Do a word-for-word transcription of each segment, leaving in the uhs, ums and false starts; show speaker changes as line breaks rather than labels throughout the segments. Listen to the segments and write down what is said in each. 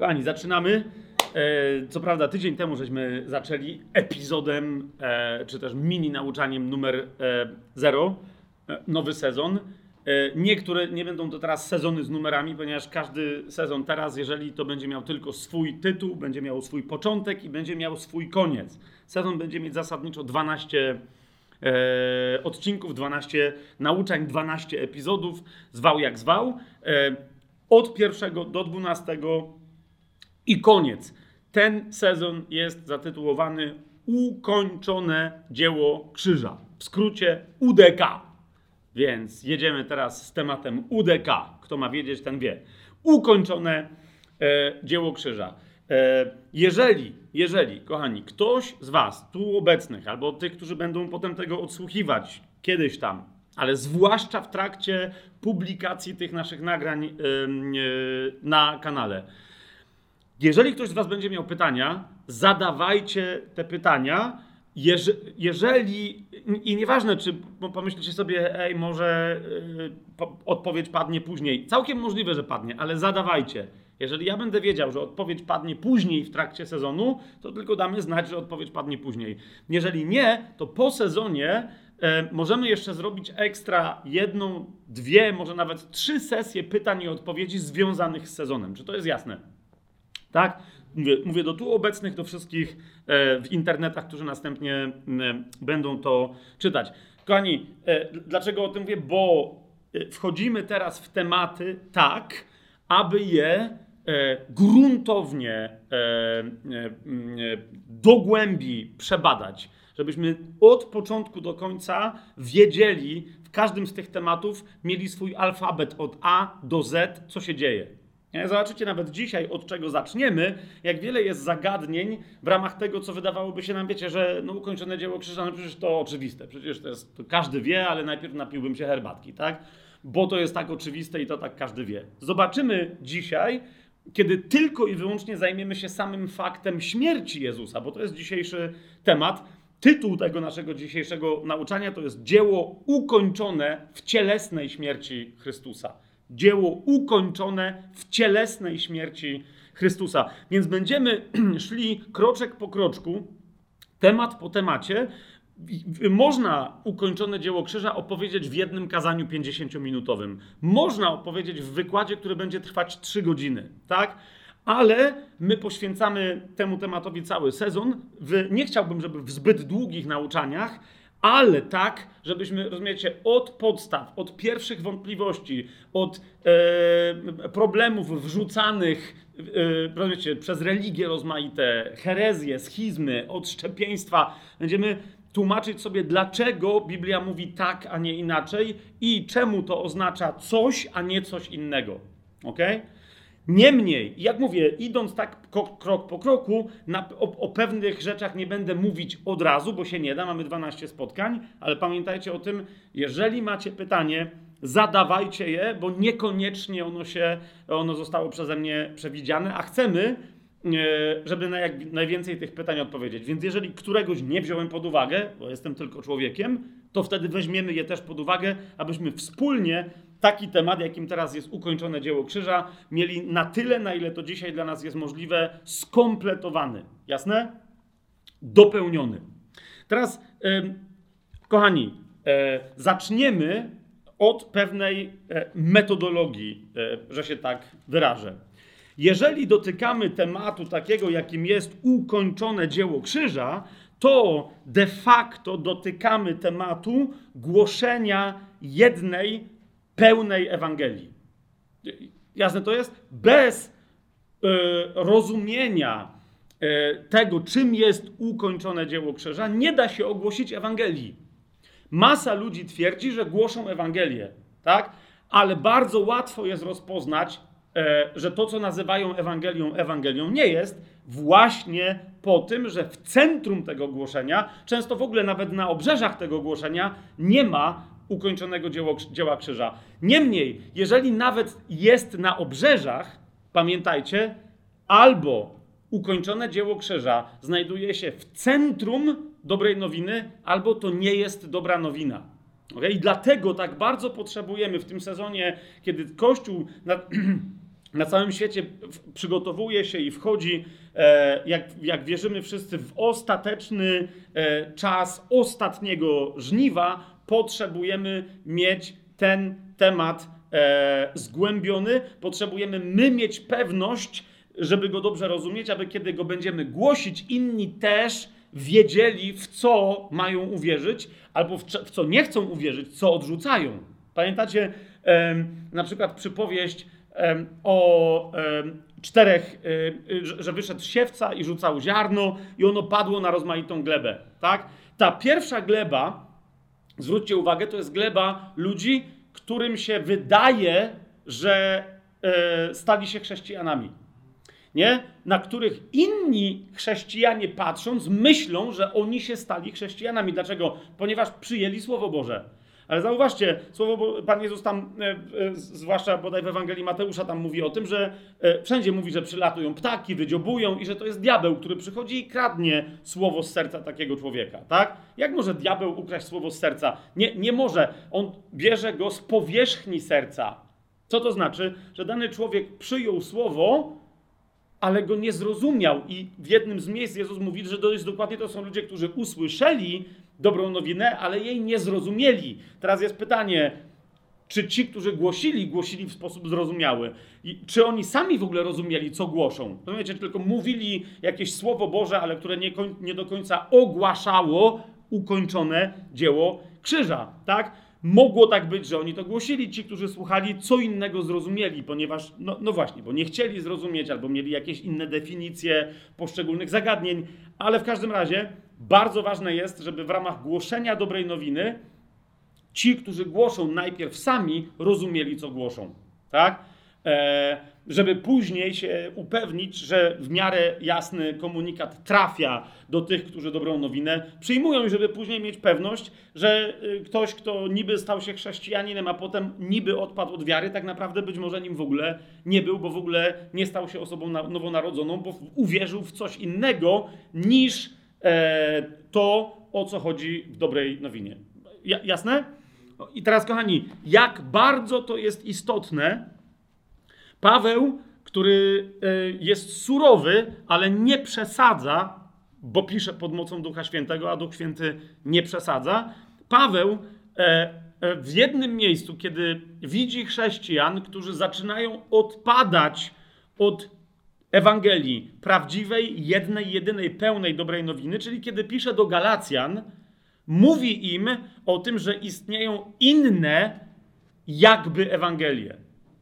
Kochani, zaczynamy. E, co prawda tydzień temu żeśmy zaczęli epizodem, e, czy też mini nauczaniem numer e, zero, e, nowy sezon. E, niektóre nie będą to teraz sezony z numerami, ponieważ każdy sezon teraz, jeżeli to będzie miał tylko swój tytuł, będzie miał swój początek i będzie miał swój koniec. Sezon będzie mieć zasadniczo dwanaście e, odcinków, dwanaście nauczań, dwanaście epizodów, zwał jak zwał. E, od pierwszego do dwunastego i koniec. Ten sezon jest zatytułowany Ukończone dzieło krzyża. W skrócie U D K. Więc jedziemy teraz z tematem U D K. Kto ma wiedzieć, ten wie. Ukończone e, dzieło krzyża. E, jeżeli, jeżeli, kochani, ktoś z was tu obecnych, albo tych, którzy będą potem tego odsłuchiwać kiedyś tam, ale zwłaszcza w trakcie publikacji tych naszych nagrań yy, yy, na kanale. Jeżeli ktoś z was będzie miał pytania, zadawajcie te pytania. Jeż, jeżeli, i nieważne, czy pomyślicie sobie, ej, może yy, po, odpowiedź padnie później. Całkiem możliwe, że padnie, ale zadawajcie. Jeżeli ja będę wiedział, że odpowiedź padnie później w trakcie sezonu, to tylko damy znać, że odpowiedź padnie później. Jeżeli nie, to po sezonie E, możemy jeszcze zrobić ekstra jedną, dwie, może nawet trzy sesje pytań i odpowiedzi związanych z sezonem. Czy to jest jasne? Tak? Mówię, mówię do tu obecnych, do wszystkich e, w internetach, którzy następnie e, będą to czytać. Kochani, e, dlaczego o tym mówię? Bo e, wchodzimy teraz w tematy tak, aby je e, gruntownie e, e, e, do głębi przebadać. Żebyśmy od początku do końca wiedzieli, w każdym z tych tematów mieli swój alfabet od A do Z, co się dzieje. Zobaczycie nawet dzisiaj, od czego zaczniemy, jak wiele jest zagadnień w ramach tego, co wydawałoby się nam, wiecie, że no, ukończone dzieło krzyża, no przecież to oczywiste, przecież to jest, to każdy wie, ale najpierw napiłbym się herbatki, tak? Bo to jest tak oczywiste i to tak każdy wie. Zobaczymy dzisiaj, kiedy tylko i wyłącznie zajmiemy się samym faktem śmierci Jezusa, bo to jest dzisiejszy temat. Tytuł tego naszego dzisiejszego nauczania to jest dzieło ukończone w cielesnej śmierci Chrystusa. Dzieło ukończone w cielesnej śmierci Chrystusa. Więc będziemy szli kroczek po kroczku, temat po temacie. Można ukończone dzieło krzyża opowiedzieć w jednym kazaniu pięćdziesięciominutowym. Można opowiedzieć w wykładzie, który będzie trwać trzy godziny, tak? Ale my poświęcamy temu tematowi cały sezon. W, nie chciałbym, żeby w zbyt długich nauczaniach, ale tak, żebyśmy, rozumiecie, od podstaw, od pierwszych wątpliwości, od e, problemów wrzucanych e, rozumiecie, przez religie rozmaite, herezje, schizmy, odszczepieństwa, będziemy tłumaczyć sobie, dlaczego Biblia mówi tak, a nie inaczej i czemu to oznacza coś, a nie coś innego. Okej? Okay? Niemniej, jak mówię, idąc tak krok po kroku, na, o, o pewnych rzeczach nie będę mówić od razu, bo się nie da, mamy dwanaście spotkań, ale pamiętajcie o tym, jeżeli macie pytanie, zadawajcie je, bo niekoniecznie ono się, ono zostało przeze mnie przewidziane, a chcemy, żeby na jak najwięcej tych pytań odpowiedzieć. Więc jeżeli któregoś nie wziąłem pod uwagę, bo jestem tylko człowiekiem, to wtedy weźmiemy je też pod uwagę, abyśmy wspólnie taki temat, jakim teraz jest ukończone dzieło krzyża, mieli na tyle, na ile to dzisiaj dla nas jest możliwe, skompletowany. Jasne? Dopełniony. Teraz, yy, kochani, yy, zaczniemy od pewnej yy, metodologii, yy, że się tak wyrażę. Jeżeli dotykamy tematu takiego, jakim jest ukończone dzieło krzyża, to de facto dotykamy tematu głoszenia jednej pełnej Ewangelii. Jasne to jest? Bez y, rozumienia y, tego, czym jest ukończone dzieło krzyża, nie da się ogłosić Ewangelii. Masa ludzi twierdzi, że głoszą Ewangelię, tak? Ale bardzo łatwo jest rozpoznać, y, że to, co nazywają Ewangelią, Ewangelią nie jest, właśnie po tym, że w centrum tego głoszenia, często w ogóle nawet na obrzeżach tego głoszenia, nie ma ukończonego dzieło, dzieła krzyża. Niemniej, jeżeli nawet jest na obrzeżach, pamiętajcie, albo ukończone dzieło krzyża znajduje się w centrum dobrej nowiny, albo to nie jest dobra nowina. Okay? I dlatego tak bardzo potrzebujemy w tym sezonie, kiedy Kościół na całym świecie przygotowuje się i wchodzi, e, jak, jak wierzymy wszyscy, w ostateczny e, czas ostatniego żniwa. Potrzebujemy mieć ten temat e, zgłębiony, potrzebujemy my mieć pewność, żeby go dobrze rozumieć, aby kiedy go będziemy głosić, inni też wiedzieli, w co mają uwierzyć, albo w, w co nie chcą uwierzyć, co odrzucają. Pamiętacie e, na przykład przypowieść e, o e, czterech, e, że, że wyszedł siewca i rzucał ziarno i ono padło na rozmaitą glebę, tak? Ta pierwsza gleba, zwróćcie uwagę, to jest gleba ludzi, którym się wydaje, że e, stali się chrześcijanami. Nie? Na których inni chrześcijanie patrząc myślą, że oni się stali chrześcijanami. Dlaczego? Ponieważ przyjęli Słowo Boże. Ale zauważcie, Słowo Bo- Pan Jezus tam, e, e, zwłaszcza bodaj w Ewangelii Mateusza, tam mówi o tym, że e, wszędzie mówi, że przylatują ptaki, wydziobują i że to jest diabeł, który przychodzi i kradnie słowo z serca takiego człowieka. Tak? Jak może diabeł ukraść słowo z serca? Nie, nie może. On bierze go z powierzchni serca. Co to znaczy? Że dany człowiek przyjął słowo, ale go nie zrozumiał. I w jednym z miejsc Jezus mówi, że to jest dokładnie to są ludzie, którzy usłyszeli dobrą nowinę, ale jej nie zrozumieli. Teraz jest pytanie, czy ci, którzy głosili, głosili w sposób zrozumiały? I czy oni sami w ogóle rozumieli, co głoszą? Rozumiecie, tylko mówili jakieś Słowo Boże, ale które nie, koń, nie do końca ogłaszało ukończone dzieło krzyża, tak? Mogło tak być, że oni to głosili, ci, którzy słuchali, co innego zrozumieli, ponieważ, no, no właśnie, bo nie chcieli zrozumieć, albo mieli jakieś inne definicje poszczególnych zagadnień, ale w każdym razie bardzo ważne jest, żeby w ramach głoszenia dobrej nowiny ci, którzy głoszą najpierw sami, rozumieli, co głoszą, tak? E, żeby później się upewnić, że w miarę jasny komunikat trafia do tych, którzy dobrą nowinę przyjmują i żeby później mieć pewność, że ktoś, kto niby stał się chrześcijaninem, a potem niby odpadł od wiary, tak naprawdę być może nim w ogóle nie był, bo w ogóle nie stał się osobą nowonarodzoną, bo uwierzył w coś innego niż e, to, o co chodzi w dobrej nowinie. Ja, jasne? I teraz, kochani, jak bardzo to jest istotne, Paweł, który jest surowy, ale nie przesadza, bo pisze pod mocą Ducha Świętego, a Duch Święty nie przesadza. Paweł w jednym miejscu, kiedy widzi chrześcijan, którzy zaczynają odpadać od Ewangelii prawdziwej, jednej, jedynej, pełnej dobrej nowiny, czyli kiedy pisze do Galacjan, mówi im o tym, że istnieją inne jakby Ewangelie.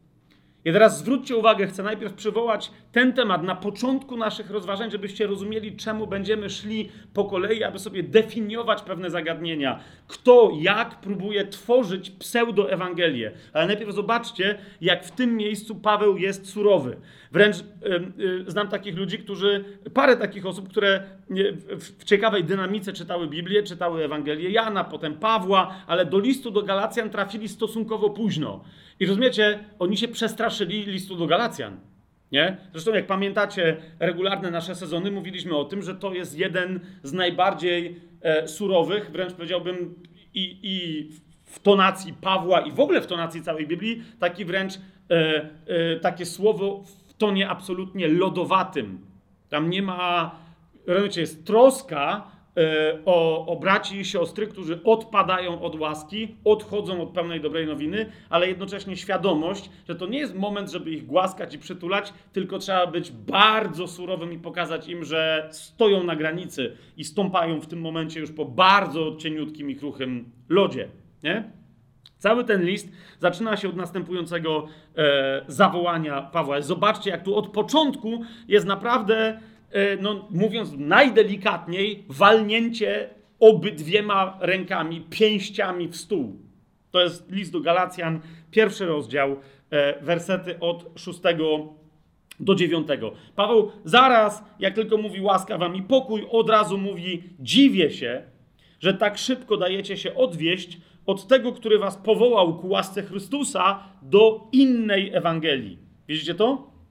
I teraz zwróćcie uwagę, chcę najpierw przywołać ten temat na początku naszych rozważań, żebyście rozumieli, czemu będziemy szli po kolei, aby sobie definiować pewne zagadnienia. Kto, jak próbuje tworzyć pseudoewangelię. Ale najpierw zobaczcie, jak w tym miejscu Paweł jest surowy. Wręcz yy, yy, znam takich ludzi, którzy, parę takich osób, które yy, w, w ciekawej dynamice czytały Biblię, czytały Ewangelię Jana, potem Pawła, ale do listu do Galacjan trafili stosunkowo późno. I rozumiecie, oni się przestraszyli listu do Galacjan. Nie? Zresztą jak pamiętacie regularne nasze sezony, mówiliśmy o tym, że to jest jeden z najbardziej e, surowych, wręcz powiedziałbym i, i w tonacji Pawła i w ogóle w tonacji całej Biblii, taki wręcz e, e, takie słowo w tonie absolutnie lodowatym. Tam nie ma, rozumiecie, jest troska O, o braci i siostry, którzy odpadają od łaski, odchodzą od pełnej dobrej nowiny, ale jednocześnie świadomość, że to nie jest moment, żeby ich głaskać i przytulać, tylko trzeba być bardzo surowym i pokazać im, że stoją na granicy i stąpają w tym momencie już po bardzo cieniutkim i kruchym lodzie. Nie? Cały ten list zaczyna się od następującego e, zawołania Pawła. Zobaczcie, jak tu od początku jest naprawdę, no, mówiąc najdelikatniej, walnięcie obydwiema rękami, pięściami w stół. To jest list do Galacjan, pierwszy rozdział, wersety od szóstego do dziewiątego. Paweł zaraz, jak tylko mówi łaska wam i pokój, od razu mówi: dziwię się, że tak szybko dajecie się odwieść od tego, który was powołał ku łasce Chrystusa, do innej Ewangelii. Widzicie to?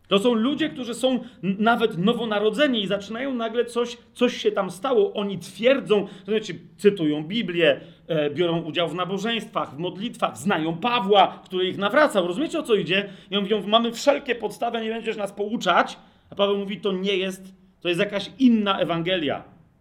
To są ludzie, którzy są nawet nowonarodzeni i zaczynają nagle coś, coś się tam stało. Oni twierdzą, rozumiecie, cytują Biblię, e, biorą udział w nabożeństwach, w modlitwach, znają Pawła, który ich nawracał. Rozumiecie, o co idzie? I on mówią, mamy wszelkie podstawy, nie będziesz nas pouczać. A Paweł mówi, to nie jest, to jest jakaś inna Ewangelia.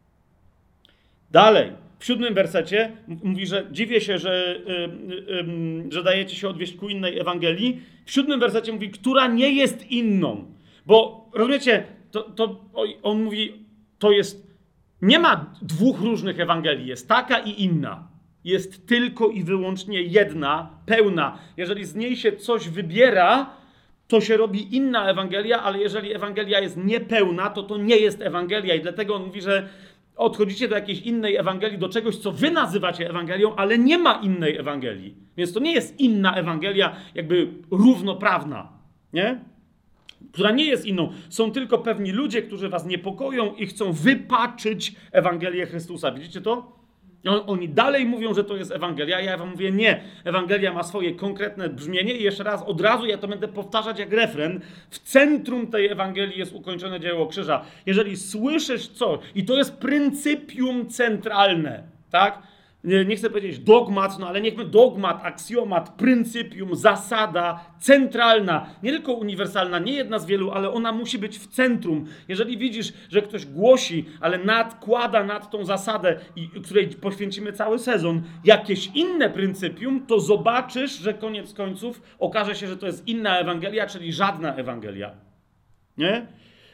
Dalej, w siódmym wersecie mówi, że dziwię się, że, yy, yy, że dajecie się odwieść ku innej Ewangelii. W siódmym wersecie mówi, która nie jest inną. Bo, rozumiecie, to, to on mówi, to jest, nie ma dwóch różnych Ewangelii, jest taka i inna. Jest tylko i wyłącznie jedna, pełna. Jeżeli z niej się coś wybiera, to się robi inna Ewangelia, ale jeżeli Ewangelia jest niepełna, to to nie jest Ewangelia. I dlatego on mówi, że odchodzicie do jakiejś innej Ewangelii, do czegoś, co wy nazywacie Ewangelią, ale nie ma innej Ewangelii. Więc to nie jest inna Ewangelia, jakby równoprawna, nie? Która nie jest inną. Są tylko pewni ludzie, którzy was niepokoją i chcą wypaczyć Ewangelię Chrystusa. Widzicie to? Oni dalej mówią, że to jest Ewangelia, ja wam mówię nie. Ewangelia ma swoje konkretne brzmienie i jeszcze raz, od razu ja to będę powtarzać jak refren. W centrum tej Ewangelii jest ukończone dzieło krzyża. Jeżeli słyszysz coś, i to jest pryncypium centralne, tak? Nie, nie chcę powiedzieć dogmat, no ale niechmy dogmat, aksjomat, pryncypium, zasada centralna, nie tylko uniwersalna, nie jedna z wielu, ale ona musi być w centrum. Jeżeli widzisz, że ktoś głosi, ale nadkłada nad tą zasadę, i, której poświęcimy cały sezon, jakieś inne pryncypium, to zobaczysz, że koniec końców okaże się, że to jest inna Ewangelia, czyli żadna Ewangelia. Nie?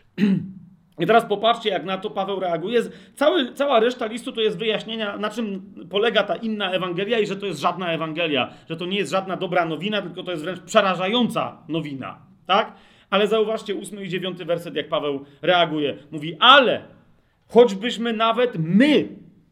I teraz popatrzcie, jak na to Paweł reaguje. Cały, cała reszta listu to jest wyjaśnienia, na czym polega ta inna Ewangelia i że to jest żadna Ewangelia, że to nie jest żadna dobra nowina, tylko to jest wręcz przerażająca nowina, tak? Ale zauważcie ósmy i dziewiąty werset, jak Paweł reaguje. Mówi, ale choćbyśmy nawet my,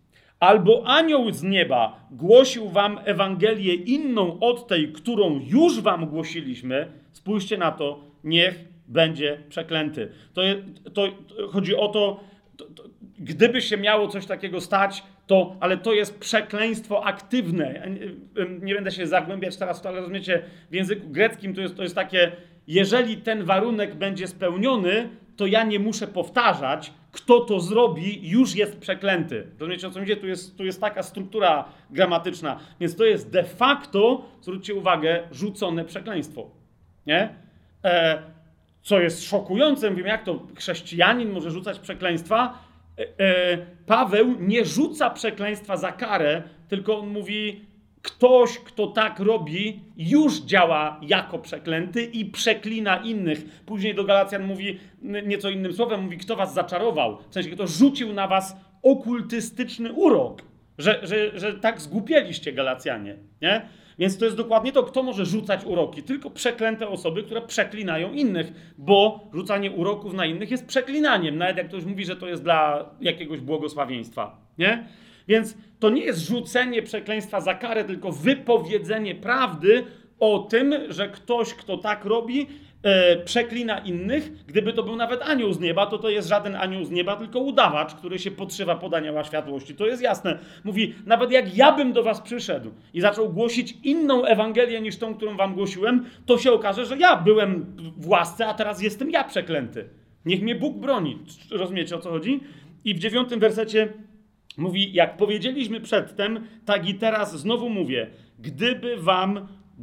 albo anioł z nieba głosił wam Ewangelię inną od tej, którą już wam głosiliśmy, spójrzcie na to, niech będzie przeklęty. To, to, to chodzi o to, to, to, gdyby się miało coś takiego stać, to, ale to jest przekleństwo aktywne. Nie, nie będę się zagłębiać teraz w to, ale rozumiecie, w języku greckim to jest, to jest takie, jeżeli ten warunek będzie spełniony, to ja nie muszę powtarzać, kto to zrobi, już jest przeklęty. Rozumiecie, o co mi idzie? Tu jest, tu jest taka struktura gramatyczna. Więc to jest de facto, zwróćcie uwagę, rzucone przekleństwo. Nie? E, Co jest szokujące, mówimy, jak to chrześcijanin może rzucać przekleństwa? E, e, Paweł nie rzuca przekleństwa za karę, tylko on mówi, ktoś, kto tak robi, już działa jako przeklęty i przeklina innych. Później do Galacjan mówi nieco innym słowem, mówi, kto was zaczarował. W sensie, kto rzucił na was okultystyczny urok, że, że, że tak zgłupieliście Galacjanie, nie? Więc to jest dokładnie to, kto może rzucać uroki. Tylko przeklęte osoby, które przeklinają innych, bo rzucanie uroków na innych jest przeklinaniem. Nawet jak ktoś mówi, że to jest dla jakiegoś błogosławieństwa. Nie? Więc to nie jest rzucenie przekleństwa za karę, tylko wypowiedzenie prawdy o tym, że ktoś, kto tak robi, e, przeklina innych. Gdyby to był nawet anioł z nieba, to to jest żaden anioł z nieba, tylko udawacz, który się podszywa pod anioła światłości. To jest jasne. Mówi, nawet jak ja bym do was przyszedł i zaczął głosić inną Ewangelię niż tą, którą wam głosiłem, to się okaże, że ja byłem w łasce, a teraz jestem ja przeklęty. Niech mnie Bóg broni. Rozumiecie, o co chodzi? I w dziewiątym wersecie mówi, jak powiedzieliśmy przedtem, tak i teraz znowu mówię, gdyby wam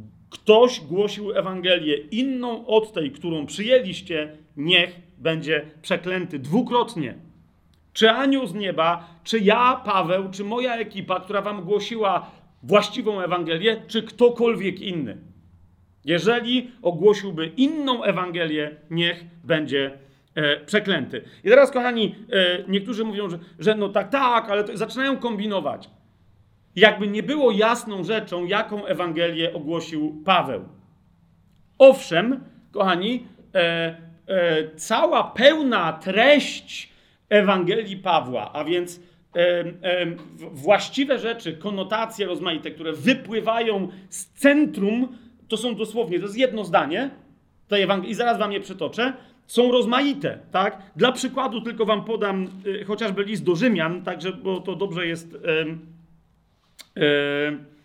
ktoś głosił Ewangelię inną od tej, którą przyjęliście, niech będzie przeklęty dwukrotnie. Czy anioł z nieba, czy ja, Paweł, czy moja ekipa, która wam głosiła właściwą Ewangelię, czy ktokolwiek inny. Jeżeli ogłosiłby inną Ewangelię, niech będzie e, przeklęty. I teraz, kochani, e, niektórzy mówią, że, że no tak, tak, ale to, zaczynają kombinować. Jakby nie było jasną rzeczą, jaką Ewangelię ogłosił Paweł. Owszem, kochani, e, e, cała pełna treść Ewangelii Pawła, a więc e, e, właściwe rzeczy, konotacje rozmaite, które wypływają z centrum, to są dosłownie, to jest jedno zdanie tej Ewangelii, i zaraz wam je przytoczę, są rozmaite, tak? Dla przykładu tylko wam podam e, chociażby list do Rzymian, także, bo to dobrze jest... E,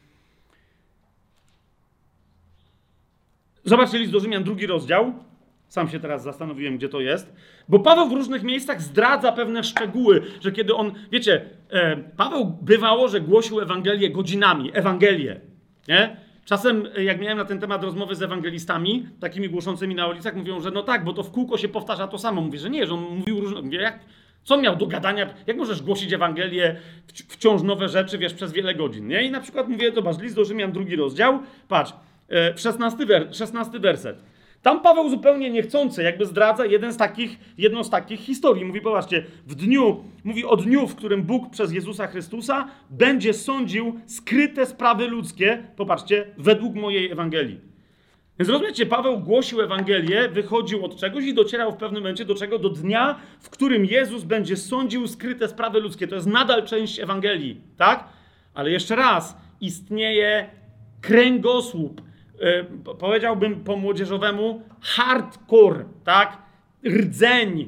Zobaczcie list do Rzymian, drugi rozdział. Sam się teraz zastanowiłem, gdzie to jest. Bo Paweł w różnych miejscach zdradza pewne szczegóły, że kiedy on, wiecie, e, Paweł bywało, że głosił Ewangelię godzinami, Ewangelię, nie? Czasem, jak miałem na ten temat rozmowy z ewangelistami, takimi głoszącymi na ulicach, mówią, że no tak, bo to w kółko się powtarza to samo. Mówię, że nie, że on mówił różne... Mówię, jak, co on miał do gadania? Jak możesz głosić Ewangelię, wciąż nowe rzeczy, wiesz, przez wiele godzin, nie? I na przykład mówię, zobacz, list do Rzymian, drugi rozdział, patrz, e, szesnasty, wer, szesnasty werset. Tam Paweł zupełnie niechcący jakby zdradza jeden z takich, jedną z takich historii. Mówi, popatrzcie, w dniu, mówi o dniu, w którym Bóg przez Jezusa Chrystusa będzie sądził skryte sprawy ludzkie, popatrzcie, według mojej Ewangelii. Więc rozumiecie, Paweł głosił Ewangelię, wychodził od czegoś i docierał w pewnym momencie do czego? Do dnia, w którym Jezus będzie sądził skryte sprawy ludzkie. To jest nadal część Ewangelii, tak? Ale jeszcze raz, istnieje kręgosłup, Yy, powiedziałbym po młodzieżowemu hardcore, tak? Rdzeń,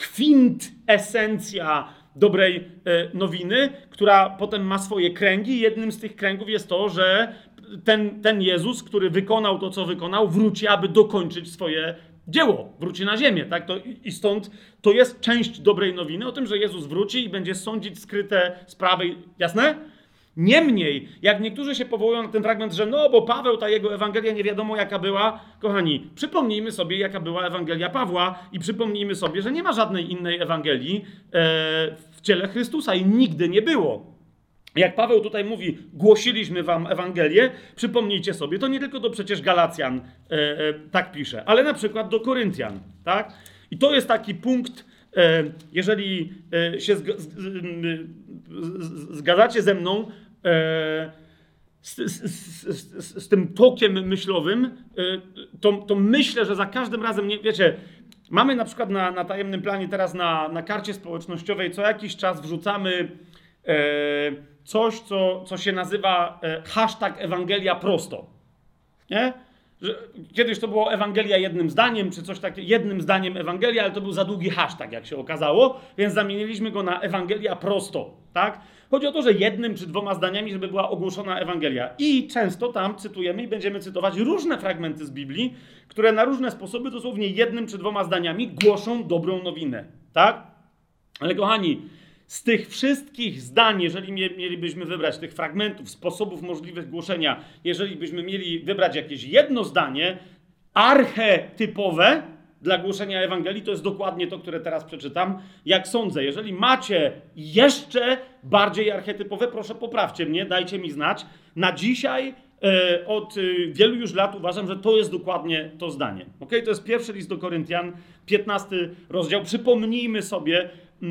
kwintesencja dobrej yy, nowiny, która potem ma swoje kręgi. Jednym z tych kręgów jest to, że ten, ten Jezus, który wykonał to, co wykonał, wróci, aby dokończyć swoje dzieło. Wróci na ziemię, tak? To, i stąd to jest część dobrej nowiny o tym, że Jezus wróci i będzie sądzić skryte sprawy. Jasne? Niemniej, jak niektórzy się powołują na ten fragment, że no, bo Paweł, ta jego Ewangelia nie wiadomo jaka była, kochani, przypomnijmy sobie, jaka była Ewangelia Pawła i przypomnijmy sobie, że nie ma żadnej innej Ewangelii e, w ciele Chrystusa i nigdy nie było. Jak Paweł tutaj mówi, głosiliśmy wam Ewangelię, przypomnijcie sobie, to nie tylko do przecież Galacjan e, e, tak pisze, ale na przykład do Koryntian, tak? I to jest taki punkt, e, jeżeli e, się zg- z, z, zgadzacie ze mną, Z, z, z, z tym tokiem myślowym, to, to myślę, że za każdym razem, nie, wiecie, mamy na przykład na, na tajemnym planie teraz na, na karcie społecznościowej co jakiś czas wrzucamy e, coś, co, co się nazywa e, hashtag Ewangelia prosto. Nie? Że kiedyś to było Ewangelia jednym zdaniem, czy coś takiego, jednym zdaniem Ewangelia, ale to był za długi hashtag, jak się okazało, więc zamieniliśmy go na Ewangelia prosto, tak? Chodzi o to, że jednym czy dwoma zdaniami, żeby była ogłoszona Ewangelia. I często tam cytujemy i będziemy cytować różne fragmenty z Biblii, które na różne sposoby, dosłownie jednym czy dwoma zdaniami, głoszą dobrą nowinę, tak? Ale kochani, z tych wszystkich zdań, jeżeli mielibyśmy wybrać tych fragmentów, sposobów możliwych głoszenia, jeżeli byśmy mieli wybrać jakieś jedno zdanie archetypowe dla głoszenia Ewangelii, to jest dokładnie to, które teraz przeczytam. Jak sądzę, jeżeli macie jeszcze bardziej archetypowe, proszę poprawcie mnie, dajcie mi znać. Na dzisiaj e, od e, wielu już lat uważam, że to jest dokładnie to zdanie. Okay? To jest pierwszy list do Koryntian, piętnasty rozdział. Przypomnijmy sobie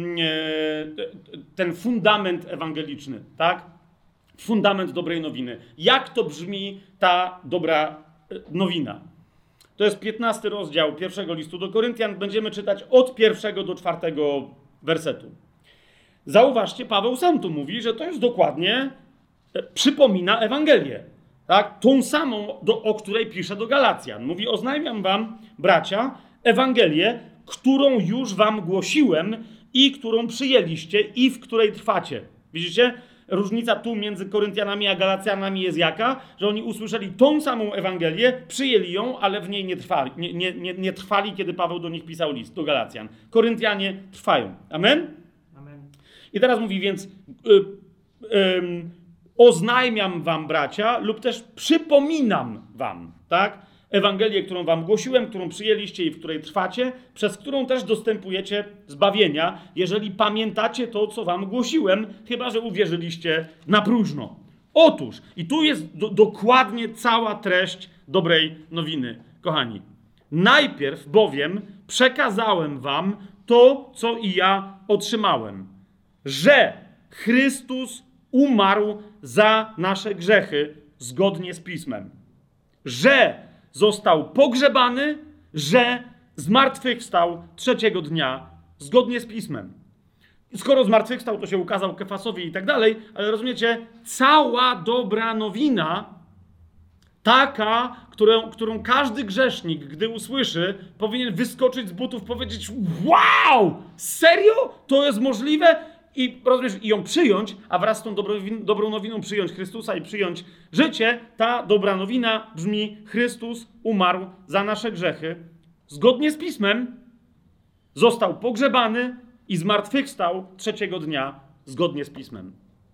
ten fundament ewangeliczny, tak? Fundament dobrej nowiny. Jak to brzmi ta dobra nowina? To jest piętnasty rozdział pierwszego listu do Koryntian. Będziemy czytać od pierwszego do czwartego wersetu. Zauważcie, Paweł sam tu mówi, że to jest dokładnie, przypomina Ewangelię. Tak? Tą samą, do, o której pisze do Galacjan. Mówi, oznajmiam wam, bracia, Ewangelię, którą już wam głosiłem i którą przyjęliście i w której trwacie. Widzicie? Różnica tu między Koryntianami a Galacjanami jest jaka? Że oni usłyszeli tą samą Ewangelię, przyjęli ją, ale w niej nie trwali, nie, nie, nie, nie trwali, kiedy Paweł do nich pisał list, do Galacjan. Koryntianie trwają. Amen? Amen. I teraz mówi więc y, y, oznajmiam wam, bracia, lub też przypominam wam, tak? Ewangelię, którą wam głosiłem, którą przyjęliście i w której trwacie, przez którą też dostępujecie zbawienia, jeżeli pamiętacie to, co wam głosiłem, chyba że uwierzyliście na próżno. Otóż, i tu jest do, dokładnie cała treść dobrej nowiny, kochani. Najpierw bowiem przekazałem wam to, co i ja otrzymałem, że Chrystus umarł za nasze grzechy zgodnie z Pismem, że został pogrzebany, że zmartwychwstał trzeciego dnia zgodnie z Pismem. Skoro zmartwychwstał, to się ukazał Kefasowi i tak dalej, ale rozumiecie, cała dobra nowina, taka, którą, którą każdy grzesznik, gdy usłyszy, powinien wyskoczyć z butów, powiedzieć: wow, serio? To jest możliwe? I, rozumiesz, i ją przyjąć, a wraz z tą dobrą, dobrą nowiną przyjąć Chrystusa i przyjąć życie, ta dobra nowina brzmi: Chrystus umarł za nasze grzechy zgodnie z Pismem, został pogrzebany i zmartwychwstał trzeciego dnia, zgodnie z Pismem.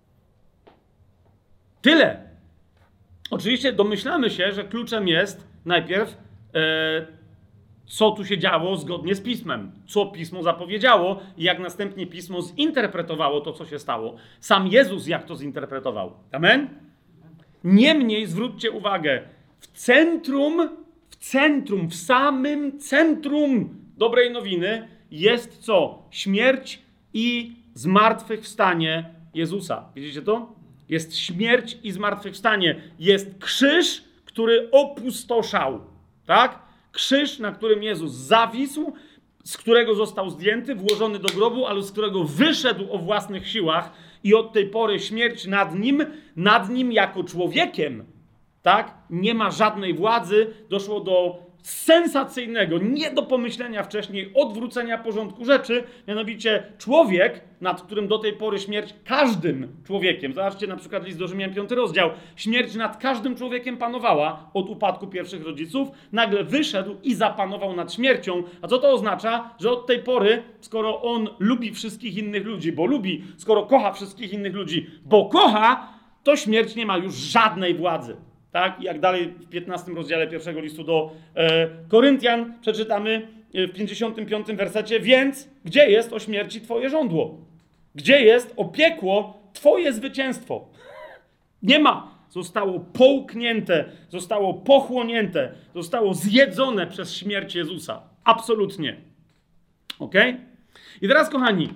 Tyle. Oczywiście domyślamy się, że kluczem jest najpierw, e, co tu się działo zgodnie z Pismem, co Pismo zapowiedziało i jak następnie Pismo zinterpretowało to, co się stało. Sam Jezus jak to zinterpretował. Amen? Niemniej zwróćcie uwagę, w centrum, w centrum, w samym centrum dobrej nowiny jest co? Śmierć i zmartwychwstanie Jezusa. Widzicie to? Jest śmierć i zmartwychwstanie. Jest krzyż, który opustoszał. Tak? Krzyż, na którym Jezus zawisł, z którego został zdjęty, włożony do grobu, ale z którego wyszedł o własnych siłach i od tej pory śmierć nad nim, nad nim jako człowiekiem, tak? Nie ma żadnej władzy. Doszło do sensacyjnego, nie do pomyślenia wcześniej odwrócenia porządku rzeczy, mianowicie człowiek, nad którym do tej pory śmierć każdym człowiekiem, zobaczcie na przykład list do Rzymian, piąty rozdział, śmierć nad każdym człowiekiem panowała od upadku pierwszych rodziców, nagle wyszedł i zapanował nad śmiercią. A co to oznacza? Że od tej pory, skoro on lubi wszystkich innych ludzi, bo lubi, skoro kocha wszystkich innych ludzi, bo kocha, to śmierć nie ma już żadnej władzy. Tak? Jak dalej w piętnastym rozdziale pierwszego listu do e, Koryntian przeczytamy w pięćdziesiątym piątym wersecie, więc gdzie jest o śmierci twoje żądło? Gdzie jest o piekło twoje zwycięstwo? Nie ma. Zostało połknięte, zostało pochłonięte, zostało zjedzone przez śmierć Jezusa. Absolutnie. Okej? Okay? I teraz, kochani,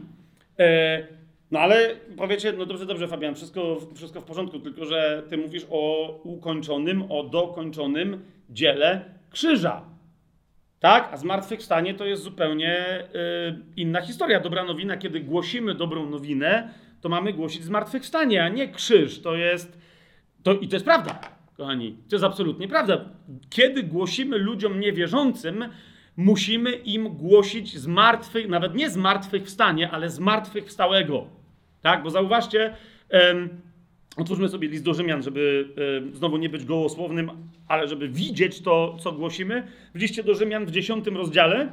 e, no ale powiecie, no dobrze, dobrze, Fabian, wszystko, wszystko w porządku, tylko że ty mówisz o ukończonym, o dokończonym dziele krzyża. Tak? A zmartwychwstanie to jest zupełnie y, inna historia. Dobra nowina, kiedy głosimy dobrą nowinę, to mamy głosić zmartwychwstanie, a nie krzyż. To jest, to, i to jest prawda, kochani. To jest absolutnie prawda. Kiedy głosimy ludziom niewierzącym, musimy im głosić zmartwych, nawet nie zmartwychwstanie, ale zmartwychwstałego. Tak, bo zauważcie, um, otwórzmy sobie list do Rzymian, żeby um, znowu nie być gołosłownym, ale żeby widzieć to, co głosimy. W liście do Rzymian w dziesiątym rozdziale,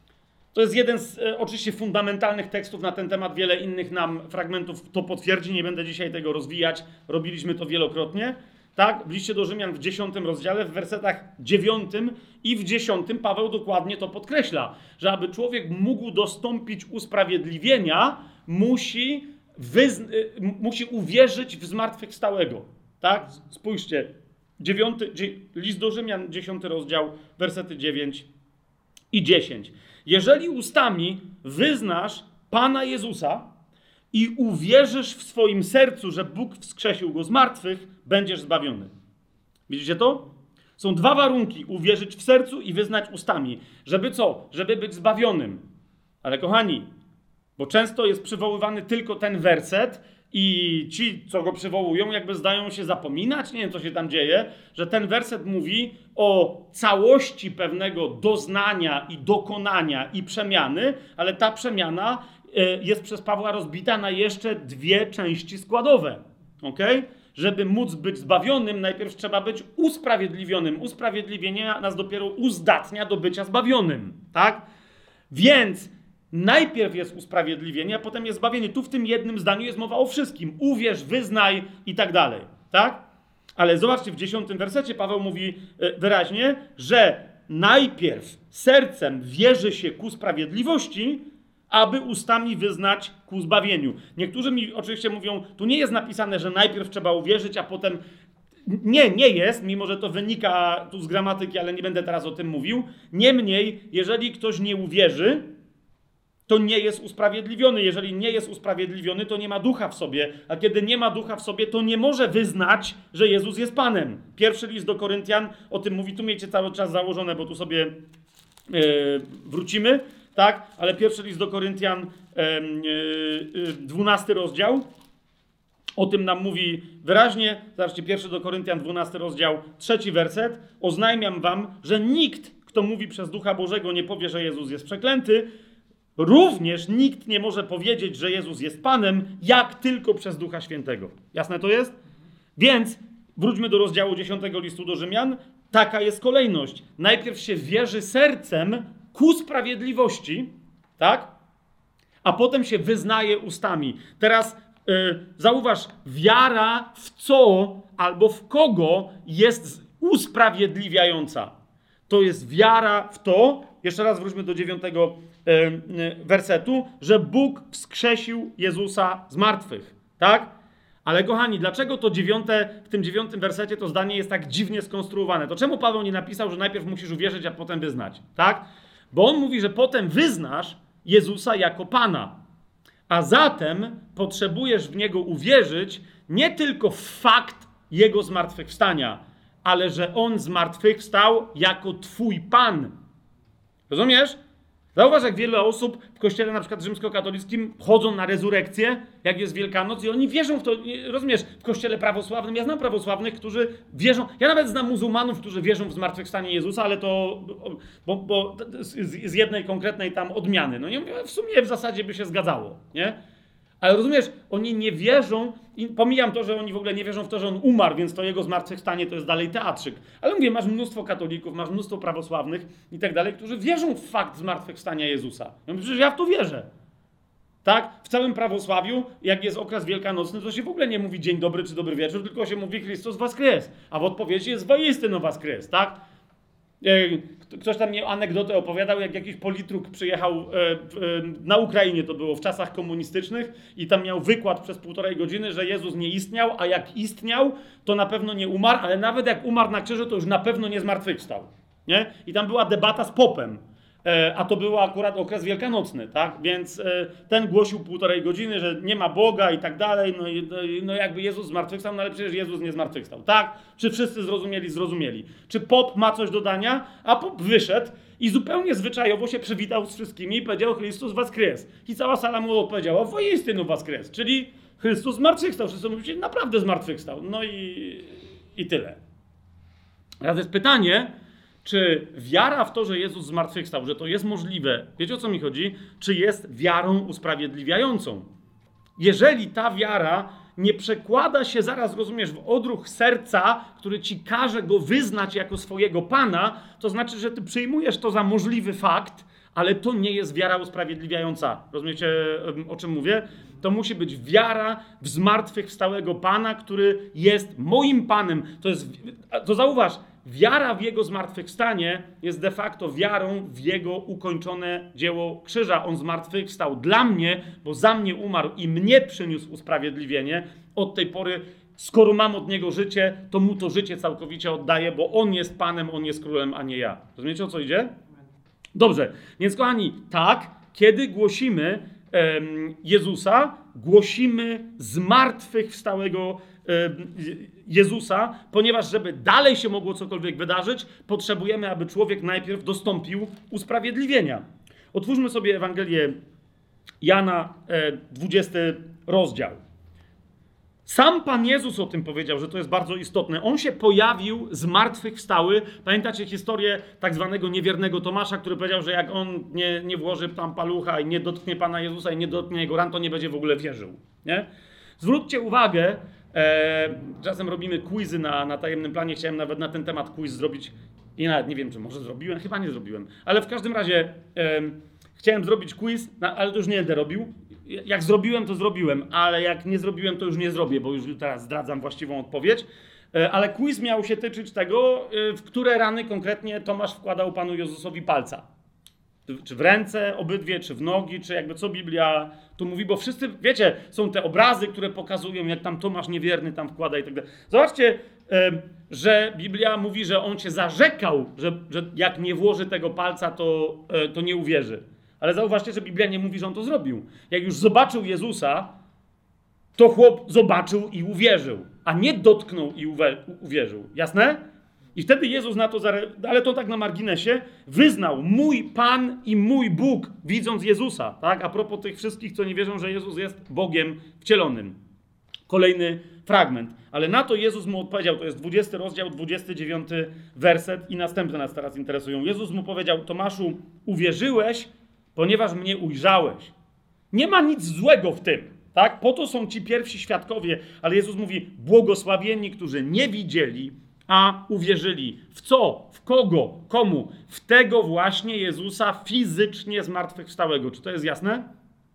to jest jeden z e, oczywiście fundamentalnych tekstów na ten temat, wiele innych nam fragmentów to potwierdzi, nie będę dzisiaj tego rozwijać, robiliśmy to wielokrotnie. Tak, w liście do Rzymian w dziesiątym rozdziale, w wersetach dziewiątym i w dziesiątym Paweł dokładnie to podkreśla, że aby człowiek mógł dostąpić usprawiedliwienia, musi Wyzn- musi uwierzyć w zmartwychwstałego. Tak? Spójrzcie. Dziewiąty, list do Rzymian, dziesiąty rozdział, wersety dziewięć i dziesięć. Jeżeli ustami wyznasz Pana Jezusa i uwierzysz w swoim sercu, że Bóg wskrzesił go z martwych, będziesz zbawiony. Widzicie to? Są dwa warunki. Uwierzyć w sercu i wyznać ustami. Żeby co? Żeby być zbawionym. Ale kochani, bo często jest przywoływany tylko ten werset i ci, co go przywołują, jakby zdają się zapominać, nie wiem, co się tam dzieje, że ten werset mówi o całości pewnego doznania i dokonania i przemiany, ale ta przemiana jest przez Pawła rozbita na jeszcze dwie części składowe. Okay? Żeby móc być zbawionym, najpierw trzeba być usprawiedliwionym. Usprawiedliwienie nas dopiero uzdatnia do bycia zbawionym. Tak? Więc najpierw jest usprawiedliwienie, a potem jest zbawienie. Tu w tym jednym zdaniu jest mowa o wszystkim. Uwierz, wyznaj i tak dalej. Tak? Ale zobaczcie, w dziesiątym wersecie Paweł mówi wyraźnie, że najpierw sercem wierzy się ku sprawiedliwości, aby ustami wyznać ku zbawieniu. Niektórzy mi oczywiście mówią, tu nie jest napisane, że najpierw trzeba uwierzyć, a potem... Nie, nie jest, mimo że to wynika tu z gramatyki, ale nie będę teraz o tym mówił. Niemniej, jeżeli ktoś nie uwierzy, to nie jest usprawiedliwiony. Jeżeli nie jest usprawiedliwiony, to nie ma ducha w sobie. A kiedy nie ma ducha w sobie, to nie może wyznać, że Jezus jest Panem. Pierwszy list do Koryntian o tym mówi. Tu miejcie cały czas założone, bo tu sobie yy, wrócimy. Tak? Ale pierwszy list do Koryntian, dwunasty rozdział. O tym nam mówi wyraźnie. Zobaczcie, pierwszy do Koryntian, dwunasty rozdział, trzeci werset. Oznajmiam wam, że nikt, kto mówi przez Ducha Bożego, nie powie, że Jezus jest przeklęty. Również nikt nie może powiedzieć, że Jezus jest Panem, jak tylko przez Ducha Świętego. Jasne to jest? Więc wróćmy do rozdziału dziesiątego listu do Rzymian. taka jest kolejność. Najpierw się wierzy sercem ku sprawiedliwości, tak? A potem się wyznaje ustami. Teraz yy, zauważ, wiara w co albo w kogo jest usprawiedliwiająca. To jest wiara w to, jeszcze raz wróćmy do dziewiątego yy, yy, wersetu, że Bóg wskrzesił Jezusa z martwych, tak? Ale kochani, dlaczego to dziewiąte, w tym dziewiątym wersecie to zdanie jest tak dziwnie skonstruowane? To czemu Paweł nie napisał, że najpierw musisz uwierzyć, a potem wyznać, tak? Bo on mówi, że potem wyznasz Jezusa jako Pana. A zatem potrzebujesz w Niego uwierzyć nie tylko w fakt Jego zmartwychwstania, ale że On zmartwychwstał jako Twój Pan. Rozumiesz? Zauważ, jak wiele osób w kościele na przykład rzymskokatolickim chodzą na rezurekcję, jak jest Wielkanoc i oni wierzą w to, rozumiesz, w kościele prawosławnym. Ja znam prawosławnych, którzy wierzą, ja nawet znam muzułmanów, którzy wierzą w zmartwychwstanie Jezusa, ale to bo, bo z, z jednej konkretnej tam odmiany. No nie, w sumie w zasadzie by się zgadzało, nie? Ale rozumiesz, oni nie wierzą, i pomijam to, że oni w ogóle nie wierzą w to, że on umarł, więc to jego zmartwychwstanie to jest dalej teatrzyk. Ale mówię, masz mnóstwo katolików, masz mnóstwo prawosławnych i tak dalej, którzy wierzą w fakt zmartwychwstania Jezusa. Ja mówię, przecież ja w to wierzę. Tak? W całym prawosławiu, jak jest okres wielkanocny, to się w ogóle nie mówi dzień dobry czy dobry wieczór, tylko się mówi Chrystus woskres. A w odpowiedzi jest woisty woskres, tak? Ktoś tam mnie anegdotę opowiadał, jak jakiś politruk przyjechał na Ukrainie, to było w czasach komunistycznych i tam miał wykład przez półtorej godziny, że Jezus nie istniał, a jak istniał, to na pewno nie umarł, ale nawet jak umarł na krzyżu, to już na pewno nie zmartwychwstał. Nie? I tam była debata z popem. A to był akurat okres wielkanocny, tak? Więc ten głosił półtorej godziny, że nie ma Boga i tak dalej, no, no jakby Jezus zmartwychwstał, no ale przecież Jezus nie zmartwychwstał, tak? Czy wszyscy zrozumieli? Zrozumieli. Czy pop ma coś do dania? A pop wyszedł i zupełnie zwyczajowo się przywitał z wszystkimi i powiedział Chrystus woskres. I cała sala mu odpowiedziała woistinu woskres, czyli Chrystus zmartwychwstał. Wszyscy mówili, naprawdę zmartwychwstał. No i, i tyle. Teraz jest pytanie, czy wiara w to, że Jezus zmartwychwstał, że to jest możliwe, wiecie o co mi chodzi? Czy jest wiarą usprawiedliwiającą? Jeżeli ta wiara nie przekłada się, zaraz rozumiesz, w odruch serca, który ci każe go wyznać jako swojego Pana, to znaczy, że ty przyjmujesz to za możliwy fakt, ale to nie jest wiara usprawiedliwiająca. Rozumiecie, o czym mówię? To musi być wiara w zmartwychwstałego Pana, który jest moim Panem. To jest, to zauważ, wiara w Jego zmartwychwstanie jest de facto wiarą w Jego ukończone dzieło krzyża. On zmartwychwstał dla mnie, bo za mnie umarł i mnie przyniósł usprawiedliwienie. Od tej pory, skoro mam od Niego życie, to Mu to życie całkowicie oddaję, bo On jest Panem, On jest Królem, a nie ja. Rozumiecie, o co idzie? Dobrze, więc kochani, tak, kiedy głosimy em, Jezusa, głosimy zmartwychwstałego Jezusa, ponieważ żeby dalej się mogło cokolwiek wydarzyć, potrzebujemy, aby człowiek najpierw dostąpił usprawiedliwienia. Otwórzmy sobie Ewangelię Jana, dwudziesty rozdział. Sam Pan Jezus o tym powiedział, że to jest bardzo istotne. On się pojawił zmartwychwstały. Pamiętacie historię tak zwanego niewiernego Tomasza, który powiedział, że jak on nie, nie włoży tam palucha i nie dotknie Pana Jezusa i nie dotknie Jego ran, to nie będzie w ogóle wierzył. Nie? Zwróćcie uwagę, e, czasem robimy quizy na, na tajemnym planie. Chciałem nawet na ten temat quiz zrobić i nawet nie wiem, czy może zrobiłem, chyba nie zrobiłem. Ale w każdym razie e, chciałem zrobić quiz, na, ale to już nie będę robił. Jak zrobiłem, to zrobiłem, ale jak nie zrobiłem, to już nie zrobię, bo już teraz zdradzam właściwą odpowiedź. Ale quiz miał się tyczyć tego, w które rany konkretnie Tomasz wkładał Panu Jezusowi palca. Czy w ręce obydwie, czy w nogi, czy jakby co Biblia tu mówi, bo wszyscy, wiecie, są te obrazy, które pokazują, jak tam Tomasz niewierny tam wkłada i tak dalej. Zobaczcie, że Biblia mówi, że on się zarzekał, że, że jak nie włoży tego palca, to, to nie uwierzy. Ale zauważcie, że Biblia nie mówi, że on to zrobił. Jak już zobaczył Jezusa, to chłop zobaczył i uwierzył, a nie dotknął i uwe- uwierzył. Jasne? I wtedy Jezus na to, zare- ale to tak na marginesie, wyznał mój Pan i mój Bóg, widząc Jezusa. Tak? A propos tych wszystkich, co nie wierzą, że Jezus jest Bogiem wcielonym. Kolejny fragment. Ale na to Jezus mu odpowiedział, to jest dwudziesty rozdział, dwudziesty dziewiąty werset i następne nas teraz interesują. Jezus mu powiedział, Tomaszu, uwierzyłeś, ponieważ mnie ujrzałeś. Nie ma nic złego w tym, tak? Po to są ci pierwsi świadkowie, ale Jezus mówi, błogosławieni, którzy nie widzieli, a uwierzyli. W co? W kogo? Komu? W tego właśnie Jezusa fizycznie zmartwychwstałego. Czy to jest jasne?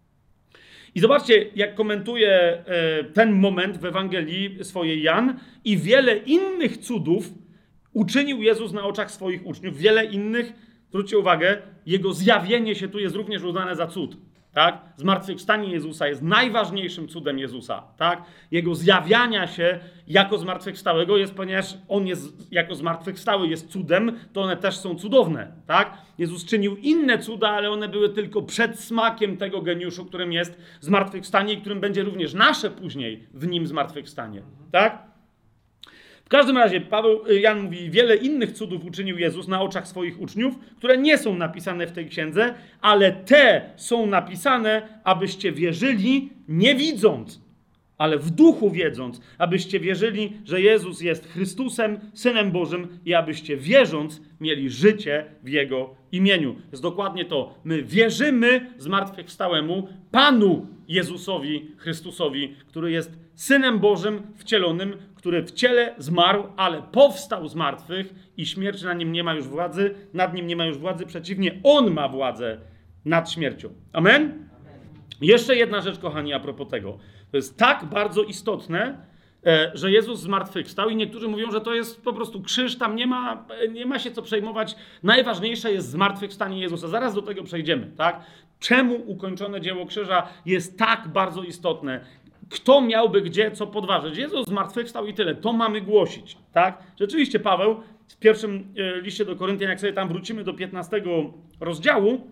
I zobaczcie, jak komentuje ten moment w Ewangelii swojej Jan i wiele innych cudów uczynił Jezus na oczach swoich uczniów. Wiele innych, zwróćcie uwagę, jego zjawienie się tu jest również uznane za cud. Tak? Zmartwychwstanie Jezusa jest najważniejszym cudem Jezusa. Tak? Jego zjawiania się jako zmartwychwstałego jest, ponieważ on jest jako zmartwychwstały jest cudem, to one też są cudowne. Tak? Jezus czynił inne cuda, ale one były tylko przedsmakiem tego geniuszu, którym jest zmartwychwstanie i którym będzie również nasze później w nim zmartwychwstanie. Tak? W każdym razie Paweł, Jan mówi, wiele innych cudów uczynił Jezus na oczach swoich uczniów, które nie są napisane w tej księdze, ale te są napisane, abyście wierzyli nie widząc, ale w duchu wiedząc, abyście wierzyli, że Jezus jest Chrystusem, Synem Bożym i abyście wierząc mieli życie w Jego imieniu. Jest dokładnie to. My wierzymy zmartwychwstałemu Panu Jezusowi Chrystusowi, który jest Synem Bożym wcielonym, który w ciele zmarł, ale powstał z martwych i śmierć na nim nie ma już władzy, nad nim nie ma już władzy, przeciwnie, On ma władzę nad śmiercią. Amen? Amen. Jeszcze jedna rzecz, kochani, a propos tego. To jest tak bardzo istotne, że Jezus zmartwychwstał i niektórzy mówią, że to jest po prostu krzyż, tam nie ma, nie ma się co przejmować. Najważniejsze jest zmartwychwstanie Jezusa. Zaraz do tego przejdziemy, tak? Czemu ukończone dzieło krzyża jest tak bardzo istotne? Kto miałby gdzie co podważyć? Jezus zmartwychwstał i tyle. To mamy głosić, tak? Rzeczywiście Paweł w pierwszym liście do Koryntian, jak sobie tam wrócimy do piętnastego rozdziału,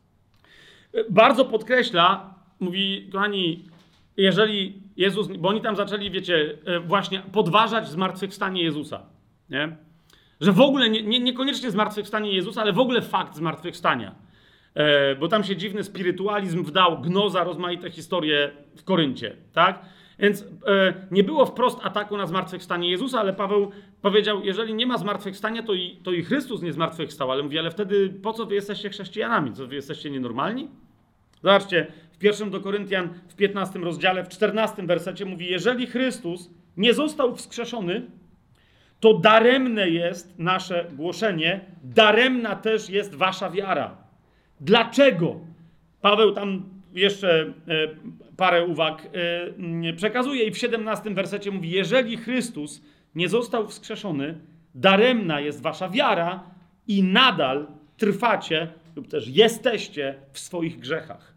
bardzo podkreśla, mówi, kochani, jeżeli Jezus, bo oni tam zaczęli, wiecie, właśnie podważać zmartwychwstanie Jezusa, nie? Że w ogóle, nie, nie, niekoniecznie zmartwychwstanie Jezusa, ale w ogóle fakt zmartwychwstania. E, bo tam się dziwny spirytualizm wdał, gnoza, rozmaite historie w Koryncie, tak? Więc e, nie było wprost ataku na zmartwychwstanie Jezusa, ale Paweł powiedział, jeżeli nie ma zmartwychwstania, to i, to i Chrystus nie zmartwychwstał, ale mówi, ale wtedy po co wy jesteście chrześcijanami? Co wy jesteście nienormalni? Zobaczcie, w pierwszym do Koryntian, w piętnastym rozdziale, w czternastym wersecie mówi, jeżeli Chrystus nie został wskrzeszony, to daremne jest nasze głoszenie, daremna też jest wasza wiara. Dlaczego? Paweł tam jeszcze e, parę uwag e, przekazuje i w siedemnastym wersecie mówi, jeżeli Chrystus nie został wskrzeszony, daremna jest wasza wiara i nadal trwacie lub też jesteście w swoich grzechach.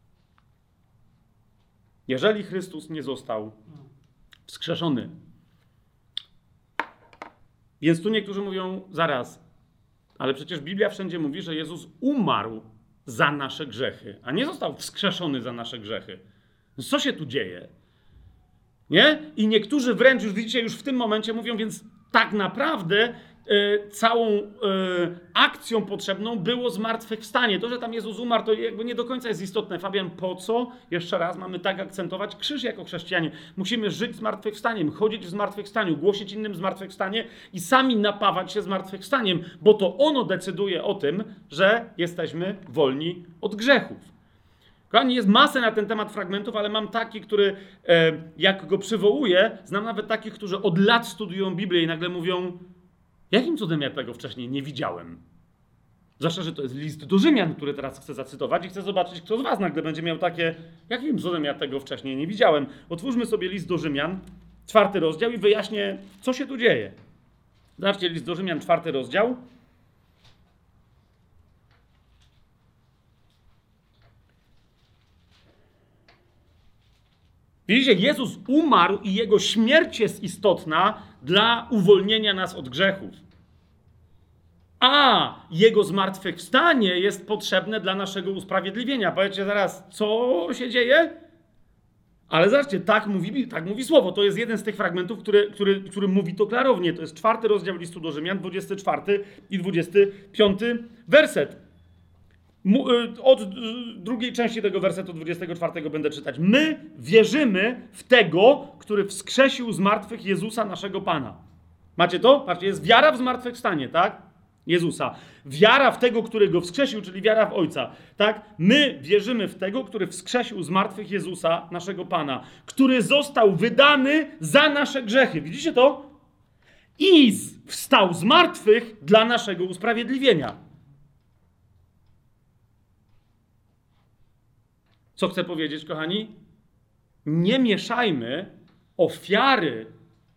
Jeżeli Chrystus nie został wskrzeszony. Więc tu niektórzy mówią, zaraz, ale przecież Biblia wszędzie mówi, że Jezus umarł za nasze grzechy, a nie został wskrzeszony za nasze grzechy. Co się tu dzieje? Nie? I niektórzy wręcz, już widzicie, już w tym momencie mówią, więc tak naprawdę y, całą y, akcją potrzebną było zmartwychwstanie. To, że tam Jezus umarł, to jakby nie do końca jest istotne. Fabian, po co? Jeszcze raz mamy tak akcentować krzyż jako chrześcijanie. Musimy żyć zmartwychwstaniem, chodzić w zmartwychwstaniu, głosić innym zmartwychwstanie i sami napawać się zmartwychwstaniem, bo to ono decyduje o tym, że jesteśmy wolni od grzechów. Kochani, jest masę na ten temat fragmentów, ale mam taki, który, e, jak go przywołuję, znam nawet takich, którzy od lat studiują Biblię i nagle mówią, jakim cudem ja tego wcześniej nie widziałem? Zwłaszcza, że to jest list do Rzymian, który teraz chcę zacytować i chcę zobaczyć, kto z was nagle będzie miał takie, jakim cudem ja tego wcześniej nie widziałem? Otwórzmy sobie list do Rzymian, czwarty rozdział i wyjaśnię, co się tu dzieje. Zobaczcie, list do Rzymian, czwarty rozdział. Widzicie, Jezus umarł i Jego śmierć jest istotna dla uwolnienia nas od grzechów. A Jego zmartwychwstanie jest potrzebne dla naszego usprawiedliwienia. Powiedzcie zaraz, co się dzieje? Ale zobaczcie, tak mówi, tak mówi Słowo. To jest jeden z tych fragmentów, który, który, który mówi to klarownie. To jest czwarty rozdział listu do Rzymian, dwudziesty czwarty i dwudziesty piąty werset. Od drugiej części tego wersetu dwudziestego czwartego będę czytać. My wierzymy w tego, który wskrzesił z martwych Jezusa, naszego Pana. Macie to? Patrzcie, jest wiara w zmartwychwstanie, tak? Jezusa. Wiara w tego, który go wskrzesił, czyli wiara w Ojca, tak? My wierzymy w tego, który wskrzesił z martwych Jezusa, naszego Pana, który został wydany za nasze grzechy. Widzicie to? i z, wstał z martwych dla naszego usprawiedliwienia. Co chcę powiedzieć, kochani? Nie mieszajmy ofiary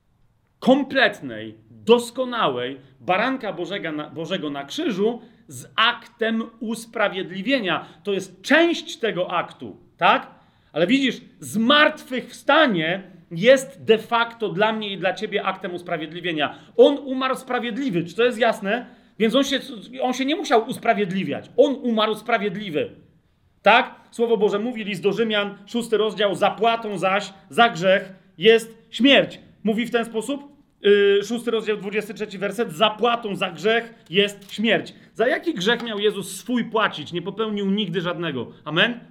kompletnej, doskonałej baranka Bożego na, Bożego na krzyżu z aktem usprawiedliwienia. To jest część tego aktu, tak? Ale widzisz, zmartwychwstanie jest de facto dla mnie i dla ciebie aktem usprawiedliwienia. On umarł sprawiedliwy, czy to jest jasne? Więc on się, on się nie musiał usprawiedliwiać. On umarł sprawiedliwy. Tak? Słowo Boże mówi, list do Rzymian, szósty rozdział, zapłatą zaś za grzech jest śmierć. Mówi w ten sposób, yy, szósty rozdział, dwudziesty trzeci werset, zapłatą za grzech jest śmierć. Za jaki grzech miał Jezus swój płacić? Nie popełnił nigdy żadnego. Amen?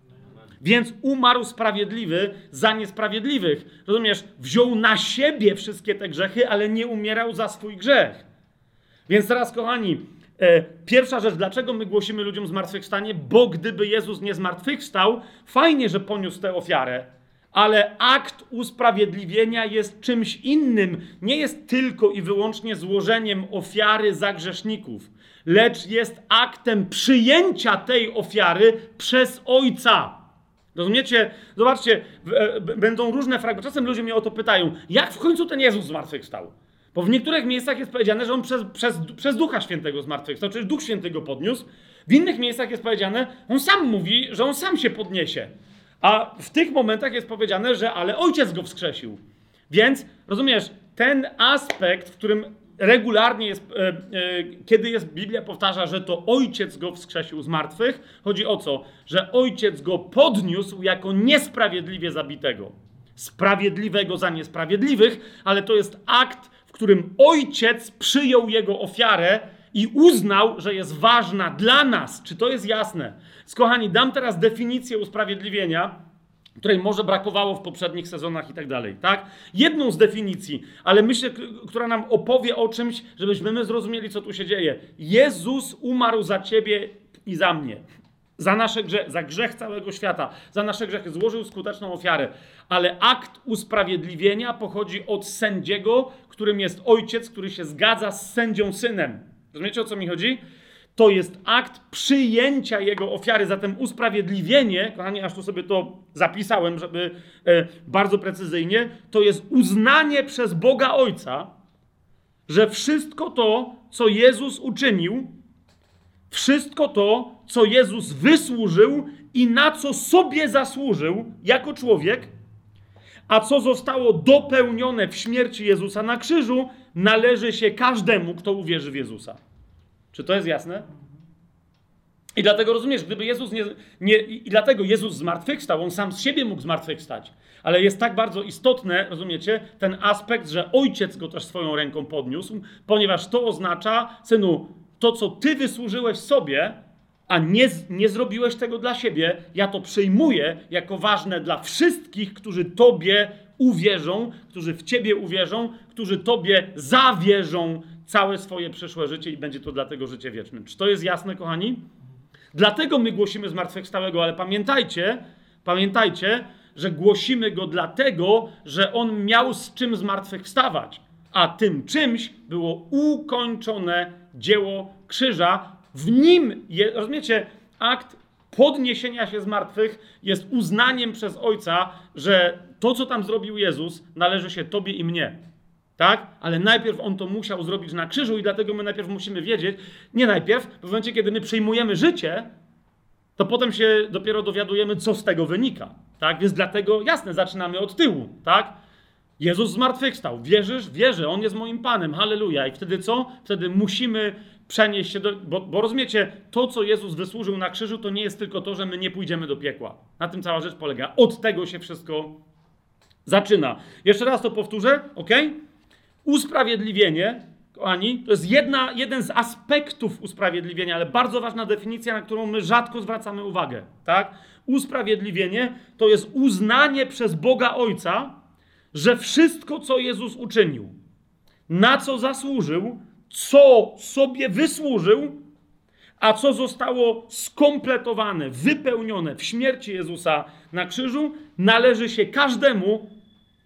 Więc umarł sprawiedliwy za niesprawiedliwych. Rozumiesz? Wziął na siebie wszystkie te grzechy, ale nie umierał za swój grzech. Więc teraz, kochani, e, pierwsza rzecz, dlaczego my głosimy ludziom zmartwychwstanie? Bo gdyby Jezus nie zmartwychwstał, fajnie, że poniósł tę ofiarę, ale akt usprawiedliwienia jest czymś innym. Nie jest tylko i wyłącznie złożeniem ofiary za grzeszników, lecz jest aktem przyjęcia tej ofiary przez Ojca. Rozumiecie? Zobaczcie, będą różne fragmenty. Czasem ludzie mnie o to pytają, jak w końcu ten Jezus zmartwychwstał? Bo w niektórych miejscach jest powiedziane, że on przez, przez, przez Ducha Świętego zmartwychwstał, czyli Duch Święty go podniósł. W innych miejscach jest powiedziane, on sam mówi, że on sam się podniesie. A w tych momentach jest powiedziane, że ale Ojciec go wskrzesił. Więc, rozumiesz, ten aspekt, w którym regularnie jest, e, e, kiedy jest Biblia powtarza, że to Ojciec go wskrzesił z martwych, chodzi o co? Że Ojciec go podniósł jako niesprawiedliwie zabitego. Sprawiedliwego za niesprawiedliwych, ale to jest akt, w którym Ojciec przyjął jego ofiarę i uznał, że jest ważna dla nas. Czy to jest jasne? Kochani, dam teraz definicję usprawiedliwienia, której może brakowało w poprzednich sezonach i tak dalej, tak? Jedną z definicji, ale myślę, która nam opowie o czymś, żebyśmy my zrozumieli, co tu się dzieje. Jezus umarł za ciebie i za mnie. Za nasze grzechy, za grzech całego świata. Za nasze grzechy złożył skuteczną ofiarę. Ale akt usprawiedliwienia pochodzi od sędziego, którym jest ojciec, który się zgadza z sędzią synem. Rozumiecie, o co mi chodzi? To jest akt przyjęcia jego ofiary. Zatem usprawiedliwienie, kochani, aż tu sobie to zapisałem, żeby e, bardzo precyzyjnie, to jest uznanie przez Boga Ojca, że wszystko to, co Jezus uczynił, wszystko to, co Jezus wysłużył i na co sobie zasłużył jako człowiek, a co zostało dopełnione w śmierci Jezusa na krzyżu, należy się każdemu, kto uwierzy w Jezusa. Czy to jest jasne? I dlatego rozumiesz, gdyby Jezus nie, nie... I dlatego Jezus zmartwychwstał, on sam z siebie mógł zmartwychwstać. Ale jest tak bardzo istotne, rozumiecie, ten aspekt, że Ojciec go też swoją ręką podniósł, ponieważ to oznacza, synu, to, co ty wysłużyłeś sobie, a nie, nie zrobiłeś tego dla siebie, ja to przyjmuję jako ważne dla wszystkich, którzy tobie uwierzą, którzy w ciebie uwierzą, którzy tobie zawierzą całe swoje przyszłe życie i będzie to dlatego życie wieczne. Czy to jest jasne, kochani? Dlatego my głosimy zmartwychwstałego, ale pamiętajcie, pamiętajcie, że głosimy go dlatego, że on miał z czym zmartwychwstawać, a tym czymś było ukończone dzieło krzyża. W nim, je, rozumiecie, akt podniesienia się z martwych jest uznaniem przez Ojca, że to, co tam zrobił Jezus, należy się tobie i mnie. Tak? Ale najpierw on to musiał zrobić na krzyżu i dlatego my najpierw musimy wiedzieć, nie najpierw, w momencie, kiedy my przyjmujemy życie, to potem się dopiero dowiadujemy, co z tego wynika. Tak? Więc dlatego, jasne, zaczynamy od tyłu. Tak? Jezus zmartwychwstał. Wierzysz? Wierzę. On jest moim Panem. Halleluja. I wtedy co? Wtedy musimy przenieść się do... Bo, bo rozumiecie, to, co Jezus wysłużył na krzyżu, to nie jest tylko to, że my nie pójdziemy do piekła. Na tym cała rzecz polega. Od tego się wszystko zaczyna. Jeszcze raz to powtórzę, ok? Usprawiedliwienie, kochani, to jest jedna, jeden z aspektów usprawiedliwienia, ale bardzo ważna definicja, na którą my rzadko zwracamy uwagę, tak? Usprawiedliwienie to jest uznanie przez Boga Ojca, że wszystko, co Jezus uczynił, na co zasłużył, co sobie wysłużył, a co zostało skompletowane, wypełnione w śmierci Jezusa na krzyżu, należy się każdemu,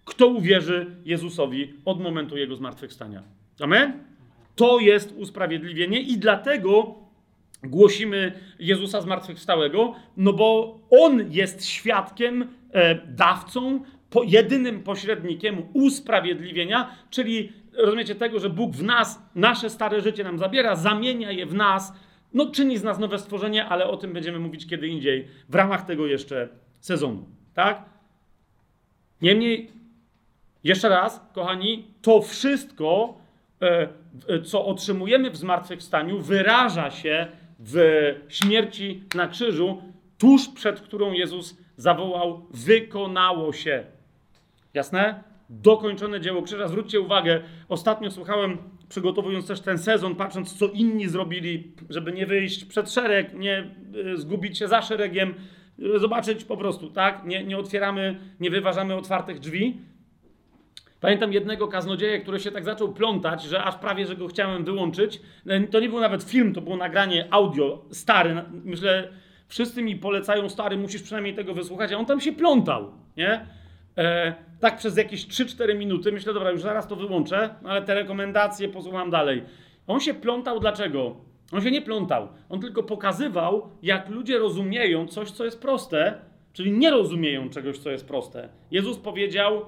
kto uwierzy Jezusowi od momentu Jego zmartwychwstania. Amen? To jest usprawiedliwienie i dlatego głosimy Jezusa zmartwychwstałego, no bo On jest świadkiem, e, dawcą, po, jedynym pośrednikiem usprawiedliwienia, czyli rozumiecie tego, że Bóg w nas, nasze stare życie nam zabiera, zamienia je w nas, no czyni z nas nowe stworzenie, ale o tym będziemy mówić kiedy indziej, w ramach tego jeszcze sezonu, tak? Niemniej, jeszcze raz, kochani, to wszystko, e, co otrzymujemy w zmartwychwstaniu, wyraża się w śmierci na krzyżu, tuż przed którą Jezus zawołał: wykonało się. Jasne? Dokończone dzieło krzyża. Zwróćcie uwagę, ostatnio słuchałem, przygotowując też ten sezon, patrząc co inni zrobili, żeby nie wyjść przed szereg, nie y, zgubić się za szeregiem, y, zobaczyć po prostu, tak? Nie, nie otwieramy, nie wyważamy otwartych drzwi. Pamiętam jednego kaznodzieja, który się tak zaczął plątać, że aż prawie, że go chciałem wyłączyć. To nie był nawet film, to było nagranie audio, stary. Myślę, wszyscy mi polecają: stary, musisz przynajmniej tego wysłuchać, a on tam się plątał, nie? E, tak przez jakieś trzy cztery minuty. Myślę, dobra, już zaraz to wyłączę, ale te rekomendacje posłucham dalej. On się plątał dlaczego? On się nie plątał. On tylko pokazywał, jak ludzie rozumieją coś, co jest proste, czyli nie rozumieją czegoś, co jest proste. Jezus powiedział: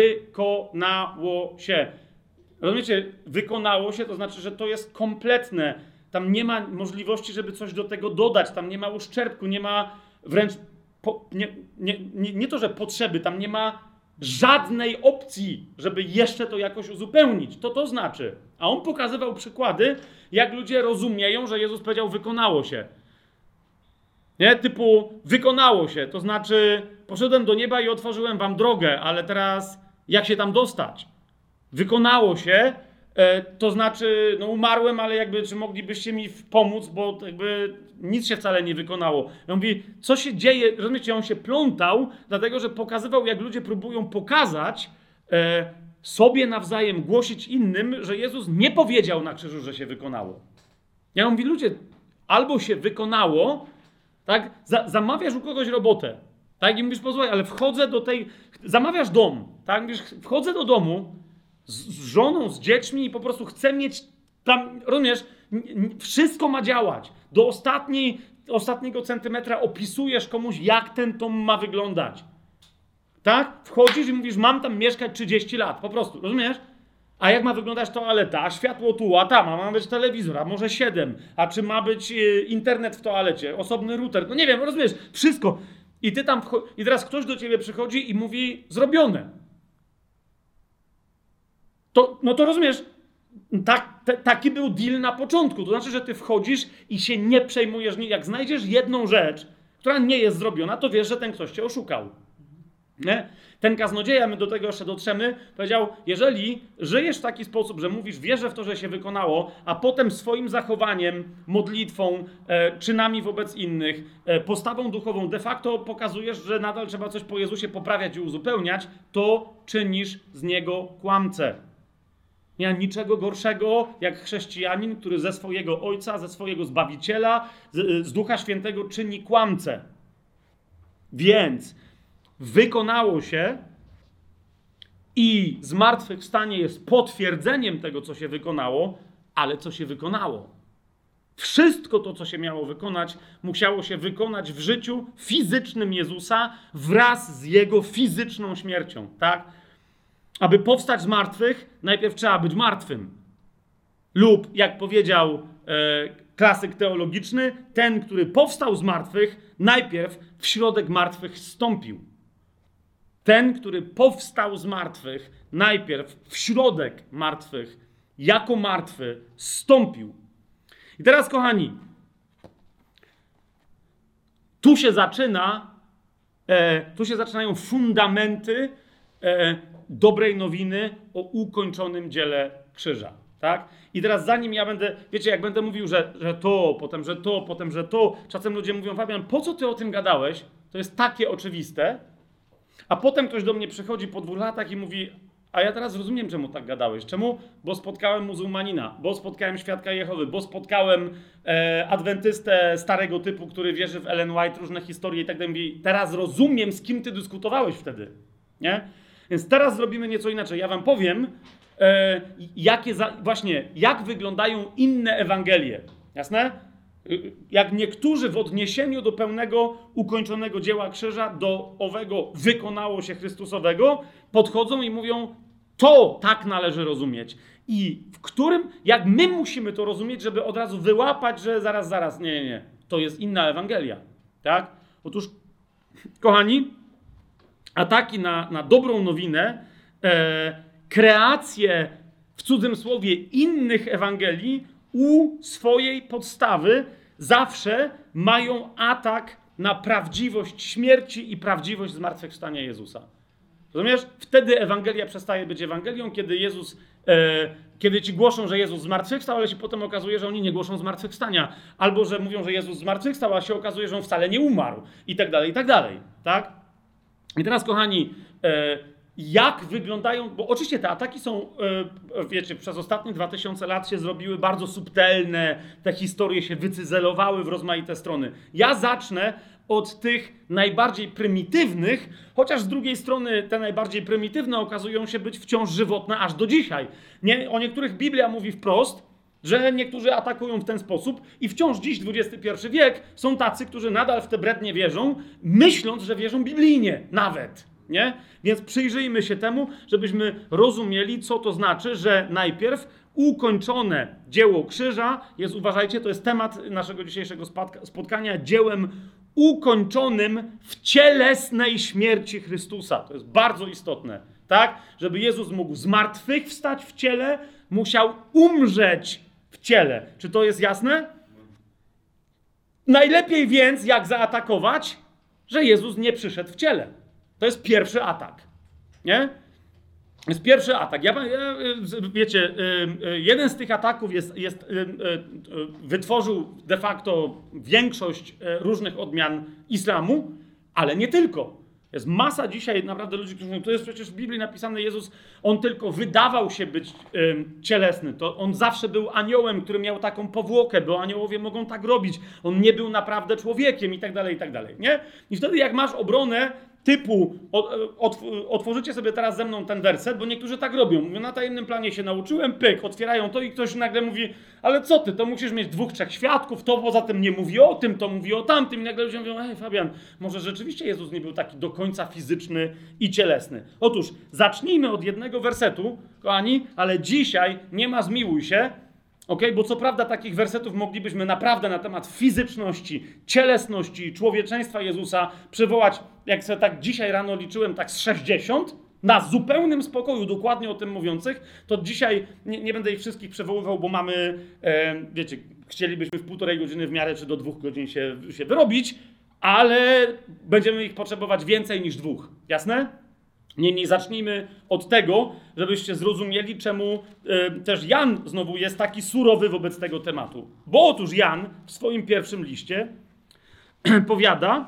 wykonało się. Rozumiecie? Wykonało się, to znaczy, że to jest kompletne. Tam nie ma możliwości, żeby coś do tego dodać. Tam nie ma uszczerbku, nie ma wręcz po, nie, nie, nie, nie to, że potrzeby, tam nie ma żadnej opcji, żeby jeszcze to jakoś uzupełnić. To to znaczy. A on pokazywał przykłady, jak ludzie rozumieją, że Jezus powiedział: wykonało się. Nie? Typu wykonało się, to znaczy poszedłem do nieba i otworzyłem wam drogę, ale teraz jak się tam dostać? Wykonało się, e, to znaczy no umarłem, ale jakby czy moglibyście mi pomóc, bo jakby nic się wcale nie wykonało. On mówi, co się dzieje, rozumiecie, on się plątał, dlatego że pokazywał, jak ludzie próbują pokazać e, sobie nawzajem, głosić innym, że Jezus nie powiedział na krzyżu, że się wykonało. Ja mówię, ludzie, albo się wykonało, tak? Zamawiasz u kogoś robotę, tak? I mówisz: posłuchaj, ale wchodzę do tej... Zamawiasz dom, tak? Mówisz: wchodzę do domu z, z żoną, z dziećmi i po prostu chcę mieć tam, rozumiesz, wszystko ma działać. Do ostatniej, ostatniego centymetra opisujesz komuś, jak ten dom ma wyglądać. Tak? Wchodzisz i mówisz: mam tam mieszkać trzydzieści lat, po prostu, rozumiesz? A jak ma wyglądać toaleta? A światło tu, a tam, a ma być telewizor, a może siedem, a czy ma być y, internet w toalecie, osobny router, no nie wiem, rozumiesz, wszystko. I ty tam wcho- i teraz ktoś do ciebie przychodzi i mówi: zrobione. To, no to rozumiesz, tak, te, taki był deal na początku. To znaczy, że ty wchodzisz i się nie przejmujesz. Jak znajdziesz jedną rzecz, która nie jest zrobiona, to wiesz, że ten ktoś cię oszukał. Nie? Ten kaznodzieja, my do tego jeszcze dotrzemy, powiedział: jeżeli żyjesz w taki sposób, że mówisz, wierzę w to, że się wykonało, a potem swoim zachowaniem, modlitwą, e, czynami wobec innych, e, postawą duchową de facto pokazujesz, że nadal trzeba coś po Jezusie poprawiać i uzupełniać, to czynisz z niego kłamcę. Nie ma niczego gorszego jak chrześcijanin, który ze swojego Ojca, ze swojego Zbawiciela, z, z Ducha Świętego czyni kłamcę. Więc wykonało się i zmartwychwstanie jest potwierdzeniem tego, co się wykonało, ale co się wykonało. Wszystko to, co się miało wykonać, musiało się wykonać w życiu fizycznym Jezusa wraz z Jego fizyczną śmiercią, tak? Aby powstać z martwych, najpierw trzeba być martwym. Lub, jak powiedział e, klasyk teologiczny, ten, który powstał z martwych, najpierw w środek martwych zstąpił. Ten, który powstał z martwych, najpierw w środek martwych, jako martwy, zstąpił. I teraz, kochani, tu się zaczyna, e, tu się zaczynają fundamenty e, dobrej nowiny o ukończonym dziele krzyża. Tak? I teraz zanim ja będę, wiecie, jak będę mówił, że, że to, potem, że to, potem, że to, czasem ludzie mówią: Fabian, po co ty o tym gadałeś? To jest takie oczywiste. A potem ktoś do mnie przychodzi po dwóch latach i mówi: a ja teraz rozumiem, czemu tak gadałeś. Czemu? Bo spotkałem muzułmanina, bo spotkałem świadka Jehowy, bo spotkałem e, adwentystę starego typu, który wierzy w Ellen White, różne historie i tak dalej. Mówi: teraz rozumiem, z kim ty dyskutowałeś wtedy. Nie? Więc teraz zrobimy nieco inaczej. Ja wam powiem, e, jakie za, właśnie, jak wyglądają inne Ewangelie. Jasne? Jak niektórzy w odniesieniu do pełnego, ukończonego dzieła krzyża, do owego wykonało się Chrystusowego, podchodzą i mówią, to tak należy rozumieć. I w którym, jak my musimy to rozumieć, żeby od razu wyłapać, że zaraz, zaraz, nie, nie, nie. To jest inna Ewangelia. Tak? Otóż, kochani, ataki na, na dobrą nowinę, e, kreacje w cudzym słowie innych Ewangelii u swojej podstawy zawsze mają atak na prawdziwość śmierci i prawdziwość zmartwychwstania Jezusa. Rozumiesz? Wtedy Ewangelia przestaje być Ewangelią, kiedy Jezus, e, kiedy ci głoszą, że Jezus zmartwychwstał, ale się potem okazuje, że oni nie głoszą zmartwychwstania. Albo, że mówią, że Jezus zmartwychwstał, a się okazuje, że on wcale nie umarł. I tak dalej, i tak dalej. Tak? I teraz, kochani, e, jak wyglądają, bo oczywiście te ataki są, e, wiecie, przez ostatnie dwa tysiące lat się zrobiły bardzo subtelne, te historie się wycyzelowały w rozmaite strony. Ja zacznę od tych najbardziej prymitywnych, chociaż z drugiej strony te najbardziej prymitywne okazują się być wciąż żywotne aż do dzisiaj. Nie, o niektórych Biblia mówi wprost, że niektórzy atakują w ten sposób i wciąż dziś, dwudziesty pierwszy wiek, są tacy, którzy nadal w te brednie wierzą, myśląc, że wierzą biblijnie nawet. Nie? Więc przyjrzyjmy się temu, żebyśmy rozumieli, co to znaczy, że najpierw ukończone dzieło krzyża jest, uważajcie, to jest temat naszego dzisiejszego spotkania, dziełem ukończonym w cielesnej śmierci Chrystusa. To jest bardzo istotne, tak? Żeby Jezus mógł zmartwychwstać w ciele, musiał umrzeć w ciele. Czy to jest jasne? Najlepiej więc, jak zaatakować, że Jezus nie przyszedł w ciele. To jest pierwszy atak, nie? To jest pierwszy atak. Ja, wiecie, jeden z tych ataków jest, jest, wytworzył de facto większość różnych odmian islamu, ale nie tylko. Jest masa dzisiaj naprawdę ludzi, którzy mówią, to jest przecież w Biblii napisane, Jezus, on tylko wydawał się być cielesny. To on zawsze był aniołem, który miał taką powłokę, bo aniołowie mogą tak robić. On nie był naprawdę człowiekiem i tak dalej, i tak dalej, nie? I wtedy jak masz obronę typu, otworzycie sobie teraz ze mną ten werset, bo niektórzy tak robią. Mówią, na tajemnym planie się nauczyłem, pyk, otwierają to i ktoś nagle mówi, ale co ty, to musisz mieć dwóch, trzech świadków, to poza tym nie mówi o tym, to mówi o tamtym. I nagle ludzie mówią, ej Fabian, może rzeczywiście Jezus nie był taki do końca fizyczny i cielesny. Otóż zacznijmy od jednego wersetu, kochani, ale dzisiaj nie ma zmiłuj się, okay? Bo co prawda takich wersetów moglibyśmy naprawdę na temat fizyczności, cielesności, człowieczeństwa Jezusa przywołać, jak sobie tak dzisiaj rano liczyłem, tak z sześćdziesiąt, na zupełnym spokoju, dokładnie o tym mówiących, to dzisiaj nie, nie będę ich wszystkich przywoływał, bo mamy, e, wiecie, chcielibyśmy w półtorej godziny w miarę, czy do dwóch godzin się, się wyrobić, ale będziemy ich potrzebować więcej niż dwóch. Jasne? Niemniej zacznijmy od tego, żebyście zrozumieli, czemu y, też Jan znowu jest taki surowy wobec tego tematu. Bo otóż Jan w swoim pierwszym liście powiada,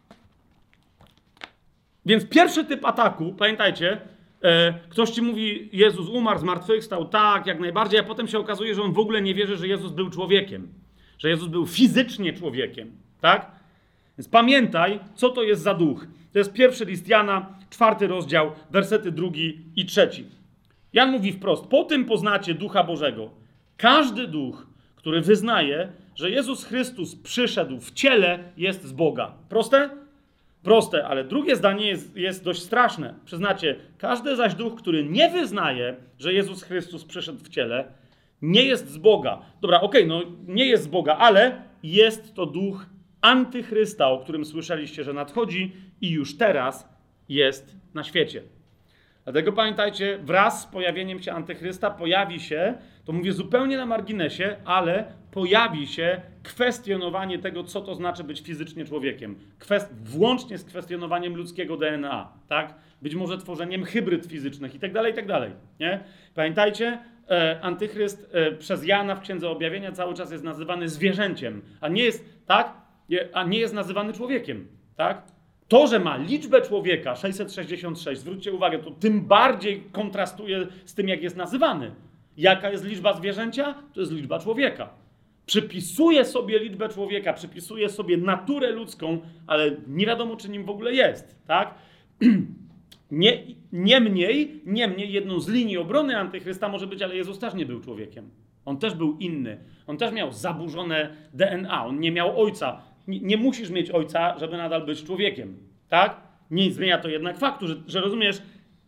więc pierwszy typ ataku, pamiętajcie, y, ktoś ci mówi, Jezus umarł, zmartwychwstał, tak, jak najbardziej, a potem się okazuje, że on w ogóle nie wierzy, że Jezus był człowiekiem, że Jezus był fizycznie człowiekiem, tak? Więc pamiętaj, co to jest za duch. To jest pierwszy list Jana, czwarty rozdział, wersety drugi i trzeci. Jan mówi wprost, po tym poznacie Ducha Bożego. Każdy duch, który wyznaje, że Jezus Chrystus przyszedł w ciele, jest z Boga. Proste? Proste, ale drugie zdanie jest, jest dość straszne. Przyznacie, każdy zaś duch, który nie wyznaje, że Jezus Chrystus przyszedł w ciele, nie jest z Boga. Dobra, okej, okay, no nie jest z Boga, ale jest to duch antychrysta, o którym słyszeliście, że nadchodzi i już teraz jest na świecie. Dlatego pamiętajcie, wraz z pojawieniem się antychrysta pojawi się, to mówię zupełnie na marginesie, ale pojawi się kwestionowanie tego, co to znaczy być fizycznie człowiekiem. Kwest- włącznie z kwestionowaniem ludzkiego D N A, tak? Być może tworzeniem hybryd fizycznych i tak dalej, i tak dalej, nie? Pamiętajcie, e, antychryst e, przez Jana w Księdze Objawienia cały czas jest nazywany zwierzęciem, a nie jest, tak? A nie jest nazywany człowiekiem, tak? To, że ma liczbę człowieka sześćset sześćdziesiąt sześć, zwróćcie uwagę, to tym bardziej kontrastuje z tym, jak jest nazywany. Jaka jest liczba zwierzęcia? To jest liczba człowieka. Przypisuje sobie liczbę człowieka, przypisuje sobie naturę ludzką, ale nie wiadomo, czy nim w ogóle jest, tak? Nie, niemniej, niemniej jedną z linii obrony antychrysta może być, ale Jezus też nie był człowiekiem. On też był inny. On też miał zaburzone D N A. On nie miał ojca. Nie, nie musisz mieć ojca, żeby nadal być człowiekiem. Tak? Nie zmienia to jednak faktu, że, że rozumiesz,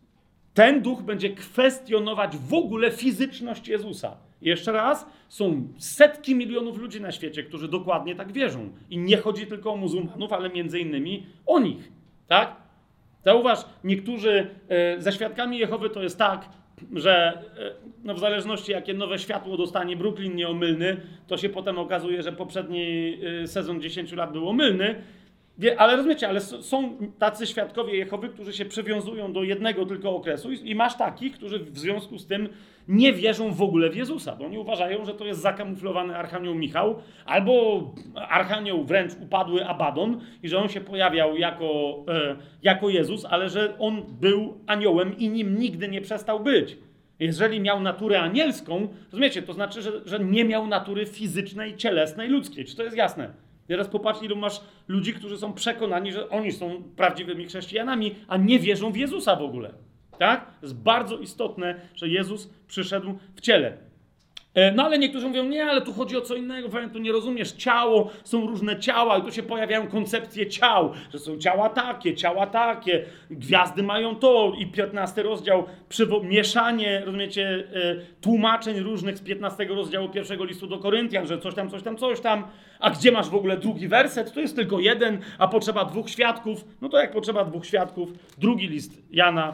ten duch będzie kwestionować w ogóle fizyczność Jezusa. I jeszcze raz, są setki milionów ludzi na świecie, którzy dokładnie tak wierzą. I nie chodzi tylko o muzułmanów, ale między innymi o nich. Tak? Zauważ, niektórzy e, ze świadkami Jehowy to jest tak, że e, no w zależności jakie nowe światło dostanie Brooklyn nieomylny, to się potem okazuje, że poprzedni e, sezon dziesięć lat był omylny. Wie, ale rozumiecie, ale są tacy świadkowie Jehowy, którzy się przywiązują do jednego tylko okresu i, i masz takich, którzy w związku z tym nie wierzą w ogóle w Jezusa, bo oni uważają, że to jest zakamuflowany Archanioł Michał albo Archanioł wręcz upadły Abaddon i że on się pojawiał jako, e, jako Jezus, ale że on był aniołem i nim nigdy nie przestał być. Jeżeli miał naturę anielską, rozumiecie, to znaczy, że, że nie miał natury fizycznej, cielesnej, ludzkiej. Czy to jest jasne? Teraz popatrz, ilu masz ludzi, którzy są przekonani, że oni są prawdziwymi chrześcijanami, a nie wierzą w Jezusa w ogóle. Tak? To jest bardzo istotne, że Jezus przyszedł w ciele. No ale niektórzy mówią, nie, ale tu chodzi o co innego, tu nie rozumiesz, ciało, są różne ciała i tu się pojawiają koncepcje ciał, że są ciała takie, ciała takie, gwiazdy mają to i piętnasty rozdział, przywo- mieszanie, rozumiecie, tłumaczeń różnych z piętnastego rozdziału pierwszego listu do Koryntian, że coś tam, coś tam, coś tam, a gdzie masz w ogóle drugi werset, to jest tylko jeden, a potrzeba dwóch świadków, no to jak potrzeba dwóch świadków, drugi list Jana,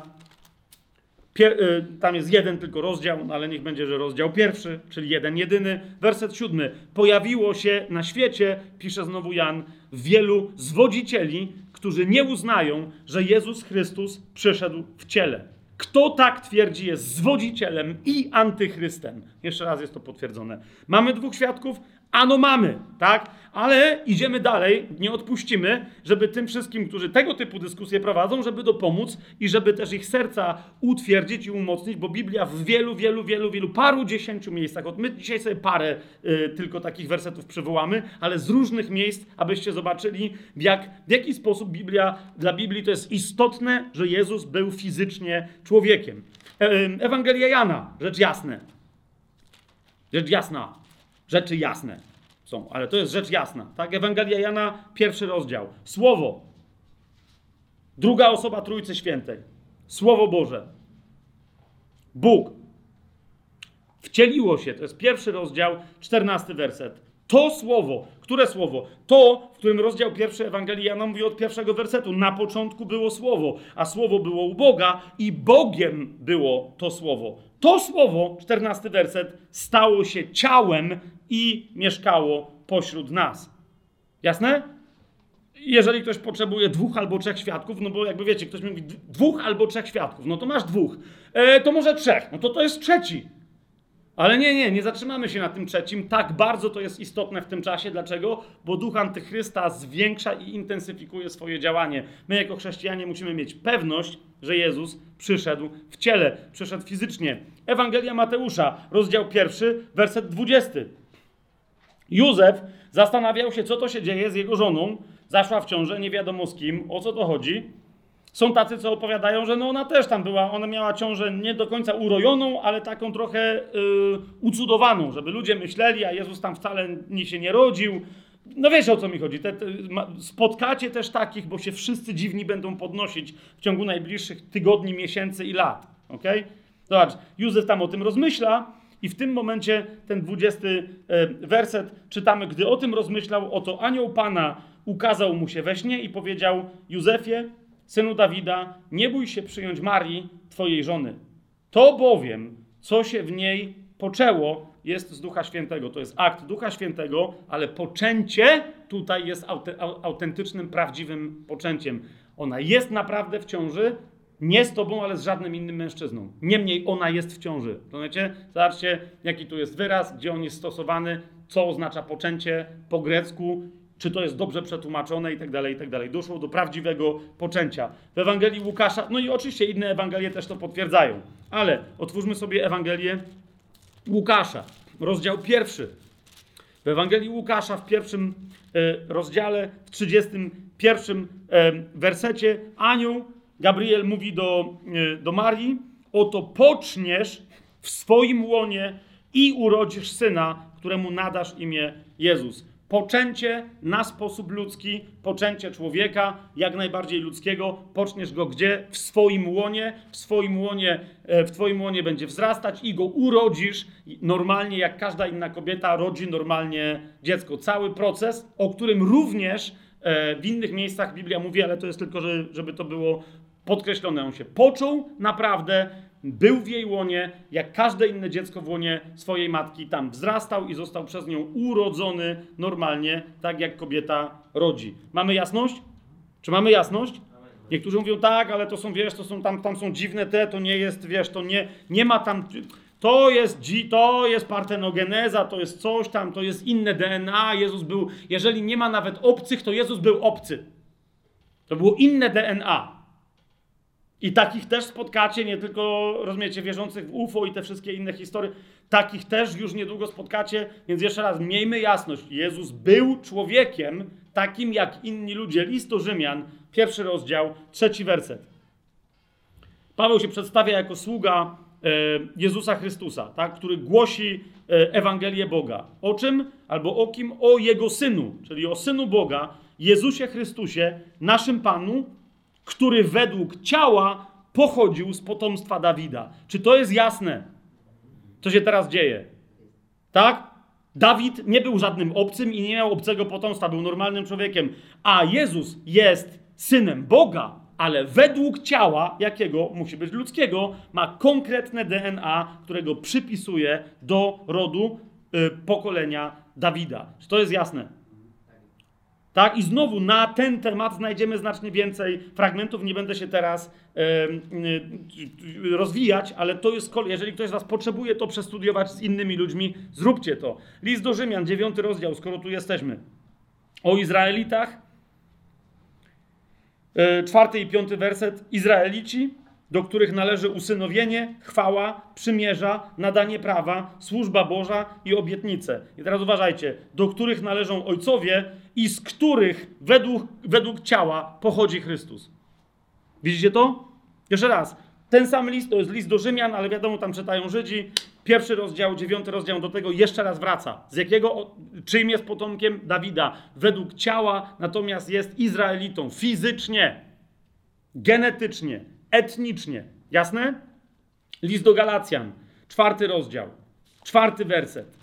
Pier, y, tam jest jeden tylko rozdział, no ale niech będzie, że rozdział pierwszy, czyli jeden jedyny. Werset siódmy. Pojawiło się na świecie, pisze znowu Jan, wielu zwodzicieli, którzy nie uznają, że Jezus Chrystus przyszedł w ciele. Kto tak twierdzi, jest zwodzicielem i antychrystem. Jeszcze raz jest to potwierdzone. Mamy dwóch świadków? Ano mamy, tak? Ale idziemy dalej, nie odpuścimy, żeby tym wszystkim, którzy tego typu dyskusje prowadzą, żeby dopomóc i żeby też ich serca utwierdzić i umocnić, bo Biblia w wielu, wielu, wielu, wielu, paru dziesięciu miejscach, od my dzisiaj sobie parę y, tylko takich wersetów przywołamy, ale z różnych miejsc, abyście zobaczyli, w, jak, w jaki sposób Biblia, dla Biblii to jest istotne, że Jezus był fizycznie człowiekiem. E, Ewangelia Jana, rzecz jasna. Rzecz jasna. Rzeczy jasne są, ale to jest rzecz jasna. Tak? Ewangelia Jana, pierwszy rozdział. Słowo. Druga osoba Trójcy Świętej. Słowo Boże. Bóg. Wcieliło się. To jest pierwszy rozdział, czternasty werset. To słowo. Które słowo? To, w którym rozdział pierwszy Ewangelii Jana mówi od pierwszego wersetu. Na początku było słowo, a słowo było u Boga i Bogiem było to słowo. To słowo, czternasty werset, stało się ciałem i mieszkało pośród nas. Jasne? Jeżeli ktoś potrzebuje dwóch albo trzech świadków, no bo jakby wiecie, ktoś mówi dwóch albo trzech świadków, no to masz dwóch. E, to może trzech, no to to jest trzeci. Ale nie, nie, nie zatrzymamy się na tym trzecim. Tak bardzo to jest istotne w tym czasie. Dlaczego? Bo duch antychrysta zwiększa i intensyfikuje swoje działanie. My jako chrześcijanie musimy mieć pewność, że Jezus przyszedł w ciele, przyszedł fizycznie. Ewangelia Mateusza, rozdział pierwszy, werset dwudziesty. Józef zastanawiał się, co to się dzieje z jego żoną. Zaszła w ciążę, nie wiadomo z kim, o co to chodzi. Są tacy, co opowiadają, że no ona też tam była, ona miała ciążę nie do końca urojoną, ale taką trochę yy, ucudowaną, żeby ludzie myśleli, a Jezus tam wcale nie się nie rodził. No wiecie, o co mi chodzi. Te, te, ma, spotkacie też takich, bo się wszyscy dziwni będą podnosić w ciągu najbliższych tygodni, miesięcy i lat. Okay? Zobacz, Józef tam o tym rozmyśla i w tym momencie ten dwudziesty e, werset czytamy, gdy o tym rozmyślał, oto anioł Pana ukazał mu się we śnie i powiedział: Józefie, synu Dawida, nie bój się przyjąć Marii, twojej żony. To bowiem, co się w niej poczęło, jest z Ducha Świętego. To jest akt Ducha Świętego, ale poczęcie tutaj jest autentycznym, prawdziwym poczęciem. Ona jest naprawdę w ciąży, nie z tobą, ale z żadnym innym mężczyzną. Niemniej ona jest w ciąży. Rozumiecie? Zobaczcie, jaki tu jest wyraz, gdzie on jest stosowany, co oznacza poczęcie po grecku, czy to jest dobrze przetłumaczone i tak dalej, i tak dalej. Doszło do prawdziwego poczęcia. W Ewangelii Łukasza, no i oczywiście inne Ewangelie też to potwierdzają, ale otwórzmy sobie Ewangelię Łukasza, rozdział pierwszy. W Ewangelii Łukasza w pierwszym e, rozdziale, w trzydziestym pierwszym e, wersecie anioł Gabriel mówi do, do Marii, oto poczniesz w swoim łonie i urodzisz syna, któremu nadasz imię Jezus. Poczęcie na sposób ludzki, poczęcie człowieka, jak najbardziej ludzkiego, poczniesz go gdzie? W swoim łonie, w swoim łonie, w twoim łonie będzie wzrastać i go urodzisz normalnie, jak każda inna kobieta rodzi normalnie dziecko. Cały proces, o którym również w innych miejscach Biblia mówi, ale to jest tylko, żeby to było podkreślone. On się począł naprawdę, był w jej łonie, jak każde inne dziecko w łonie swojej matki, tam wzrastał i został przez nią urodzony normalnie, tak jak kobieta rodzi. Mamy jasność? Czy mamy jasność? Niektórzy mówią, tak, ale to są, wiesz, to są tam, tam są dziwne te, to nie jest, wiesz, to nie, nie ma tam, to jest, to jest partenogeneza, to jest coś tam, to jest inne D N A, Jezus był, jeżeli nie ma nawet obcych, to Jezus był obcy. To było inne D N A. I takich też spotkacie, nie tylko, rozumiecie, wierzących w U F O i te wszystkie inne historie, takich też już niedługo spotkacie, więc jeszcze raz, miejmy jasność, Jezus był człowiekiem takim jak inni ludzie. List do Rzymian, pierwszy rozdział, trzeci werset. Paweł się przedstawia jako sługa e, Jezusa Chrystusa, tak, który głosi e, Ewangelię Boga. O czym? Albo o kim? O Jego Synu, czyli o Synu Boga, Jezusie Chrystusie, naszym Panu, który według ciała pochodził z potomstwa Dawida. Czy to jest jasne, co się teraz dzieje? Tak? Dawid nie był żadnym obcym i nie miał obcego potomstwa, był normalnym człowiekiem. A Jezus jest synem Boga, ale według ciała, jakiego musi być ludzkiego, ma konkretne D N A, którego przypisuje do rodu y, pokolenia Dawida. Czy to jest jasne? Tak? I znowu na ten temat znajdziemy znacznie więcej fragmentów. Nie będę się teraz e, e, rozwijać, ale to jest, jeżeli ktoś z was potrzebuje to przestudiować z innymi ludźmi, zróbcie to. List do Rzymian, dziewiąty rozdział, skoro tu jesteśmy. O Izraelitach, e, czwarty i piąty werset. Izraelici, do których należy usynowienie, chwała, przymierza, nadanie prawa, służba Boża i obietnice. I teraz uważajcie, do których należą ojcowie i z których według, według ciała pochodzi Chrystus. Widzicie to? Jeszcze raz. Ten sam list, to jest list do Rzymian, ale wiadomo, tam czytają Żydzi. Pierwszy rozdział, dziewiąty rozdział do tego jeszcze raz wraca. Z jakiego, czyim jest potomkiem Dawida? Według ciała, natomiast jest Izraelitą. Fizycznie, genetycznie, etnicznie. Jasne? List do Galacjan, czwarty rozdział, czwarty werset.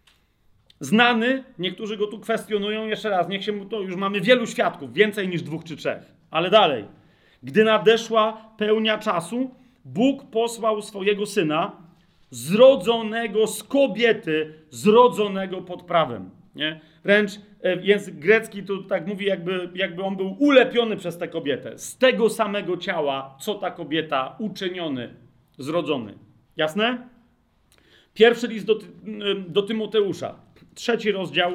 Znany, niektórzy go tu kwestionują, jeszcze raz, niech się mu to, już mamy wielu świadków, więcej niż dwóch czy trzech. Ale dalej. Gdy nadeszła pełnia czasu, Bóg posłał swojego Syna, zrodzonego z kobiety, zrodzonego pod prawem. Nie? Wręcz język grecki tu tak mówi, jakby, jakby on był ulepiony przez tę kobietę. Z tego samego ciała, co ta kobieta, uczyniony, zrodzony. Jasne? Pierwszy list do, do Tymoteusza. Trzeci rozdział.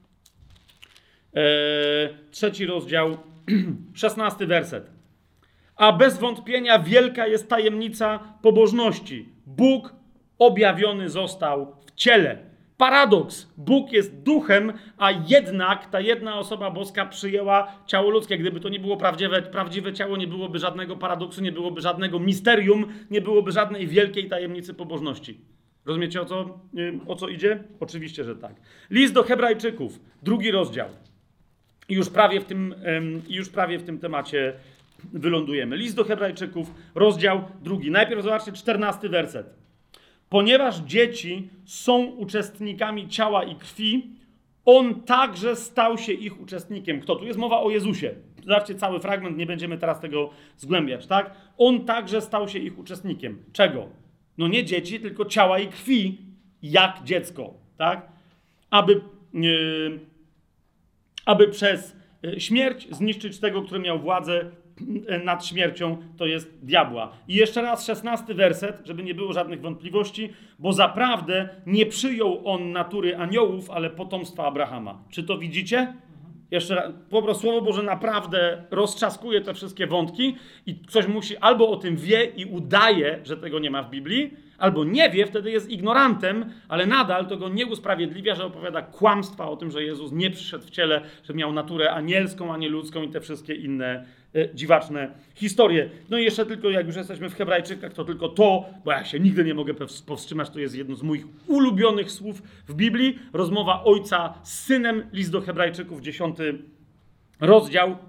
E, trzeci rozdział. Szesnasty werset. A bez wątpienia wielka jest tajemnica pobożności. Bóg objawiony został w ciele. Paradoks. Bóg jest duchem, a jednak ta jedna osoba boska przyjęła ciało ludzkie. Gdyby to nie było prawdziwe, prawdziwe ciało, nie byłoby żadnego paradoksu, nie byłoby żadnego misterium, nie byłoby żadnej wielkiej tajemnicy pobożności. Rozumiecie, o co, o co idzie? Oczywiście, że tak. List do Hebrajczyków, drugi rozdział. I już prawie w tym, już prawie w tym temacie wylądujemy. List do Hebrajczyków, rozdział drugi. Najpierw zobaczcie czternasty werset. Ponieważ dzieci są uczestnikami ciała i krwi, on także stał się ich uczestnikiem. Kto? Tu jest mowa o Jezusie. Zobaczcie cały fragment, nie będziemy teraz tego zgłębiać, tak? On także stał się ich uczestnikiem. Czego? No nie dzieci, tylko ciała i krwi, jak dziecko, tak? Aby, yy, aby przez śmierć zniszczyć tego, który miał władzę nad śmiercią, to jest diabła. I jeszcze raz szesnasty werset, żeby nie było żadnych wątpliwości, bo zaprawdę nie przyjął on natury aniołów, ale potomstwa Abrahama. Czy to widzicie? Jeszcze raz, po prostu Słowo Boże naprawdę roztrzaskuje te wszystkie wątki i ktoś musi albo o tym wie i udaje, że tego nie ma w Biblii, albo nie wie, wtedy jest ignorantem, ale nadal to go nie usprawiedliwia, że opowiada kłamstwa o tym, że Jezus nie przyszedł w ciele, że miał naturę anielską, a nie ludzką i te wszystkie inne e, dziwaczne historie. No i jeszcze tylko, jak już jesteśmy w Hebrajczykach, to tylko to, bo ja się nigdy nie mogę powstrzymać, to jest jedno z moich ulubionych słów w Biblii. Rozmowa ojca z synem, list do Hebrajczyków, dziesiąty rozdział. E,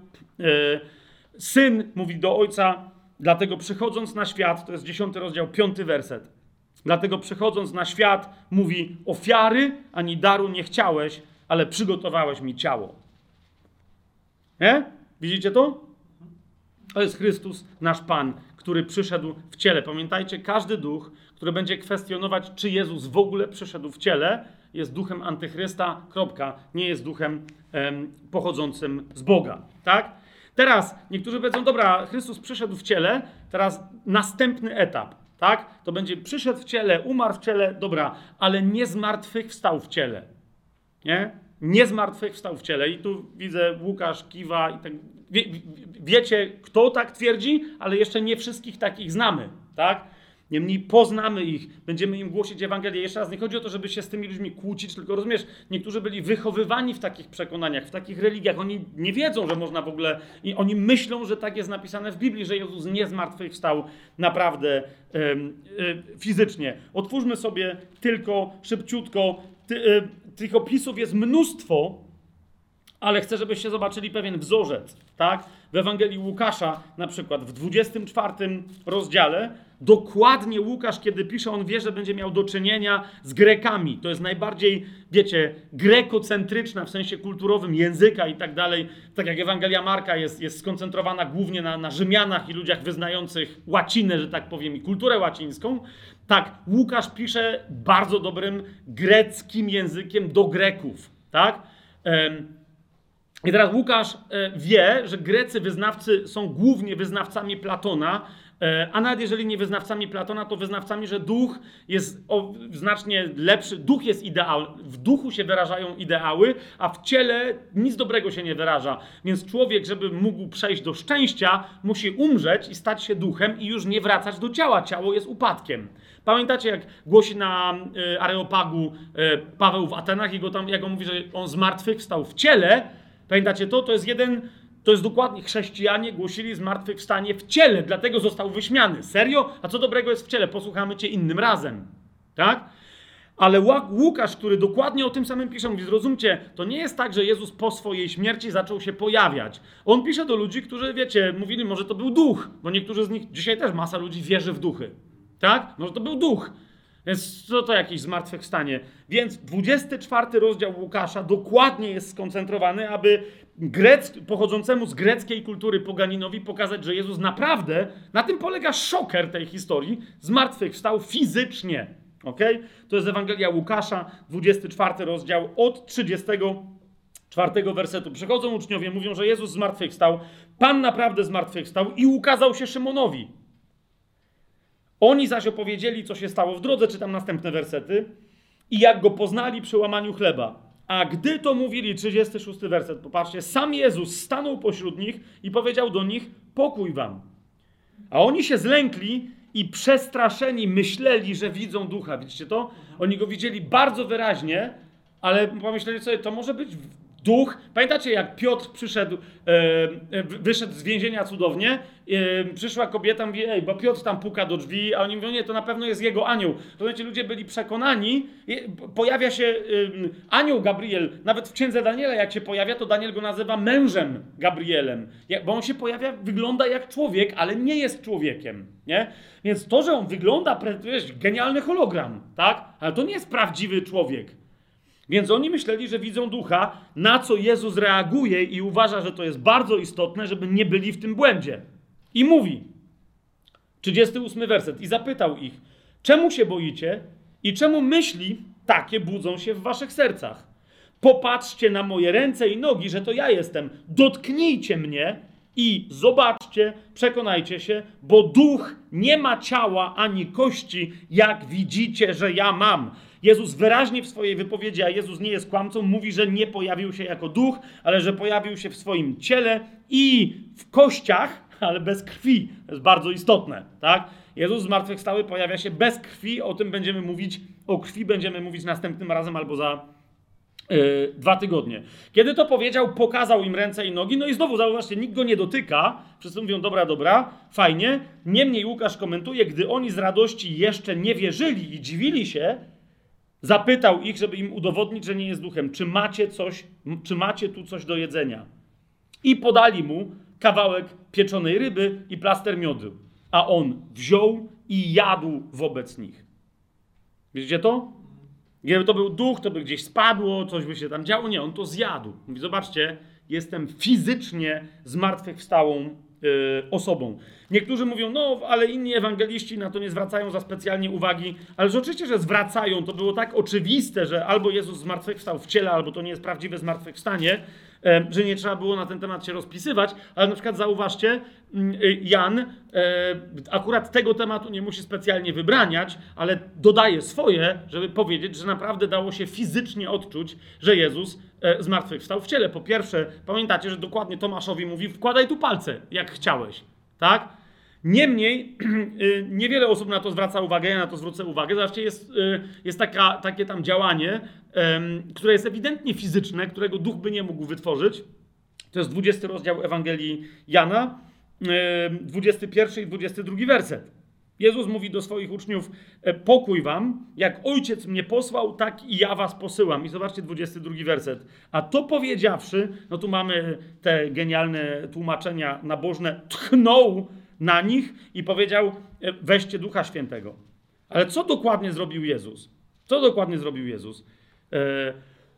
syn mówi do ojca, dlatego przychodząc na świat, to jest dziesiąty rozdział, piąty werset. Dlatego przychodząc na świat, mówi, ofiary ani daru nie chciałeś, ale przygotowałeś mi ciało. Nie? Widzicie to? To jest Chrystus, nasz Pan, który przyszedł w ciele. Pamiętajcie, każdy duch, który będzie kwestionować, czy Jezus w ogóle przyszedł w ciele, jest duchem antychrysta, kropka, nie jest duchem em, pochodzącym z Boga. Tak? Teraz niektórzy powiedzą, dobra, Chrystus przyszedł w ciele, teraz następny etap. Tak? To będzie przyszedł w ciele, umarł w ciele, dobra, ale nie zmartwychwstał w ciele. Nie? Nie zmartwychwstał w ciele. I tu widzę Łukasz kiwa i tak. Wie, wiecie, kto tak twierdzi, ale jeszcze nie wszystkich takich znamy. Tak? Niemniej poznamy ich, będziemy im głosić Ewangelię. Jeszcze raz, nie chodzi o to, żeby się z tymi ludźmi kłócić, tylko rozumiesz, niektórzy byli wychowywani w takich przekonaniach, w takich religiach. Oni nie wiedzą, że można w ogóle... I oni myślą, że tak jest napisane w Biblii, że Jezus nie zmartwychwstał naprawdę e, e, fizycznie. Otwórzmy sobie tylko szybciutko. Ty, e, tych opisów jest mnóstwo, ale chcę, żebyście zobaczyli pewien wzorzec. Tak? W Ewangelii Łukasza, na przykład w dwudziestym czwartym rozdziale, dokładnie Łukasz, kiedy pisze, on wie, że będzie miał do czynienia z Grekami. To jest najbardziej, wiecie, grekocentryczna w sensie kulturowym języka i tak dalej. Tak jak Ewangelia Marka jest, jest skoncentrowana głównie na, na Rzymianach i ludziach wyznających łacinę, że tak powiem, i kulturę łacińską. Tak, Łukasz pisze bardzo dobrym greckim językiem do Greków. Tak? Um, I teraz Łukasz wie, że Grecy wyznawcy są głównie wyznawcami Platona, a nawet jeżeli nie wyznawcami Platona, to wyznawcami, że duch jest o, znacznie lepszy. Duch jest ideał, w duchu się wyrażają ideały, a w ciele nic dobrego się nie wyraża. Więc człowiek, żeby mógł przejść do szczęścia, musi umrzeć i stać się duchem i już nie wracać do ciała. Ciało jest upadkiem. Pamiętacie, jak głosi na y, Areopagu y, Paweł w Atenach i go tam, jak on mówi, że on zmartwychwstał w ciele. Pamiętacie to? To jest jeden, to jest dokładnie, chrześcijanie głosili zmartwychwstanie w ciele, dlatego został wyśmiany. Serio? A co dobrego jest w ciele? Posłuchamy cię innym razem. Tak? Ale Łukasz, który dokładnie o tym samym pisze, mówi, zrozumcie, to nie jest tak, że Jezus po swojej śmierci zaczął się pojawiać. On pisze do ludzi, którzy, wiecie, mówili, może to był duch, bo niektórzy z nich, dzisiaj też masa ludzi wierzy w duchy. Tak? Może to był duch. Więc co to jakieś zmartwychwstanie? Więc dwudziesty czwarty rozdział Łukasza dokładnie jest skoncentrowany, aby grec, pochodzącemu z greckiej kultury poganinowi pokazać, że Jezus naprawdę, na tym polega szoker tej historii, zmartwychwstał fizycznie. Okay? To jest Ewangelia Łukasza, dwudziesty czwarty rozdział, od trzydziestego czwartego wersetu. Przychodzą uczniowie, mówią, że Jezus zmartwychwstał, Pan naprawdę zmartwychwstał i ukazał się Szymonowi. Oni zaś opowiedzieli, co się stało w drodze, czytam następne wersety, i jak go poznali przy łamaniu chleba. A gdy to mówili, trzydziesty szósty werset, popatrzcie, sam Jezus stanął pośród nich i powiedział do nich, pokój wam. A oni się zlękli i przestraszeni myśleli, że widzą ducha. Widzicie to? Oni go widzieli bardzo wyraźnie, ale pomyśleli sobie, to może być duch. Pamiętacie, jak Piotr przyszedł, e, wyszedł z więzienia cudownie, e, przyszła kobieta, mówi, ej, bo Piotr tam puka do drzwi, a oni mówią, nie, to na pewno jest jego anioł. Rozumiecie, ludzie byli przekonani, pojawia się e, anioł Gabriel, nawet w księdze Daniela, jak się pojawia, to Daniel go nazywa mężem Gabrielem, bo on się pojawia, wygląda jak człowiek, ale nie jest człowiekiem, nie? Więc to, że on wygląda, to jest genialny hologram, tak? Ale to nie jest prawdziwy człowiek. Więc oni myśleli, że widzą ducha, na co Jezus reaguje i uważa, że to jest bardzo istotne, żeby nie byli w tym błędzie. I mówi, trzydziesty ósmy werset, i zapytał ich, czemu się boicie i czemu myśli takie budzą się w waszych sercach? Popatrzcie na moje ręce i nogi, że to ja jestem. Dotknijcie mnie i zobaczcie, przekonajcie się, bo duch nie ma ciała ani kości, jak widzicie, że ja mam. Jezus wyraźnie w swojej wypowiedzi, a Jezus nie jest kłamcą, mówi, że nie pojawił się jako duch, ale że pojawił się w swoim ciele i w kościach, ale bez krwi. To jest bardzo istotne, tak? Jezus zmartwychwstały pojawia się bez krwi, o tym będziemy mówić, o krwi będziemy mówić następnym razem albo za Yy, dwa tygodnie. Kiedy to powiedział, pokazał im ręce i nogi, no i znowu zauważcie, nikt go nie dotyka, wszyscy mówią, dobra, dobra, fajnie. Niemniej Łukasz komentuje, gdy oni z radości jeszcze nie wierzyli i dziwili się, zapytał ich, żeby im udowodnić, że nie jest duchem, czy macie coś, czy macie tu coś do jedzenia. I podali mu kawałek pieczonej ryby i plaster miodu, a on wziął i jadł wobec nich. Widzicie to? Gdyby to był duch, to by gdzieś spadło, coś by się tam działo. Nie, on to zjadł. Mówi, zobaczcie, jestem fizycznie zmartwychwstałą yy, osobą. Niektórzy mówią, no, ale inni ewangeliści na to nie zwracają za specjalnie uwagi. Ale że oczywiście, że zwracają. To było tak oczywiste, że albo Jezus zmartwychwstał w ciele, albo to nie jest prawdziwe zmartwychwstanie, yy, że nie trzeba było na ten temat się rozpisywać. Ale na przykład zauważcie, yy, Jan yy, akurat tego tematu nie musi specjalnie wybraniać, ale dodaje swoje, żeby powiedzieć, że naprawdę dało się fizycznie odczuć, że Jezus yy, zmartwychwstał w ciele. Po pierwsze, pamiętacie, że dokładnie Tomaszowi mówi, wkładaj tu palce, jak chciałeś. Tak? Niemniej yy, niewiele osób na to zwraca uwagę, ja na to zwrócę uwagę. Zobaczcie, jest, yy, jest taka, takie tam działanie, yy, które jest ewidentnie fizyczne, którego duch by nie mógł wytworzyć. To jest dwudziesty rozdział Ewangelii Jana, yy, dwudziesty pierwszy i dwudziesty drugi werset. Jezus mówi do swoich uczniów, pokój wam, jak ojciec mnie posłał, tak i ja was posyłam. I zobaczcie dwudziesty drugi werset. A to powiedziawszy, no tu mamy te genialne tłumaczenia nabożne, tchnął na nich i powiedział, weźcie Ducha Świętego. Ale co dokładnie zrobił Jezus? Co dokładnie zrobił Jezus? E...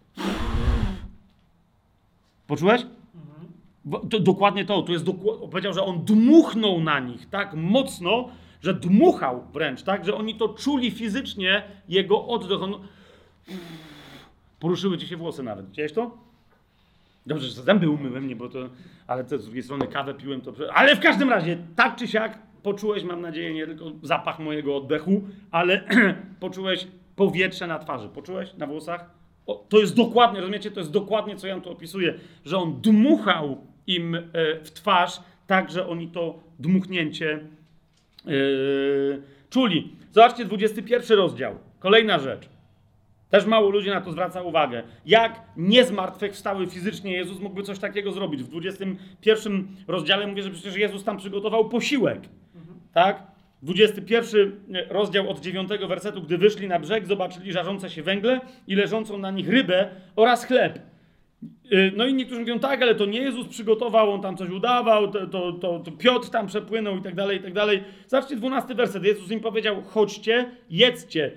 Poczułeś? Bo to, dokładnie to. Tu jest doku... Powiedział, że on dmuchnął na nich tak mocno, że dmuchał wręcz, tak? Że oni to czuli fizycznie, jego oddech. On... Poruszyły ci się włosy nawet. Widziałeś to? Dobrze, że zęby umyłem, nie, bo to... Ale to z drugiej strony kawę piłem, to... Ale w każdym razie, tak czy siak, poczułeś, mam nadzieję, nie tylko zapach mojego oddechu, ale poczułeś powietrze na twarzy. Poczułeś na włosach? O, to jest dokładnie, rozumiecie? To jest dokładnie, co ja tu opisuję. Że on dmuchał im e, w twarz, tak, że oni to dmuchnięcie Yy, czuli. Zobaczcie, dwudziesty pierwszy rozdział. Kolejna rzecz. Też mało ludzi na to zwraca uwagę. Jak nie zmartwychwstały fizycznie Jezus mógłby coś takiego zrobić? W dwudziestym pierwszym rozdziale mówię, że przecież Jezus tam przygotował posiłek. Mhm. Tak? dwudziesty pierwszy rozdział od dziewiątego wersetu. Gdy wyszli na brzeg, zobaczyli żarzące się węgle i leżącą na nich rybę oraz chleb. No i niektórzy mówią, tak, ale to nie Jezus przygotował, on tam coś udawał, to, to, to, to Piotr tam przepłynął i tak dalej, i tak dalej. Zobaczcie, dwunasty werset. Jezus im powiedział, chodźcie, jedzcie.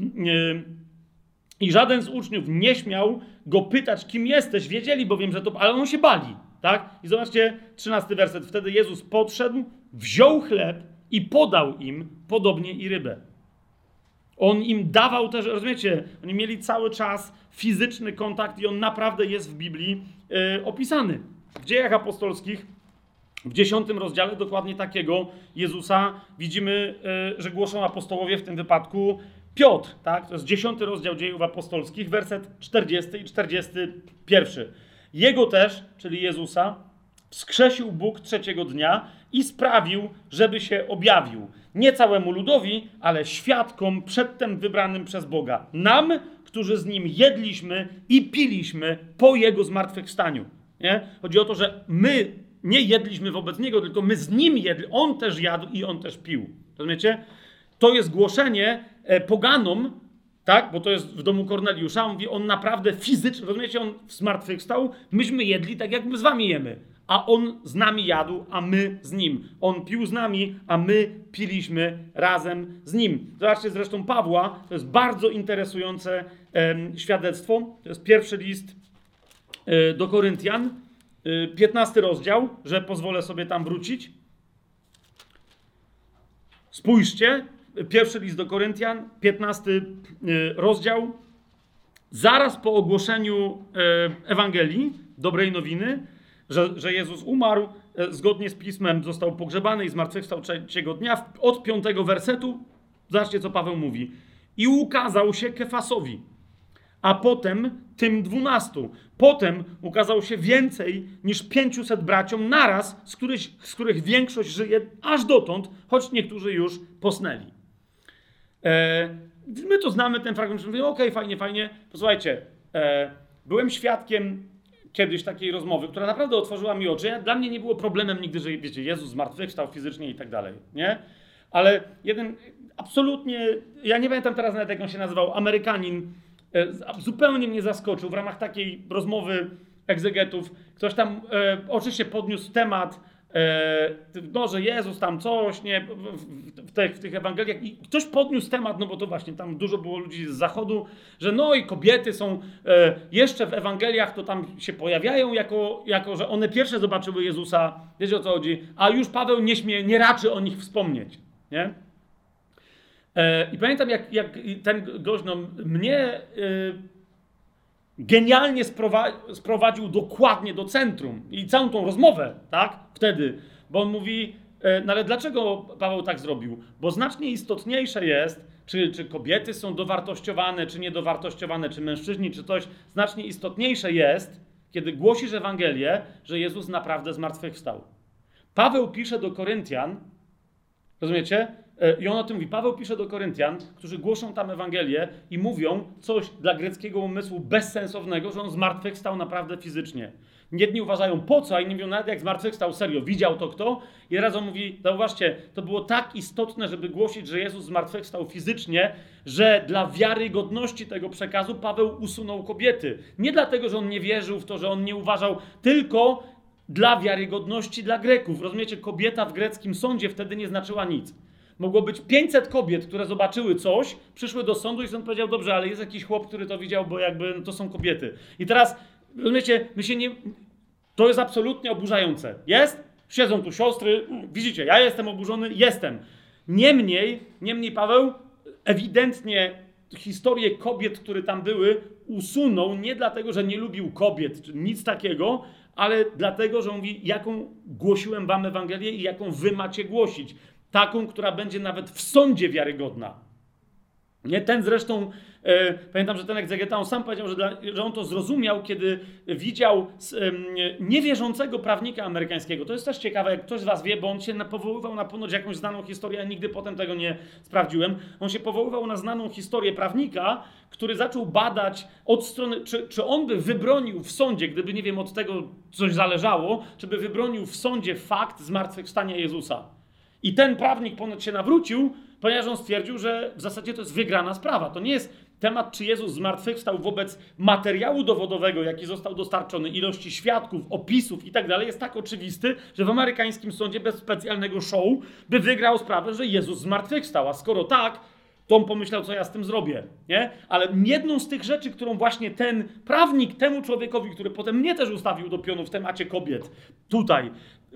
I żaden z uczniów nie śmiał go pytać, kim jesteś. Wiedzieli bowiem, że to... Ale on się bali, tak? I zobaczcie, trzynasty werset. Wtedy Jezus podszedł, wziął chleb i podał im, podobnie i rybę. On im dawał też, rozumiecie, oni mieli cały czas fizyczny kontakt i on naprawdę jest w Biblii yy, opisany. W Dziejach Apostolskich, w dziesiątym rozdziale dokładnie takiego Jezusa widzimy, yy, że głoszą apostołowie, w tym wypadku Piotr, tak? To jest dziesiąty rozdział Dziejów Apostolskich, werset czterdziesty i czterdziesty pierwszy. Jego też, czyli Jezusa, wskrzesił Bóg trzeciego dnia i sprawił, żeby się objawił. Nie całemu ludowi, ale świadkom przedtem wybranym przez Boga. Nam, którzy z Nim jedliśmy i piliśmy po Jego zmartwychwstaniu. Nie? Chodzi o to, że my nie jedliśmy wobec Niego, tylko my z Nim jedli. On też jadł i On też pił. Rozumiecie? To jest głoszenie poganom, tak? Bo to jest w domu Korneliusza. On mówi, on naprawdę fizycznie, rozumiecie, on zmartwychwstał, myśmy jedli tak, jak my z wami jemy. A on z nami jadł, a my z nim. On pił z nami, a my piliśmy razem z nim. Zobaczcie zresztą Pawła, to jest bardzo interesujące e, świadectwo. To jest pierwszy list e, do Koryntian, e, piętnasty rozdział, że pozwolę sobie tam wrócić. Spójrzcie, pierwszy list do Koryntian, piętnasty e, rozdział. Zaraz po ogłoszeniu e, Ewangelii, dobrej nowiny, Że, że Jezus umarł, e, zgodnie z Pismem został pogrzebany i zmartwychwstał trzeciego dnia. W, od piątego wersetu, zobaczcie co Paweł mówi. I ukazał się Kefasowi, a potem tym dwunastu. Potem ukazał się więcej niż pięciuset braciom naraz, z których, z których większość żyje aż dotąd, choć niektórzy już posnęli. E, my to znamy ten fragment, że mówimy, okej, okay, fajnie, fajnie. Posłuchajcie, e, byłem świadkiem kiedyś takiej rozmowy, która naprawdę otworzyła mi oczy. Ja, dla mnie nie było problemem nigdy, że wiecie, Jezus zmartwychwstał fizycznie i tak dalej, nie? Ale jeden absolutnie, ja nie pamiętam teraz nawet jak on się nazywał, Amerykanin, e, zupełnie mnie zaskoczył w ramach takiej rozmowy egzegetów. Ktoś tam e, oczywiście podniósł temat, e, no, że Jezus tam coś, nie, w, w, w, tych, w tych Ewangeliach i ktoś podniósł temat, no bo to właśnie tam dużo było ludzi z zachodu, że no i kobiety są e, jeszcze w Ewangeliach, to tam się pojawiają jako, jako, że one pierwsze zobaczyły Jezusa, wiecie o co chodzi, a już Paweł nie śmie, nie raczy o nich wspomnieć, nie? E, I pamiętam jak, jak ten gość, no mnie e, genialnie sprowa- sprowadził dokładnie do centrum i całą tą rozmowę, tak, wtedy, bo on mówi, e, no ale dlaczego Paweł tak zrobił? Bo znacznie istotniejsze jest, czy, czy kobiety są dowartościowane, czy niedowartościowane, czy mężczyźni, czy coś, znacznie istotniejsze jest, kiedy głosisz Ewangelię, że Jezus naprawdę zmartwychwstał. Paweł pisze do Koryntian, rozumiecie? I on o tym mówi. Paweł pisze do Koryntian, którzy głoszą tam Ewangelię i mówią coś dla greckiego umysłu bezsensownego, że on zmartwychwstał naprawdę fizycznie. Jedni uważają po co, a inni mówią nawet jak zmartwychwstał serio. Widział to kto? I teraz on mówi, zauważcie, to było tak istotne, żeby głosić, że Jezus zmartwychwstał fizycznie, że dla wiarygodności tego przekazu Paweł usunął kobiety. Nie dlatego, że on nie wierzył w to, że on nie uważał, tylko dla wiarygodności dla Greków. Rozumiecie, kobieta w greckim sądzie wtedy nie znaczyła nic. Mogło być pięćset kobiet, które zobaczyły coś, przyszły do sądu i sąd powiedział, dobrze, ale jest jakiś chłop, który to widział, bo jakby no to są kobiety. I teraz, rozumiecie, my się nie... To jest absolutnie oburzające. Jest? Siedzą tu siostry, widzicie, ja jestem oburzony, jestem. Niemniej, niemniej Paweł ewidentnie historię kobiet, które tam były, usunął nie dlatego, że nie lubił kobiet, czy nic takiego, ale dlatego, że on mówi, jaką głosiłem wam Ewangelię i jaką wy macie głosić. Taką, która będzie nawet w sądzie wiarygodna. Nie? Ten zresztą, e, pamiętam, że ten egzegeta, on sam powiedział, że, dla, że on to zrozumiał, kiedy widział e, niewierzącego prawnika amerykańskiego. To jest też ciekawe, jak ktoś z was wie, bo on się powoływał na ponoć jakąś znaną historię, ja nigdy potem tego nie sprawdziłem. On się powoływał na znaną historię prawnika, który zaczął badać od strony, czy, czy on by wybronił w sądzie, gdyby, nie wiem, od tego coś zależało, czy by wybronił w sądzie fakt zmartwychwstania Jezusa. I ten prawnik ponoć się nawrócił, ponieważ on stwierdził, że w zasadzie to jest wygrana sprawa. To nie jest temat, czy Jezus zmartwychwstał wobec materiału dowodowego, jaki został dostarczony, ilości świadków, opisów i tak dalej, jest tak oczywisty, że w amerykańskim sądzie bez specjalnego show by wygrał sprawę, że Jezus zmartwychwstał. A skoro tak, to on pomyślał, co ja z tym zrobię, nie? Ale jedną z tych rzeczy, którą właśnie ten prawnik temu człowiekowi, który potem mnie też ustawił do pionu w temacie kobiet, tutaj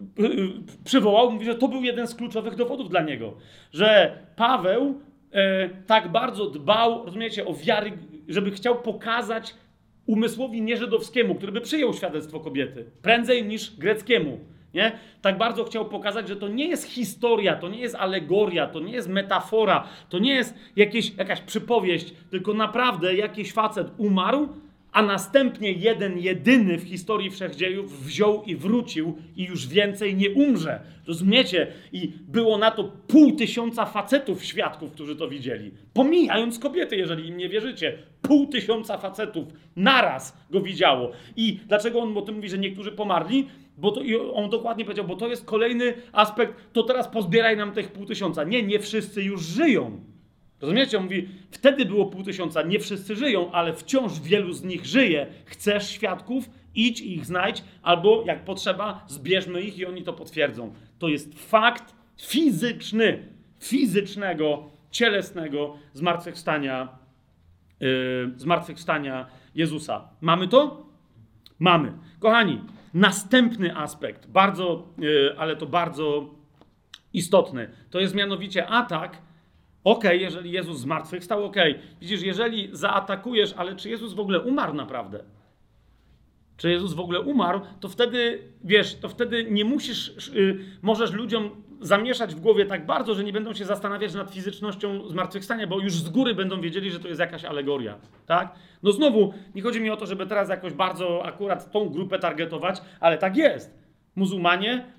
przywołał, mówi, że to był jeden z kluczowych dowodów dla niego, że Paweł e, tak bardzo dbał, rozumiecie, o wiary, żeby chciał pokazać umysłowi nieżydowskiemu, który by przyjął świadectwo kobiety, prędzej niż greckiemu, nie? Tak bardzo chciał pokazać, że to nie jest historia, to nie jest alegoria, to nie jest metafora, to nie jest jakieś, jakaś przypowieść, tylko naprawdę jakiś facet umarł, a następnie jeden, jedyny w historii wszechdziejów wziął i wrócił i już więcej nie umrze. Rozumiecie? I było na to pół tysiąca facetów świadków, którzy to widzieli. Pomijając kobiety, jeżeli im nie wierzycie. Pół tysiąca facetów naraz go widziało. I dlaczego on o tym mówi, że niektórzy pomarli? Bo to, i on dokładnie powiedział, bo to jest kolejny aspekt, to teraz pozbieraj nam tych pół tysiąca. Nie, nie wszyscy już żyją. Rozumiecie? On mówi, wtedy było pół tysiąca, nie wszyscy żyją, ale wciąż wielu z nich żyje. Chcesz świadków? Idź i ich znajdź, albo jak potrzeba, zbierzmy ich i oni to potwierdzą. To jest fakt fizyczny, fizycznego, cielesnego zmartwychwstania, yy, zmartwychwstania Jezusa. Mamy to? Mamy. Kochani, następny aspekt, bardzo, yy, ale to bardzo istotny, to jest mianowicie atak. Okej, okay, jeżeli Jezus zmartwychwstał, okej. Okay. Widzisz, jeżeli zaatakujesz, ale czy Jezus w ogóle umarł naprawdę? Czy Jezus w ogóle umarł, to wtedy, wiesz, to wtedy nie musisz, yy, możesz ludziom zamieszać w głowie tak bardzo, że nie będą się zastanawiać nad fizycznością zmartwychwstania, bo już z góry będą wiedzieli, że to jest jakaś alegoria, tak? No znowu, nie chodzi mi o to, żeby teraz jakoś bardzo akurat tą grupę targetować, ale tak jest. Muzułmanie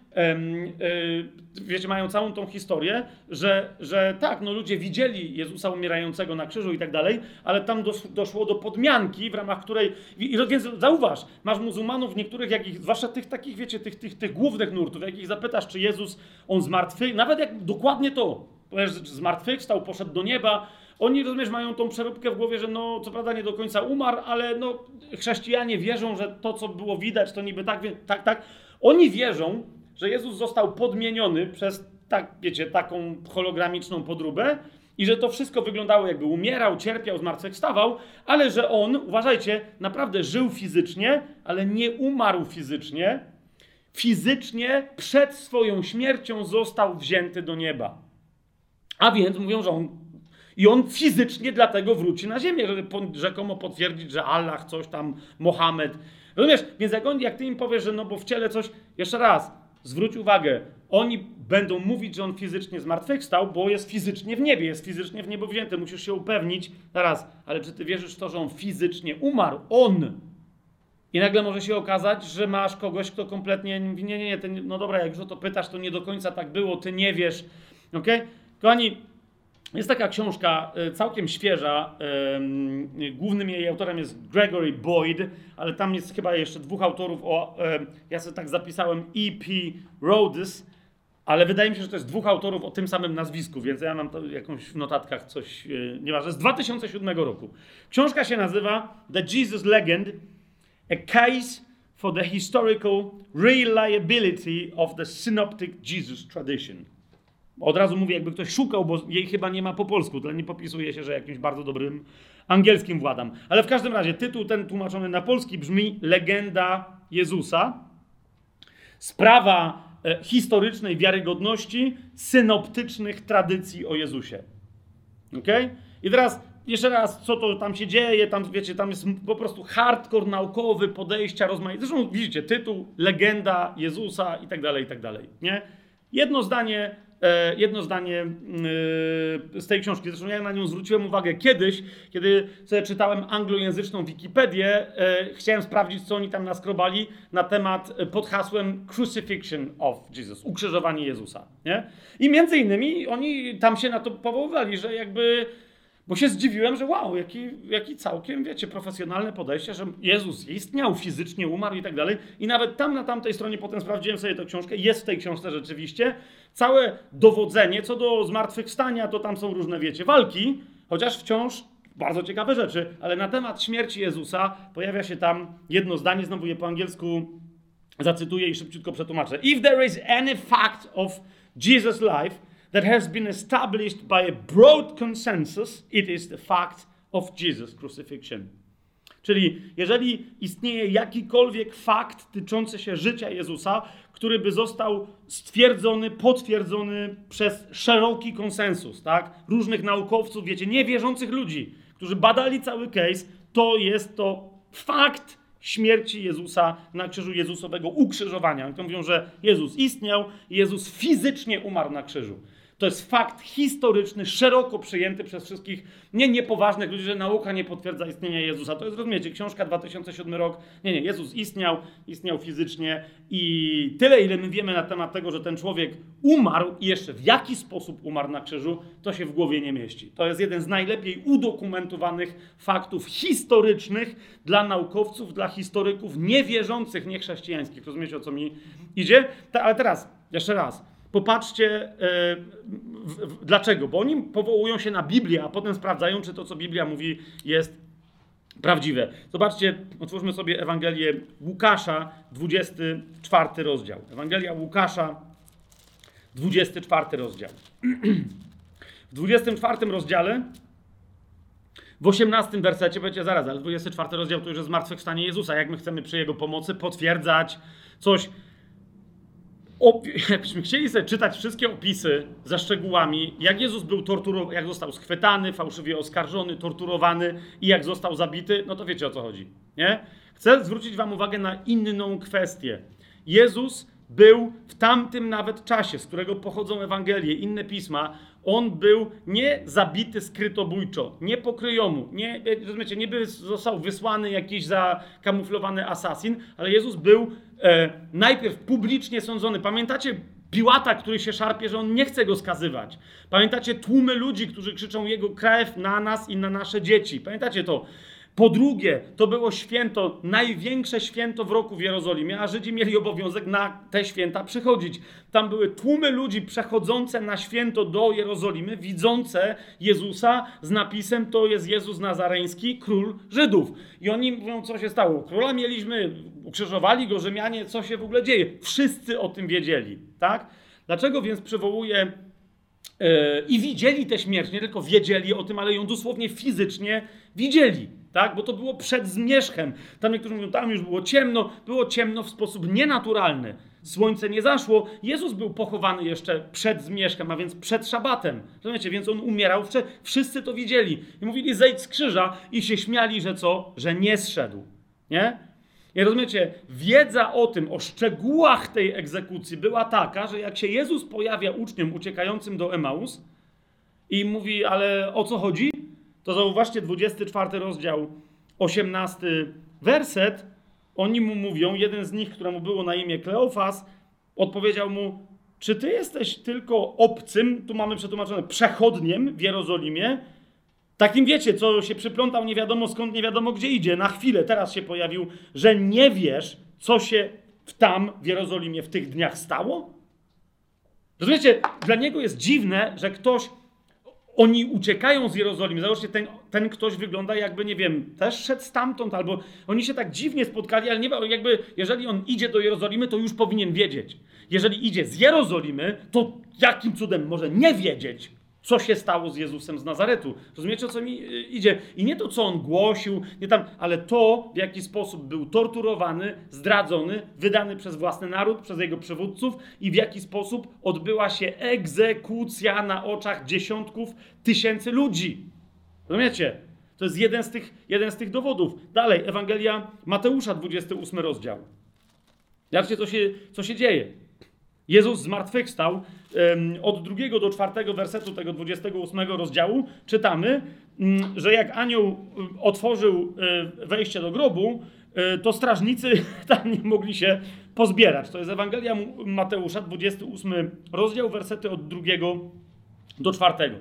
wiecie, mają całą tą historię, że, że tak, no ludzie widzieli Jezusa umierającego na krzyżu i tak dalej, ale tam doszło do podmianki, w ramach której, i, więc zauważ, masz muzułmanów niektórych, jakich, zwłaszcza tych takich, wiecie, tych, tych, tych głównych nurtów, jakich zapytasz, czy Jezus, on zmartwychwstał, nawet jak dokładnie to, powiesz, że zmartwychwstał, poszedł do nieba, oni, rozumiesz, mają tą przeróbkę w głowie, że no, co prawda nie do końca umarł, ale no, chrześcijanie wierzą, że to, co było widać, to niby tak, tak, tak. Oni wierzą, że Jezus został podmieniony przez, tak, wiecie, taką hologramiczną podróbę i że to wszystko wyglądało, jakby umierał, cierpiał, zmartwychwstawał, ale że on, uważajcie, naprawdę żył fizycznie, ale nie umarł fizycznie. Fizycznie przed swoją śmiercią został wzięty do nieba. A więc mówią, że on I on fizycznie dlatego wróci na ziemię, żeby rzekomo potwierdzić, że Allah, coś tam, Mohamed. Rozumiesz? Więc jak, on, jak ty im powiesz, że no bo w ciele coś... Jeszcze raz, zwróć uwagę, oni będą mówić, że on fizycznie zmartwychwstał, bo jest fizycznie w niebie, jest fizycznie w niebo wzięty. Musisz się upewnić. Teraz, ale czy ty wierzysz w to, że on fizycznie umarł? On! I nagle może się okazać, że masz kogoś, kto kompletnie... Nie, nie, nie, ty, no dobra, jak już o to pytasz, to nie do końca tak było, ty nie wiesz. Okej? Okay? Kochani, jest taka książka całkiem świeża, głównym jej autorem jest Gregory Boyd, ale tam jest chyba jeszcze dwóch autorów, o, ja sobie tak zapisałem E P Rhodes, ale wydaje mi się, że to jest dwóch autorów o tym samym nazwisku, więc ja mam to jakąś w notatkach coś, nieważne, z dwa tysiące siódmego roku. Książka się nazywa The Jesus Legend, A Case for the Historical Reliability of the Synoptic Jesus Tradition. Od razu mówię, jakby ktoś szukał, bo jej chyba nie ma po polsku, to nie popisuje się, że jakimś bardzo dobrym angielskim władam. Ale w każdym razie tytuł ten tłumaczony na polski brzmi Legenda Jezusa. Sprawa e, historycznej wiarygodności synoptycznych tradycji o Jezusie. Okej? Okay? I teraz jeszcze raz, co to tam się dzieje, tam wiecie, tam jest po prostu hardcore naukowy, podejścia rozmaite. Zresztą widzicie, tytuł Legenda Jezusa i tak dalej, i tak dalej. Nie? Jedno zdanie... Jedno zdanie z tej książki, zresztą ja na nią zwróciłem uwagę kiedyś, kiedy sobie czytałem anglojęzyczną Wikipedię, chciałem sprawdzić, co oni tam naskrobali na temat pod hasłem Crucifixion of Jesus, ukrzyżowanie Jezusa, nie? I między innymi oni tam się na to powoływali, że jakby, bo się zdziwiłem, że wow, jaki, jaki całkiem, wiecie, profesjonalne podejście, że Jezus istniał, fizycznie umarł i tak dalej. I nawet tam na tamtej stronie, potem sprawdziłem sobie tę książkę, jest w tej książce rzeczywiście całe dowodzenie co do zmartwychwstania, to tam są różne, wiecie, walki, chociaż wciąż bardzo ciekawe rzeczy, ale na temat śmierci Jezusa pojawia się tam jedno zdanie, znowu je po angielsku zacytuję i szybciutko przetłumaczę. If there is any fact of Jesus' life that has been established by a broad consensus, it is the fact of Jesus' crucifixion. Czyli jeżeli istnieje jakikolwiek fakt tyczący się życia Jezusa, który by został stwierdzony, potwierdzony przez szeroki konsensus, tak? Różnych naukowców, wiecie, niewierzących ludzi, którzy badali cały case, to jest to fakt śmierci Jezusa na krzyżu, Jezusowego ukrzyżowania. Oni to mówią, że Jezus istniał i Jezus fizycznie umarł na krzyżu. To jest fakt historyczny, szeroko przyjęty przez wszystkich nie niepoważnych ludzi, że nauka nie potwierdza istnienia Jezusa. To jest, rozumiecie, książka dwa tysiące siódmy rok. Nie, nie, Jezus istniał, istniał fizycznie i tyle, ile my wiemy na temat tego, że ten człowiek umarł i jeszcze w jaki sposób umarł na krzyżu, to się w głowie nie mieści. To jest jeden z najlepiej udokumentowanych faktów historycznych dla naukowców, dla historyków niewierzących, niechrześcijańskich. Rozumiecie, o co mi idzie? Ta, ale teraz, jeszcze raz. Popatrzcie, yy, w, w, dlaczego? Bo oni powołują się na Biblię, a potem sprawdzają, czy to, co Biblia mówi, jest prawdziwe. Zobaczcie, otwórzmy sobie Ewangelię Łukasza, dwudziesty czwarty rozdział. Ewangelia Łukasza, dwudziesty czwarty rozdział. W dwudziestym czwartym rozdziale, w osiemnastym wersecie, powiecie zaraz, ale dwudziesty czwarty rozdział to już jest zmartwychwstanie Jezusa. Jak my chcemy przy Jego pomocy potwierdzać coś... Jakbyśmy chcieli sobie czytać wszystkie opisy ze szczegółami, jak Jezus był torturowany, jak został schwytany, fałszywie oskarżony, torturowany i jak został zabity, no to wiecie, o co chodzi, nie? Chcę zwrócić wam uwagę na inną kwestię. Jezus był w tamtym nawet czasie, z którego pochodzą Ewangelie, inne pisma, On był nie zabity skrytobójczo, nie po kryjomu, nie, rozumiecie, nie by został wysłany jakiś zakamuflowany asasin, ale Jezus był e, najpierw publicznie sądzony. Pamiętacie Piłata, który się szarpie, że on nie chce go skazywać. Pamiętacie tłumy ludzi, którzy krzyczą jego krew na nas i na nasze dzieci. Pamiętacie to? Po drugie, to było święto, największe święto w roku w Jerozolimie, a Żydzi mieli obowiązek na te święta przychodzić. Tam były tłumy ludzi przechodzące na święto do Jerozolimy, widzące Jezusa z napisem: to jest Jezus Nazareński, król Żydów. I oni mówią, co się stało. Króla mieliśmy, ukrzyżowali go Rzymianie, co się w ogóle dzieje? Wszyscy o tym wiedzieli, tak? Dlaczego więc przywołuje yy, i widzieli tę śmierć, nie tylko wiedzieli o tym, ale ją dosłownie fizycznie widzieli. Tak? Bo to było przed zmierzchem. Tam niektórzy mówią, tam już było ciemno. Było ciemno w sposób nienaturalny. Słońce nie zaszło. Jezus był pochowany jeszcze przed zmierzchem, a więc przed szabatem. Rozumiecie? Więc on umierał. Wszyscy to widzieli. I mówili, zejdź z krzyża, i się śmiali, że co? Że nie zszedł. Nie? I rozumiecie? Wiedza o tym, o szczegółach tej egzekucji była taka, że jak się Jezus pojawia uczniom uciekającym do Emaus i mówi, ale o co chodzi? To zauważcie dwudziesty czwarty rozdział, osiemnasty werset. Oni mu mówią, jeden z nich, któremu było na imię Kleofas, odpowiedział mu, czy ty jesteś tylko obcym, tu mamy przetłumaczone, przechodniem w Jerozolimie, takim wiecie, co się przyplątał nie wiadomo skąd, nie wiadomo gdzie idzie, na chwilę teraz się pojawił, że nie wiesz, co się tam w Jerozolimie w tych dniach stało? Rozumiecie, dla niego jest dziwne, że ktoś... Oni uciekają z Jerozolimy. Zobaczcie, ten, ten ktoś wygląda jakby, nie wiem, też szedł stamtąd, albo oni się tak dziwnie spotkali, ale nie jakby, jeżeli on idzie do Jerozolimy, to już powinien wiedzieć. Jeżeli idzie z Jerozolimy, to jakim cudem może nie wiedzieć, co się stało z Jezusem z Nazaretu. Rozumiecie, o co mi idzie? I nie to, co on głosił, nie tam, ale to, w jaki sposób był torturowany, zdradzony, wydany przez własny naród, przez jego przywódców i w jaki sposób odbyła się egzekucja na oczach dziesiątków tysięcy ludzi. Rozumiecie? To jest jeden z tych, jeden z tych dowodów. Dalej, Ewangelia Mateusza, dwudziesty ósmy rozdział. Zobaczcie, co się, co się dzieje. Jezus zmartwychwstał. Um, od drugiego do czwartego wersetu tego dwudziestego ósmego rozdziału czytamy, um, że jak anioł um, otworzył um, wejście do grobu, um, to strażnicy tam nie mogli się pozbierać. To jest Ewangelia Mateusza, dwudziesty ósmy rozdział, wersety od drugiego do czwartego.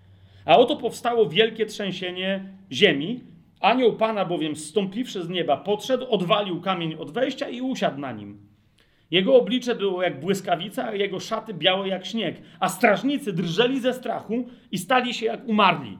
A oto powstało wielkie trzęsienie ziemi. Anioł Pana bowiem, zstąpiwszy z nieba, podszedł, odwalił kamień od wejścia i usiadł na nim. Jego oblicze było jak błyskawica, a jego szaty białe jak śnieg. A strażnicy drżeli ze strachu i stali się jak umarli.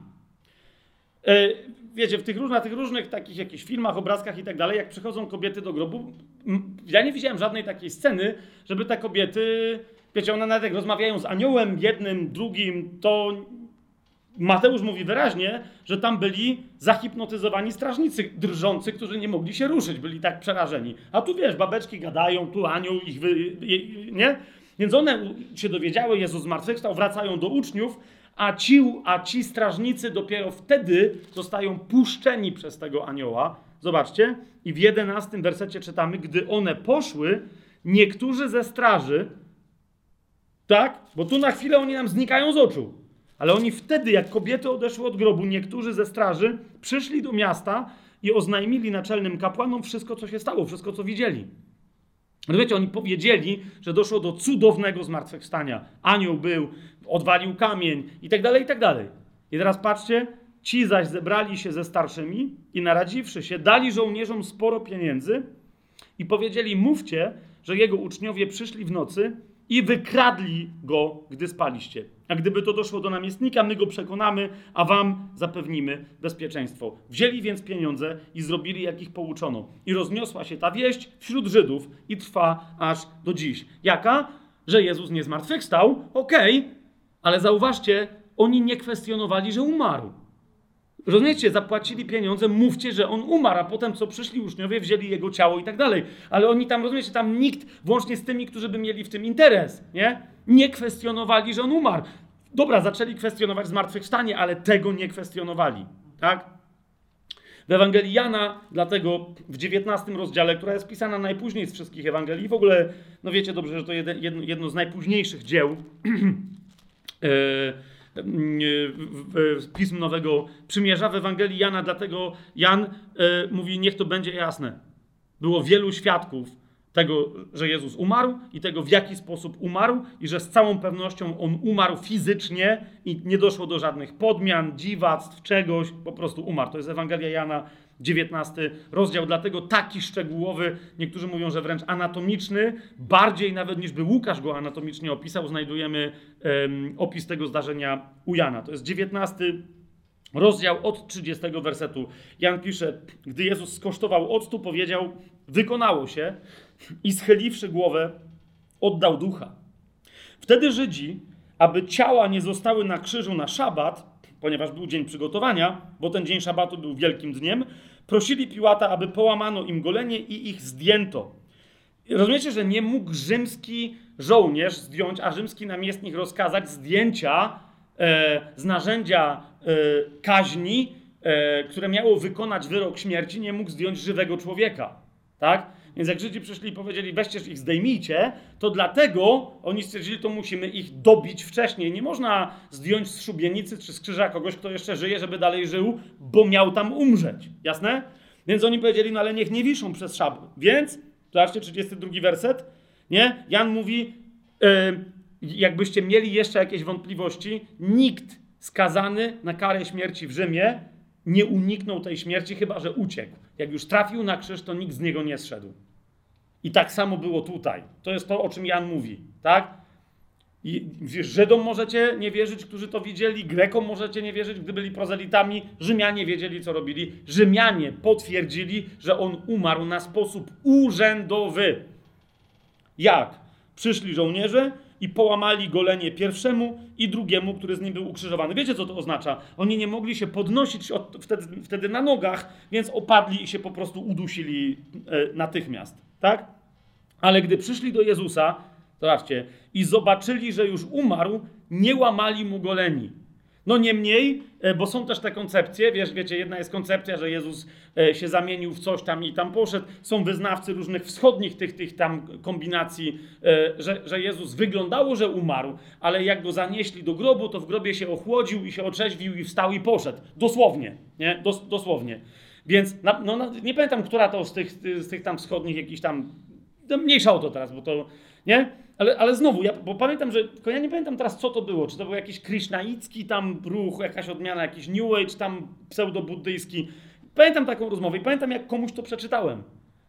E, wiecie, w tych, róż, na tych różnych takich jakichś filmach, obrazkach i tak dalej, jak przychodzą kobiety do grobu, ja nie widziałem żadnej takiej sceny, żeby te kobiety, wiecie, one nawet jak rozmawiają z aniołem jednym, drugim, to Mateusz mówi wyraźnie, że tam byli zahipnotyzowani strażnicy drżący, którzy nie mogli się ruszyć, byli tak przerażeni. A tu wiesz, babeczki gadają, tu anioł ich, wy, nie? Więc one się dowiedziały, Jezus zmartwychwstał, wracają do uczniów, a ci, a ci strażnicy dopiero wtedy zostają puszczeni przez tego anioła. Zobaczcie, i w jedenastym wersecie czytamy, gdy one poszły, niektórzy ze straży, tak? Bo tu na chwilę oni nam znikają z oczu. Ale oni wtedy, jak kobiety odeszły od grobu, niektórzy ze straży przyszli do miasta i oznajmili naczelnym kapłanom wszystko, co się stało, wszystko, co widzieli. No wiecie, oni powiedzieli, że doszło do cudownego zmartwychwstania. Anioł był, odwalił kamień i tak dalej, i tak dalej. I teraz patrzcie, ci zaś zebrali się ze starszymi i naradziwszy się, dali żołnierzom sporo pieniędzy i powiedzieli, mówcie, że jego uczniowie przyszli w nocy i wykradli go, gdy spaliście. A gdyby to doszło do namiestnika, my go przekonamy, a wam zapewnimy bezpieczeństwo. Wzięli więc pieniądze i zrobili, jak ich pouczono. I rozniosła się ta wieść wśród Żydów i trwa aż do dziś. Jaka? Że Jezus nie zmartwychwstał? Okej, okay. Ale zauważcie, oni nie kwestionowali, że umarł. Rozumiecie, zapłacili pieniądze, mówcie, że on umarł, a potem co przyszli uczniowie, wzięli jego ciało i tak dalej. Ale oni tam, rozumiecie, tam nikt, włącznie z tymi, którzy by mieli w tym interes, nie? Nie kwestionowali, że on umarł. Dobra, zaczęli kwestionować zmartwychwstanie, ale tego nie kwestionowali, tak? W Ewangelii Jana, dlatego w dziewiętnastym rozdziale, która jest pisana najpóźniej z wszystkich Ewangelii, w ogóle, no wiecie dobrze, że to jedno, jedno z najpóźniejszych dzieł, yy, w Pism Nowego Przymierza, w Ewangelii Jana, dlatego Jan mówi, niech to będzie jasne. Było wielu świadków tego, że Jezus umarł i tego, w jaki sposób umarł i że z całą pewnością On umarł fizycznie i nie doszło do żadnych podmian, dziwactw, czegoś, po prostu umarł. To jest Ewangelia Jana, dziewiętnasty rozdział, dlatego taki szczegółowy, niektórzy mówią, że wręcz anatomiczny, bardziej nawet niż by Łukasz go anatomicznie opisał, znajdujemy um, opis tego zdarzenia u Jana. To jest dziewiętnasty rozdział od trzydziestego wersetu. Jan pisze, gdy Jezus skosztował octu, powiedział, wykonało się i schyliwszy głowę, oddał ducha. Wtedy Żydzi, aby ciała nie zostały na krzyżu na szabat, ponieważ był dzień przygotowania, bo ten dzień szabatu był wielkim dniem, prosili Piłata, aby połamano im golenie i ich zdjęto. Rozumiecie, że nie mógł rzymski żołnierz zdjąć, a rzymski namiestnik rozkazać zdjęcia e, z narzędzia e, kaźni, e, które miało wykonać wyrok śmierci, nie mógł zdjąć żywego człowieka. Tak? Więc jak Żydzi przyszli i powiedzieli, weźcie ich zdejmijcie, to dlatego oni stwierdzili, to musimy ich dobić wcześniej. Nie można zdjąć z szubienicy czy z krzyża kogoś, kto jeszcze żyje, żeby dalej żył, bo miał tam umrzeć. Jasne? Więc oni powiedzieli, no ale niech nie wiszą przez szablę. Więc, zobaczcie, trzydziesty drugi werset, nie? Jan mówi, yy, jakbyście mieli jeszcze jakieś wątpliwości, nikt skazany na karę śmierci w Rzymie nie uniknął tej śmierci, chyba że uciekł. Jak już trafił na krzyż, to nikt z niego nie zszedł. I tak samo było tutaj. To jest to, o czym Jan mówi, tak? I Żydom możecie nie wierzyć, którzy to widzieli, Grekom możecie nie wierzyć, gdy byli prozelitami, Rzymianie wiedzieli, co robili. Rzymianie potwierdzili, że on umarł na sposób urzędowy. Jak? Przyszli żołnierze i połamali golenie pierwszemu i drugiemu, który z nim był ukrzyżowany. Wiecie, co to oznacza? Oni nie mogli się podnosić od, wtedy, wtedy na nogach, więc opadli i się po prostu udusili e, natychmiast. Tak? Ale gdy przyszli do Jezusa, zobaczcie, i zobaczyli, że już umarł, nie łamali mu goleni. No niemniej, bo są też te koncepcje, wiesz, wiecie, jedna jest koncepcja, że Jezus się zamienił w coś tam i tam poszedł. Są wyznawcy różnych wschodnich tych, tych tam kombinacji, że, że Jezus wyglądało, że umarł, ale jak go zanieśli do grobu, to w grobie się ochłodził i się otrzeźwił i wstał i poszedł. Dosłownie, nie? Dos, dosłownie. Więc no, nie pamiętam, która to z tych, z tych tam wschodnich jakichś tam, no, mniejsza o to teraz, bo to, nie? Ale, ale znowu, ja, bo pamiętam, że, tylko ja nie pamiętam teraz, co to było. Czy to był jakiś krishnaicki tam ruch, jakaś odmiana, jakiś New Age tam pseudo-buddyjski. Pamiętam taką rozmowę i pamiętam, jak komuś to przeczytałem.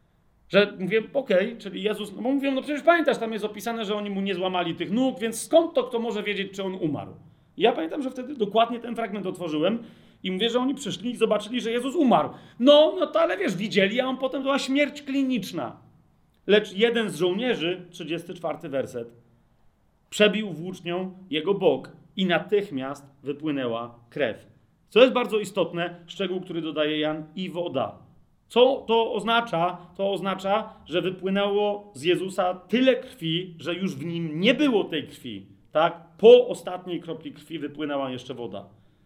Że mówię, okej, okay, czyli Jezus, no bo mówią, no przecież pamiętasz, tam jest opisane, że oni mu nie złamali tych nóg, więc skąd to kto może wiedzieć, czy on umarł? I ja pamiętam, że wtedy dokładnie ten fragment otworzyłem i mówię, że oni przyszli i zobaczyli, że Jezus umarł. No, no to ale wiesz, widzieli, a on potem była śmierć kliniczna. Lecz jeden z żołnierzy, trzydziesty czwarty werset, przebił włócznią jego bok i natychmiast wypłynęła krew. Co jest bardzo istotne, szczegół, który dodaje Jan, i woda. Co to oznacza? To oznacza, że wypłynęło z Jezusa tyle krwi, że już w nim nie było tej krwi. Tak? Po ostatniej kropli krwi wypłynęła jeszcze woda.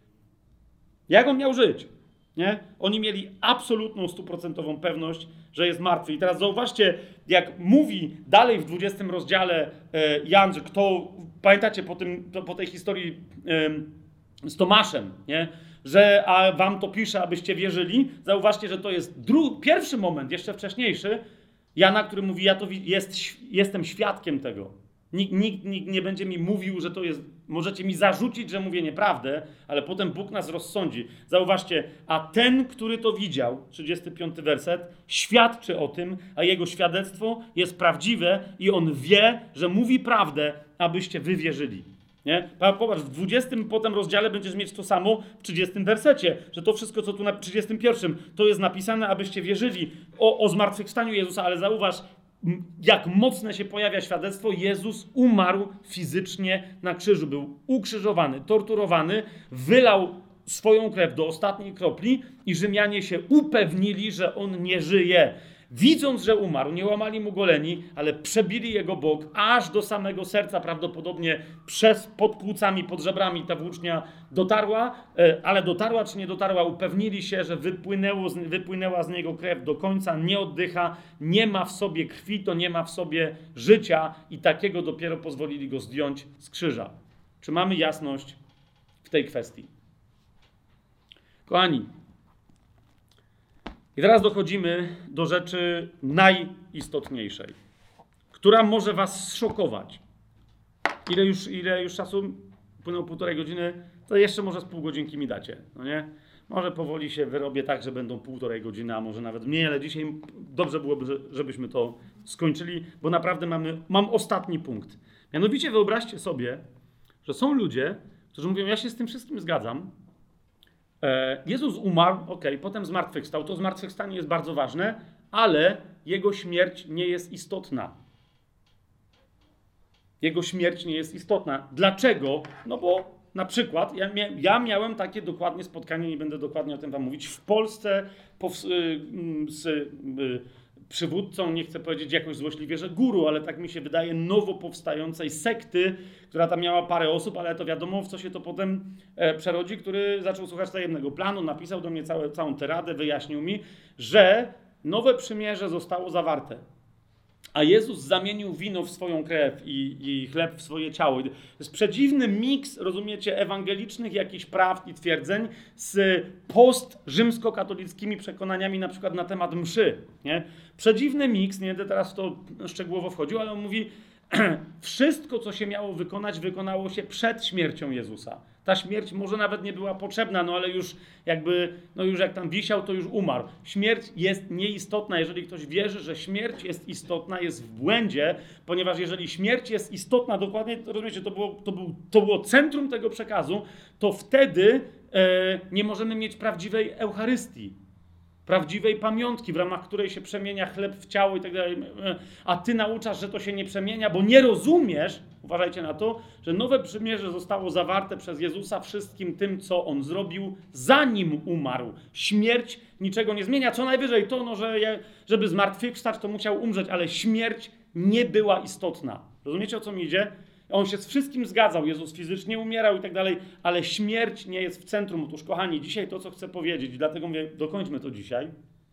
Jak on miał żyć? Nie? Oni mieli absolutną, stuprocentową pewność, że jest martwy. I teraz zauważcie, jak mówi dalej w dwudziestym rozdziale e, Jan, że kto, pamiętacie po, tym, to, po tej historii e, z Tomaszem, nie? Że a wam to pisze, abyście wierzyli. Zauważcie, że to jest dru- pierwszy moment, jeszcze wcześniejszy, Jana, który mówi, ja to wi- jest, jestem świadkiem tego. Nikt, nikt, nikt nie będzie mi mówił, że to jest... Możecie mi zarzucić, że mówię nieprawdę, ale potem Bóg nas rozsądzi. Zauważcie, a ten, który to widział, trzydziesty piąty werset, świadczy o tym, a jego świadectwo jest prawdziwe i on wie, że mówi prawdę, abyście wy wierzyli. Nie? Popatrz, w dwudziestym potem rozdziale będziesz mieć to samo w trzydziestym wersecie, że to wszystko, co tu na trzydziestym pierwszym, to jest napisane, abyście wierzyli o, o zmartwychwstaniu Jezusa, ale zauważ, jak mocne się pojawia świadectwo, Jezus umarł fizycznie na krzyżu. Był ukrzyżowany, torturowany, wylał swoją krew do ostatniej kropli i Rzymianie się upewnili, że on nie żyje. Widząc, że umarł, nie łamali mu goleni, ale przebili jego bok aż do samego serca, prawdopodobnie przez pod płucami, pod żebrami ta włócznia dotarła, ale dotarła czy nie dotarła, upewnili się, że wypłynęło, wypłynęła z niego krew do końca, nie oddycha, nie ma w sobie krwi, to nie ma w sobie życia i takiego dopiero pozwolili go zdjąć z krzyża. Czy mamy jasność, w tej kwestii. Kochani, i teraz dochodzimy do rzeczy najistotniejszej, która może was zszokować. Ile już, ile już czasu? Płynął półtorej godziny, to jeszcze może z pół godzinki mi dacie, no nie? Może powoli się wyrobię tak, że będą półtorej godziny, a może nawet mniej, ale dzisiaj dobrze byłoby, żebyśmy to skończyli, bo naprawdę mamy, mam ostatni punkt. Mianowicie wyobraźcie sobie, że są ludzie, którzy mówią, ja się z tym wszystkim zgadzam. E, Jezus umarł, ok, potem zmartwychwstał, to zmartwychwstanie jest bardzo ważne, ale jego śmierć nie jest istotna. Jego śmierć nie jest istotna. Dlaczego? No bo na przykład ja, mia, ja miałem takie dokładnie spotkanie, nie będę dokładnie o tym wam mówić, w Polsce pow, y, z y, przywódcą, nie chcę powiedzieć jakoś złośliwie, że guru, ale tak mi się wydaje, nowo powstającej sekty, która tam miała parę osób, ale to wiadomo, w co się to potem e, przerodzi, który zaczął słuchać tajemnego planu, napisał do mnie całe, całą tyradę, wyjaśnił mi, że nowe przymierze zostało zawarte. A Jezus zamienił wino w swoją krew i, i chleb w swoje ciało. To jest przedziwny miks, rozumiecie, ewangelicznych jakichś prawd i twierdzeń z post-rzymskokatolickimi przekonaniami na przykład na temat mszy. Nie? Przedziwny miks, nie będę teraz w to szczegółowo wchodził, ale on mówi, wszystko, co się miało wykonać, wykonało się przed śmiercią Jezusa. Ta śmierć może nawet nie była potrzebna, no ale już jakby, no już jak tam wisiał, to już umarł. Śmierć jest nieistotna. Jeżeli ktoś wierzy, że śmierć jest istotna, jest w błędzie, ponieważ jeżeli śmierć jest istotna, dokładnie, rozumiecie, to było, to był, to było centrum tego przekazu, to wtedy e, nie możemy mieć prawdziwej Eucharystii. Prawdziwej pamiątki, w ramach której się przemienia chleb w ciało i tak dalej. A ty nauczasz, że to się nie przemienia, bo nie rozumiesz, uważajcie na to, że nowe przymierze zostało zawarte przez Jezusa wszystkim tym, co On zrobił, zanim umarł. Śmierć niczego nie zmienia. Co najwyżej to, no, że je, żeby zmartwychwstać, to musiał umrzeć, ale śmierć nie była istotna. Rozumiecie, o co mi idzie? On się z wszystkim zgadzał, Jezus fizycznie umierał i tak dalej, ale śmierć nie jest w centrum. Otóż, kochani, dzisiaj to, co chcę powiedzieć, dlatego mówię, dokończmy to dzisiaj,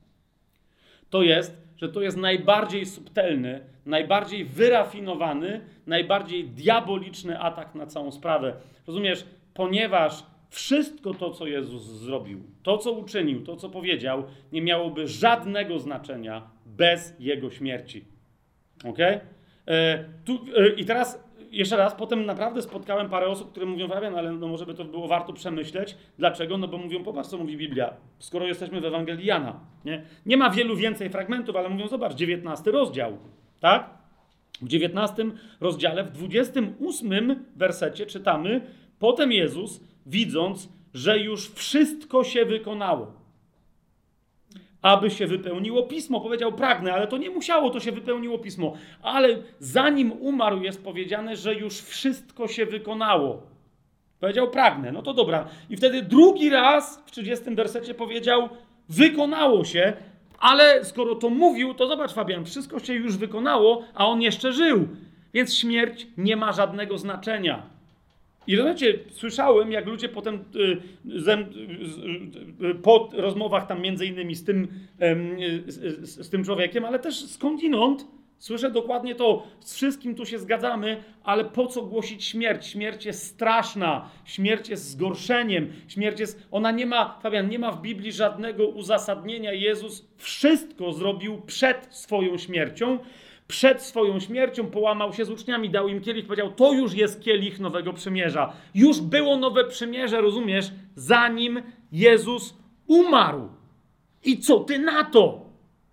to jest, że to jest najbardziej subtelny, najbardziej wyrafinowany, najbardziej diaboliczny atak na całą sprawę. Rozumiesz? Ponieważ wszystko to, co Jezus zrobił, to, co uczynił, to, co powiedział, nie miałoby żadnego znaczenia bez Jego śmierci. Okej? Okay? Tu, e, I teraz jeszcze raz, potem naprawdę spotkałem parę osób, które mówią, Fabian, ale no może by to było warto przemyśleć. Dlaczego? No bo mówią, popatrz, co mówi Biblia, skoro jesteśmy w Ewangelii Jana. Nie, nie ma wielu więcej fragmentów, ale mówią, zobacz, dziewiętnasty rozdział, tak? W dziewiętnastym rozdziale, w dwudziestym ósmym wersecie czytamy, potem Jezus, widząc, że już wszystko się wykonało, aby się wypełniło Pismo. Powiedział, pragnę, ale to nie musiało, to się wypełniło Pismo. Ale zanim umarł, jest powiedziane, że już wszystko się wykonało. Powiedział, pragnę, no to dobra. I wtedy drugi raz w trzydziestym wersecie powiedział, wykonało się, ale skoro to mówił, to zobacz, Fabian, wszystko się już wykonało, a on jeszcze żył. Więc śmierć nie ma żadnego znaczenia. I rozumiecie, słyszałem, jak ludzie potem y, z, y, po rozmowach tam między innymi z tym, y, z, z tym człowiekiem, ale też skądinąd, słyszę dokładnie to, z wszystkim tu się zgadzamy, ale po co głosić śmierć? Śmierć jest straszna, śmierć jest zgorszeniem, śmierć jest, ona nie ma, Fabian, nie ma w Biblii żadnego uzasadnienia. Jezus wszystko zrobił przed swoją śmiercią. Przed swoją śmiercią połamał się z uczniami, dał im kielich, powiedział, to już jest kielich nowego przymierza. Już było nowe przymierze, rozumiesz, zanim Jezus umarł. I co ty na to?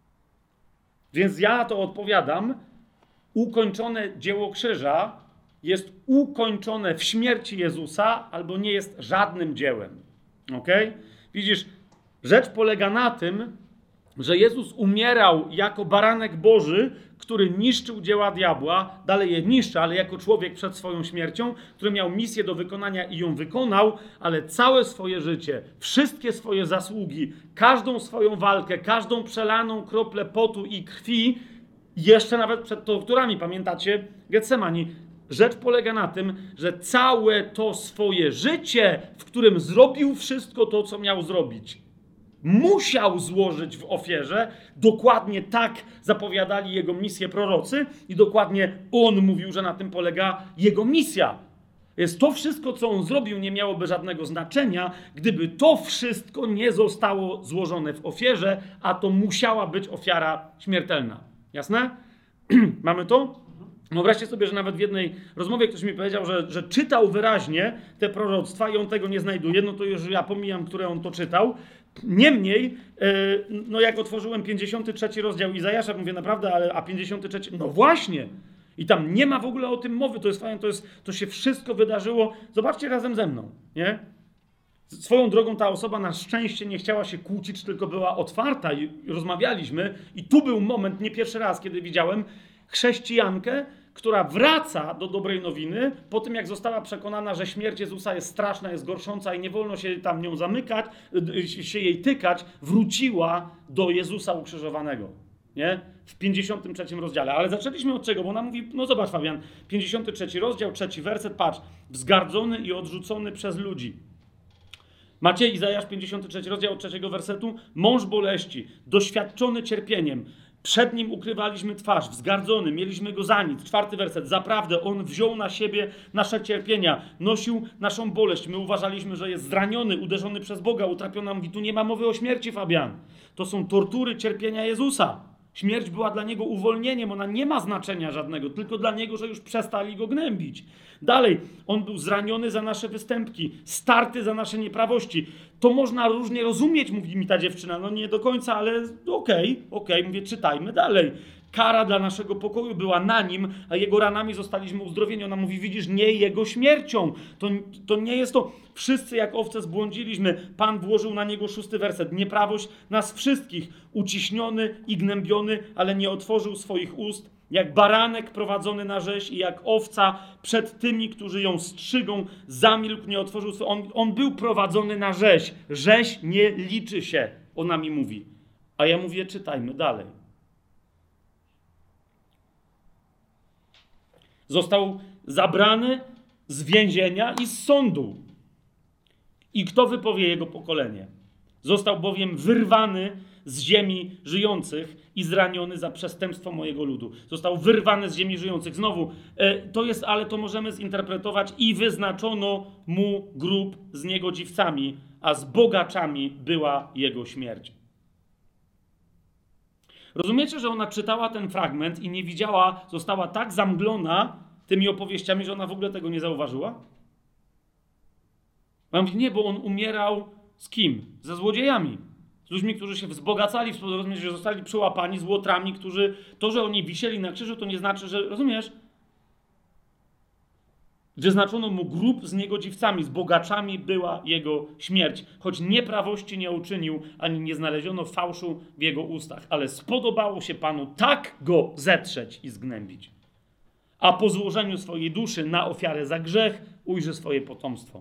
Więc ja na to odpowiadam, ukończone dzieło krzyża jest ukończone w śmierci Jezusa albo nie jest żadnym dziełem. Okej? Widzisz, rzecz polega na tym, że Jezus umierał jako baranek Boży, który niszczył dzieła diabła, dalej je niszczy, ale jako człowiek przed swoją śmiercią, który miał misję do wykonania i ją wykonał, ale całe swoje życie, wszystkie swoje zasługi, każdą swoją walkę, każdą przelaną kroplę potu i krwi, jeszcze nawet przed torturami, pamiętacie, Getsemani. Rzecz polega na tym, że całe to swoje życie, w którym zrobił wszystko to, co miał zrobić, musiał złożyć w ofierze. Dokładnie tak zapowiadali jego misję prorocy i dokładnie on mówił, że na tym polega jego misja. Jest to wszystko, co on zrobił, nie miałoby żadnego znaczenia, gdyby to wszystko nie zostało złożone w ofierze, a to musiała być ofiara śmiertelna. Jasne? Mamy to? Wyobraźcie sobie, że nawet w jednej rozmowie ktoś mi powiedział, że, że czytał wyraźnie te proroctwa i on tego nie znajduje, no to już ja pomijam, które on to czytał. Niemniej, yy, no jak otworzyłem pięćdziesiąty trzeci rozdział Izajasza, mówię naprawdę, ale a pięćdziesiąty trzeci, no właśnie! I tam nie ma w ogóle o tym mowy, to jest fajne, to, jest, to się wszystko wydarzyło, zobaczcie razem ze mną, nie? Swoją drogą ta osoba na szczęście nie chciała się kłócić, tylko była otwarta i rozmawialiśmy i tu był moment, nie pierwszy raz, kiedy widziałem chrześcijankę, która wraca do dobrej nowiny po tym, jak została przekonana, że śmierć Jezusa jest straszna, jest gorsząca i nie wolno się tam nią zamykać, się jej tykać, wróciła do Jezusa ukrzyżowanego. Nie? W pięćdziesiątym trzecim rozdziale. Ale zaczęliśmy od czego? Bo ona mówi, no zobacz Fabian, pięćdziesiąty trzeci rozdział, trzeci werset, patrz. Wzgardzony i odrzucony przez ludzi. Macie Izajasz pięćdziesiąty trzeci rozdział od trzeciego wersetu? Mąż boleści, doświadczony cierpieniem. Przed nim ukrywaliśmy twarz, wzgardzony, mieliśmy go za nic. Czwarty werset. Zaprawdę on wziął na siebie nasze cierpienia, nosił naszą boleść. My uważaliśmy, że jest zraniony, uderzony przez Boga, utrapiony. Mówi, tu nie ma mowy o śmierci, Fabian. To są tortury cierpienia Jezusa. Śmierć była dla niego uwolnieniem, ona nie ma znaczenia żadnego, tylko dla niego, że już przestali go gnębić. Dalej, on był zraniony za nasze występki, starty za nasze nieprawości. To można różnie rozumieć, mówi mi ta dziewczyna, no nie do końca, ale okej, okay, okej, okay. Mówię, czytajmy dalej. Kara dla naszego pokoju była na nim, a jego ranami zostaliśmy uzdrowieni. Ona mówi, widzisz, nie jego śmiercią. To, to nie jest to, wszyscy jak owce zbłądziliśmy. Pan włożył na niego szósty werset. Nieprawość nas wszystkich, uciśniony i gnębiony, ale nie otworzył swoich ust. Jak baranek prowadzony na rzeź i jak owca przed tymi, którzy ją strzygą, zamilkł, nie otworzył swoich. On, on był prowadzony na rzeź. Rzeź nie liczy się, ona mi mówi. A ja mówię, czytajmy dalej. Został zabrany z więzienia i z sądu. I kto wypowie jego pokolenie? Został bowiem wyrwany z ziemi żyjących i zraniony za przestępstwo mojego ludu. Został wyrwany z ziemi żyjących. Znowu, e, to jest, ale to możemy zinterpretować i wyznaczono mu grób z niegodziwcami, a z bogaczami była jego śmierć. Rozumiecie, że ona czytała ten fragment i nie widziała, została tak zamglona tymi opowieściami, że ona w ogóle tego nie zauważyła? Ona mówi, nie, bo on umierał z kim? Ze złodziejami. Z ludźmi, którzy się wzbogacali, rozumiesz, że zostali przyłapani z łotrami, którzy, to, że oni wisieli na krzyżu, to nie znaczy, że, rozumiesz? Wyznaczono mu grób z niegodziwcami, z bogaczami była jego śmierć. Choć nieprawości nie uczynił, ani nie znaleziono fałszu w jego ustach. Ale spodobało się Panu tak go zetrzeć i zgnębić. A po złożeniu swojej duszy na ofiarę za grzech ujrzy swoje potomstwo.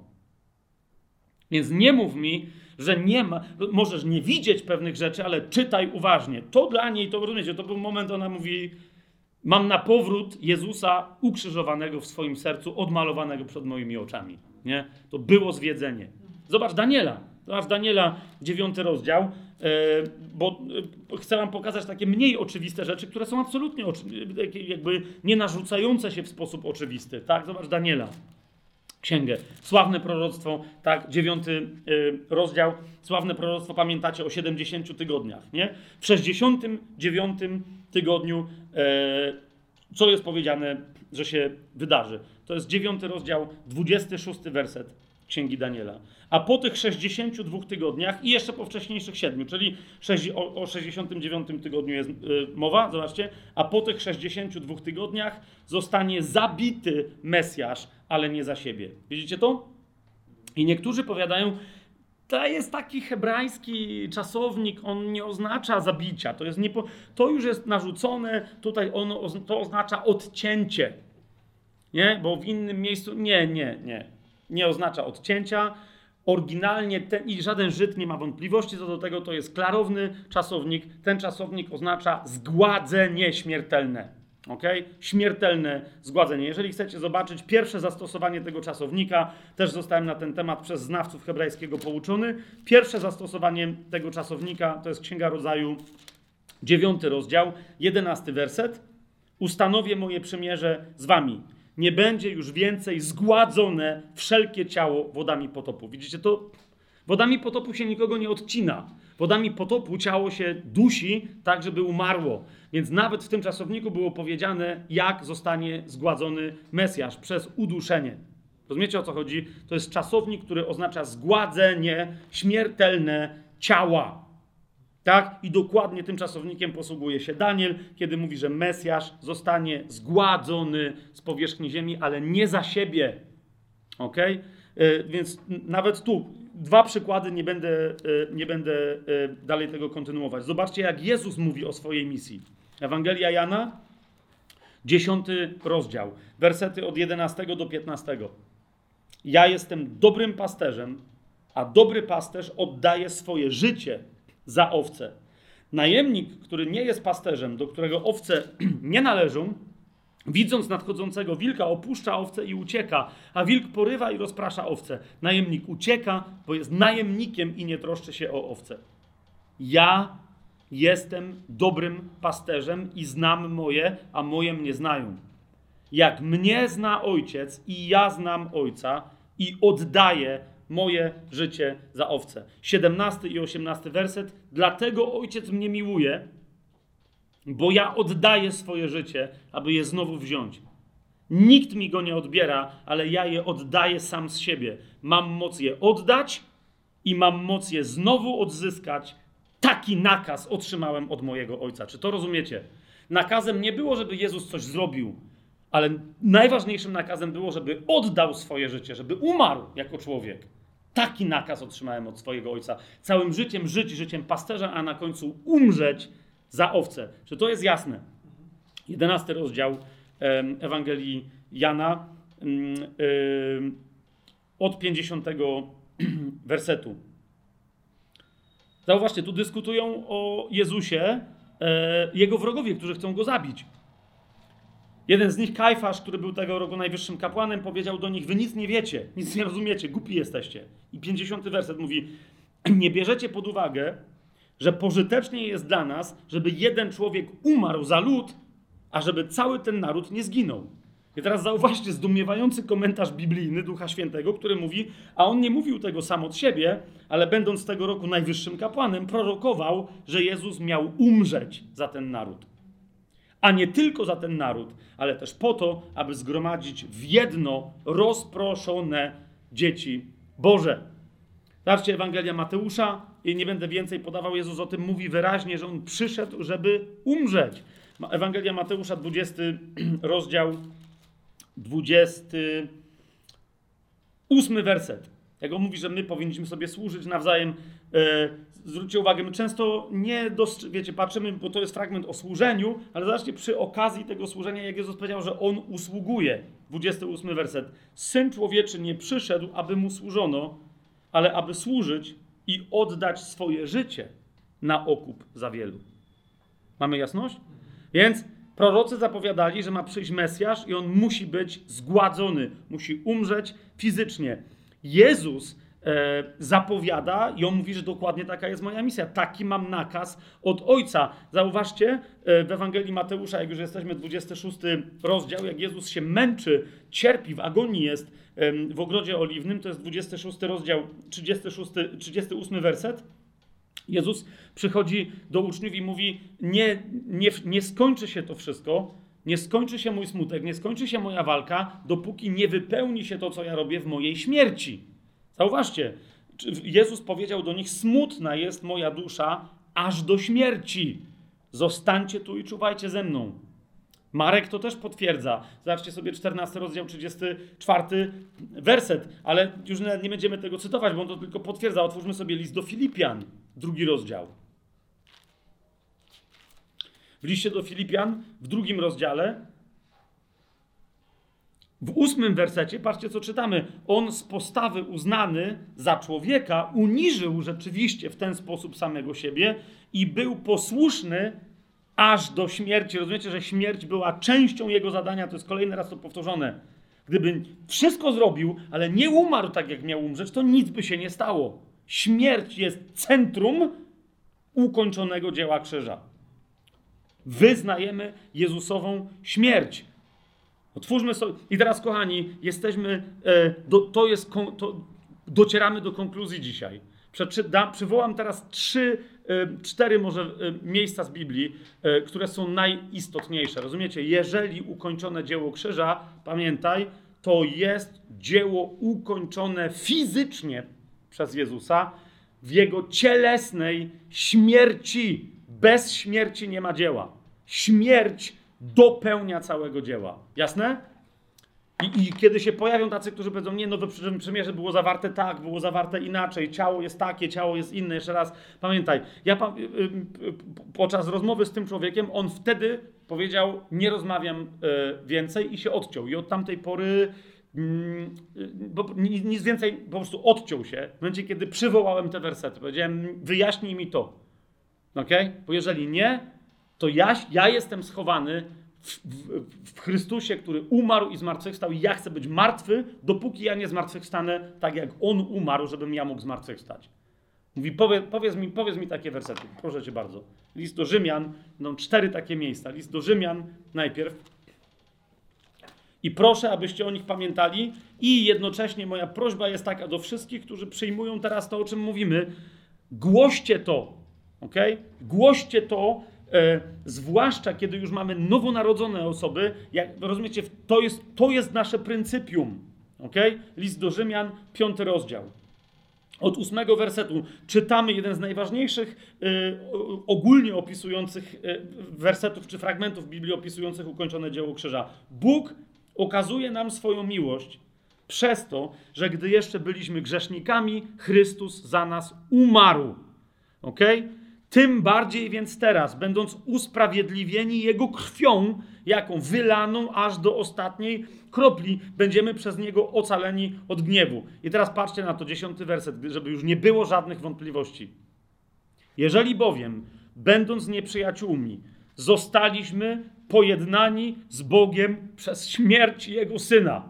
Więc nie mów mi, że nie ma, możesz nie widzieć pewnych rzeczy, ale czytaj uważnie. To dla niej, to rozumiecie, to był moment, ona mówi, mam na powrót Jezusa ukrzyżowanego w swoim sercu, odmalowanego przed moimi oczami. Nie? To było zwiedzenie. Zobacz Daniela. Zobacz Daniela, dziewiąty rozdział, yy, bo yy, chcę wam pokazać takie mniej oczywiste rzeczy, które są absolutnie oczy- jakby nie narzucające się w sposób oczywisty. Tak? Zobacz Daniela. Księgę. Sławne proroctwo, tak, dziewiąty y, rozdział. Sławne proroctwo, pamiętacie, o siedemdziesięciu tygodniach, nie? W sześćdziesiątym dziewiątym tygodniu, y, co jest powiedziane, że się wydarzy? To jest dziewiąty rozdział, dwudziesty szósty werset Księgi Daniela. A po tych sześćdziesięciu dwóch tygodniach i jeszcze po wcześniejszych siedmiu, czyli o, o sześćdziesiątym dziewiątym tygodniu jest y, mowa, zobaczcie, a po tych sześćdziesięciu dwóch tygodniach zostanie zabity Mesjasz, ale nie za siebie. Widzicie to? I niektórzy powiadają, to jest taki hebrajski czasownik, on nie oznacza zabicia, to, jest niepo, to już jest narzucone, tutaj ono, to oznacza odcięcie. Nie? Bo w innym miejscu, nie, nie, nie, nie oznacza odcięcia. Oryginalnie ten, i żaden Żyd nie ma wątpliwości co do tego, to jest klarowny czasownik. Ten czasownik oznacza zgładzenie śmiertelne. Okay? Śmiertelne zgładzenie. Jeżeli chcecie zobaczyć pierwsze zastosowanie tego czasownika, też zostałem na ten temat przez znawców hebrajskiego pouczony. Pierwsze zastosowanie tego czasownika to jest Księga Rodzaju, dziewiąty rozdział, jedenasty werset. Ustanowię moje przymierze z wami. nie będzie już więcej zgładzone wszelkie ciało wodami potopu. Widzicie to? Wodami potopu się nikogo nie odcina. Wodami potopu ciało się dusi tak, żeby umarło. Więc nawet w tym czasowniku było powiedziane, jak zostanie zgładzony Mesjasz przez uduszenie. Rozumiecie, o co chodzi? To jest czasownik, który oznacza zgładzenie śmiertelne ciała. Tak? I dokładnie tym czasownikiem posługuje się Daniel, kiedy mówi, że Mesjasz zostanie zgładzony z powierzchni ziemi, ale nie za siebie. Okej? Yy, więc nawet tu dwa przykłady, nie będę, yy, nie będę yy, dalej tego kontynuować. Zobaczcie, jak Jezus mówi o swojej misji. Ewangelia Jana, dziesiąty rozdział, wersety od jedenastego do piętnastego. Ja jestem dobrym pasterzem, a dobry pasterz oddaje swoje życie za owce. Najemnik, który nie jest pasterzem, do którego owce nie należą, widząc nadchodzącego wilka, opuszcza owce i ucieka, a wilk porywa i rozprasza owce. Najemnik ucieka, bo jest najemnikiem i nie troszczy się o owce. Ja jestem dobrym pasterzem i znam moje, a moje mnie znają. Jak mnie zna ojciec i ja znam ojca i oddaję moje życie za owce. siedemnasty i osiemnasty werset. Dlatego ojciec mnie miłuje, bo ja oddaję swoje życie, aby je znowu wziąć. Nikt mi go nie odbiera, ale ja je oddaję sam z siebie. Mam moc je oddać i mam moc je znowu odzyskać. Taki nakaz otrzymałem od mojego ojca. Czy to rozumiecie? Nakazem nie było, żeby Jezus coś zrobił, ale najważniejszym nakazem było, żeby oddał swoje życie, żeby umarł jako człowiek. Taki nakaz otrzymałem od swojego ojca. Całym życiem żyć, życiem pasterza, a na końcu umrzeć za owce. Czy to jest jasne? Jedenasty rozdział Ewangelii Jana od pięćdziesiątego wersetu. Zauważcie, tu dyskutują o Jezusie jego wrogowie, którzy chcą go zabić. Jeden z nich, Kajfasz, który był tego roku najwyższym kapłanem, powiedział do nich: wy nic nie wiecie, nic nie rozumiecie, głupi jesteście. I pięćdziesiąty werset mówi: nie bierzecie pod uwagę, że pożytecznie jest dla nas, żeby jeden człowiek umarł za lud, a żeby cały ten naród nie zginął. I teraz zauważcie zdumiewający komentarz biblijny Ducha Świętego, który mówi, a on nie mówił tego sam od siebie, ale będąc tego roku najwyższym kapłanem, prorokował, że Jezus miał umrzeć za ten naród. A nie tylko za ten naród, ale też po to, aby zgromadzić w jedno rozproszone dzieci Boże. Zobaczcie, Ewangelia Mateusza, i nie będę więcej podawał, Jezus o tym mówi wyraźnie, że On przyszedł, żeby umrzeć. Ewangelia Mateusza, dwudziesty rozdział, dwudziesty ósmy werset. Jak on mówi, że my powinniśmy sobie służyć nawzajem. E, zwróćcie uwagę, my często nie dostrzegamy, wiecie, patrzymy, bo to jest fragment o służeniu, ale zobaczcie, przy okazji tego służenia, jak Jezus powiedział, że On usługuje. dwudziesty ósmy werset. Syn człowieczy nie przyszedł, aby Mu służono, ale aby służyć i oddać swoje życie na okup za wielu. Mamy jasność? Więc prorocy zapowiadali, że ma przyjść Mesjasz i On musi być zgładzony, musi umrzeć fizycznie. Jezus e, zapowiada i On mówi, że dokładnie taka jest moja misja. Taki mam nakaz od Ojca. Zauważcie, e, w Ewangelii Mateusza, jak już jesteśmy, dwudziesty szósty rozdział, jak Jezus się męczy, cierpi, w agonii jest e, w Ogrodzie Oliwnym, to jest dwudziesty szósty rozdział, trzydziesty szósty, trzydziesty ósmy werset. Jezus przychodzi do uczniów i mówi, nie, nie, nie skończy się to wszystko, nie skończy się mój smutek, nie skończy się moja walka, dopóki nie wypełni się to, co ja robię w mojej śmierci. Zauważcie, Jezus powiedział do nich, smutna jest moja dusza aż do śmierci. Zostańcie tu i czuwajcie ze mną. Marek to też potwierdza. Zobaczcie sobie czternasty rozdział, trzydziesty czwarty werset, ale już nie będziemy tego cytować, bo on to tylko potwierdza. Otwórzmy sobie list do Filipian, drugi rozdział. W liście do Filipian, w drugim rozdziale, w ósmym wersecie, patrzcie co czytamy. On z postawy uznany za człowieka uniżył rzeczywiście w ten sposób samego siebie i był posłuszny aż do śmierci. Rozumiecie, że śmierć była częścią jego zadania, to jest kolejny raz to powtórzone. Gdyby wszystko zrobił, ale nie umarł tak, jak miał umrzeć, to nic by się nie stało. Śmierć jest centrum ukończonego dzieła krzyża. Wyznajemy Jezusową śmierć. Otwórzmy sobie. I teraz, kochani, jesteśmy, e, do, to jest, to, docieramy do konkluzji dzisiaj. Przeczytam, przywołam teraz trzy, e, cztery może e, miejsca z Biblii, e, które są najistotniejsze. Rozumiecie? Jeżeli ukończone dzieło krzyża, pamiętaj, to jest dzieło ukończone fizycznie przez Jezusa w Jego cielesnej śmierci. Bez śmierci nie ma dzieła. Śmierć dopełnia całego dzieła. Jasne? I, I kiedy się pojawią tacy, którzy powiedzą, nie, no w przymierze było zawarte tak, było zawarte inaczej, ciało jest takie, ciało jest inne. Jeszcze raz, pamiętaj, ja pa, y, y, podczas rozmowy z tym człowiekiem, on wtedy powiedział, nie rozmawiam y, więcej i się odciął. I od tamtej pory y, y, bo, nic więcej, po prostu odciął się. W momencie, kiedy przywołałem te wersety, powiedziałem, wyjaśnij mi to. Okej? Bo jeżeli nie, to ja, ja jestem schowany w, w, w Chrystusie, który umarł i zmartwychwstał i ja chcę być martwy, dopóki ja nie zmartwychwstanę tak, jak On umarł, żebym ja mógł zmartwychwstać. Mówi, powie, powiedz, mi, powiedz mi takie wersety, proszę cię bardzo. List do Rzymian, no cztery takie miejsca. List do Rzymian najpierw. I proszę, abyście o nich pamiętali i jednocześnie moja prośba jest taka do wszystkich, którzy przyjmują teraz to, o czym mówimy. Głoście to, okej? Głoście to, E, zwłaszcza kiedy już mamy nowonarodzone osoby, jak rozumiecie, to jest, to jest nasze pryncypium. Okay? List do Rzymian, piąty rozdział. Od ósmego wersetu czytamy jeden z najważniejszych e, ogólnie opisujących e, wersetów czy fragmentów Biblii opisujących ukończone dzieło krzyża. Bóg okazuje nam swoją miłość przez to, że gdy jeszcze byliśmy grzesznikami, Chrystus za nas umarł. Okej? Okay? Tym bardziej więc teraz, będąc usprawiedliwieni Jego krwią, jaką wylaną aż do ostatniej kropli, będziemy przez Niego ocaleni od gniewu. I teraz patrzcie na to, dziesiąty werset, żeby już nie było żadnych wątpliwości. Jeżeli bowiem, będąc nieprzyjaciółmi, zostaliśmy pojednani z Bogiem przez śmierć Jego Syna.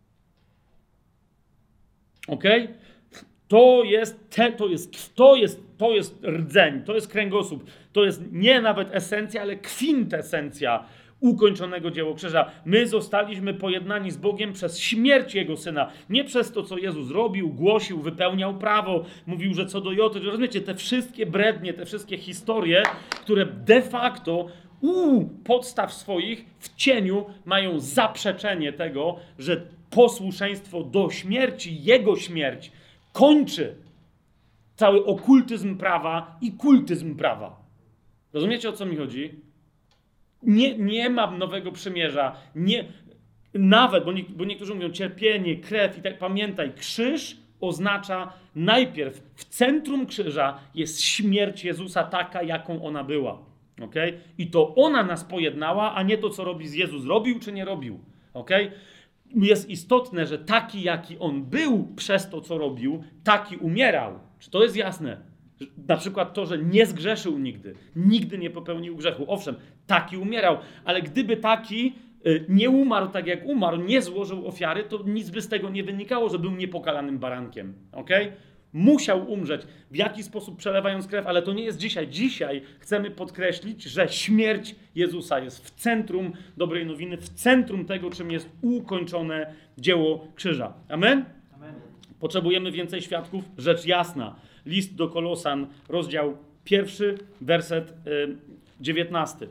Okej? Okay? To jest, te, to, jest, to, jest, to jest rdzeń, to jest kręgosłup, to jest nie nawet esencja, ale kwintesencja ukończonego dzieła krzyża. My zostaliśmy pojednani z Bogiem przez śmierć Jego Syna. Nie przez to, co Jezus robił, głosił, wypełniał prawo, mówił, że co do joty. Rozumiecie, te wszystkie brednie, te wszystkie historie, które de facto u podstaw swoich w cieniu mają zaprzeczenie tego, że posłuszeństwo do śmierci, Jego śmierć, kończy cały okultyzm prawa i kultyzm prawa. Rozumiecie, o co mi chodzi? Nie, nie ma nowego przymierza. Nie, nawet, bo, nie, bo niektórzy mówią cierpienie, krew i tak. Pamiętaj, krzyż oznacza najpierw w centrum krzyża jest śmierć Jezusa taka, jaką ona była. Okay? I to ona nas pojednała, a nie to, co robi Jezus. Robił czy nie robił. Okay? Jest istotne, że taki, jaki on był przez to, co robił, taki umierał. Czy to jest jasne? Na przykład to, że nie zgrzeszył nigdy. Nigdy nie popełnił grzechu. Owszem, taki umierał. Ale gdyby taki y, nie umarł tak, jak umarł, nie złożył ofiary, to nic by z tego nie wynikało, że był niepokalanym barankiem. Okay? Musiał umrzeć. W jaki sposób przelewając krew, ale to nie jest dzisiaj. Dzisiaj chcemy podkreślić, że śmierć Jezusa jest w centrum dobrej nowiny, w centrum tego, czym jest ukończone dzieło krzyża. Amen? Amen. Potrzebujemy więcej świadków? Rzecz jasna. List do Kolosan, rozdział pierwszy, werset dziewiętnasty.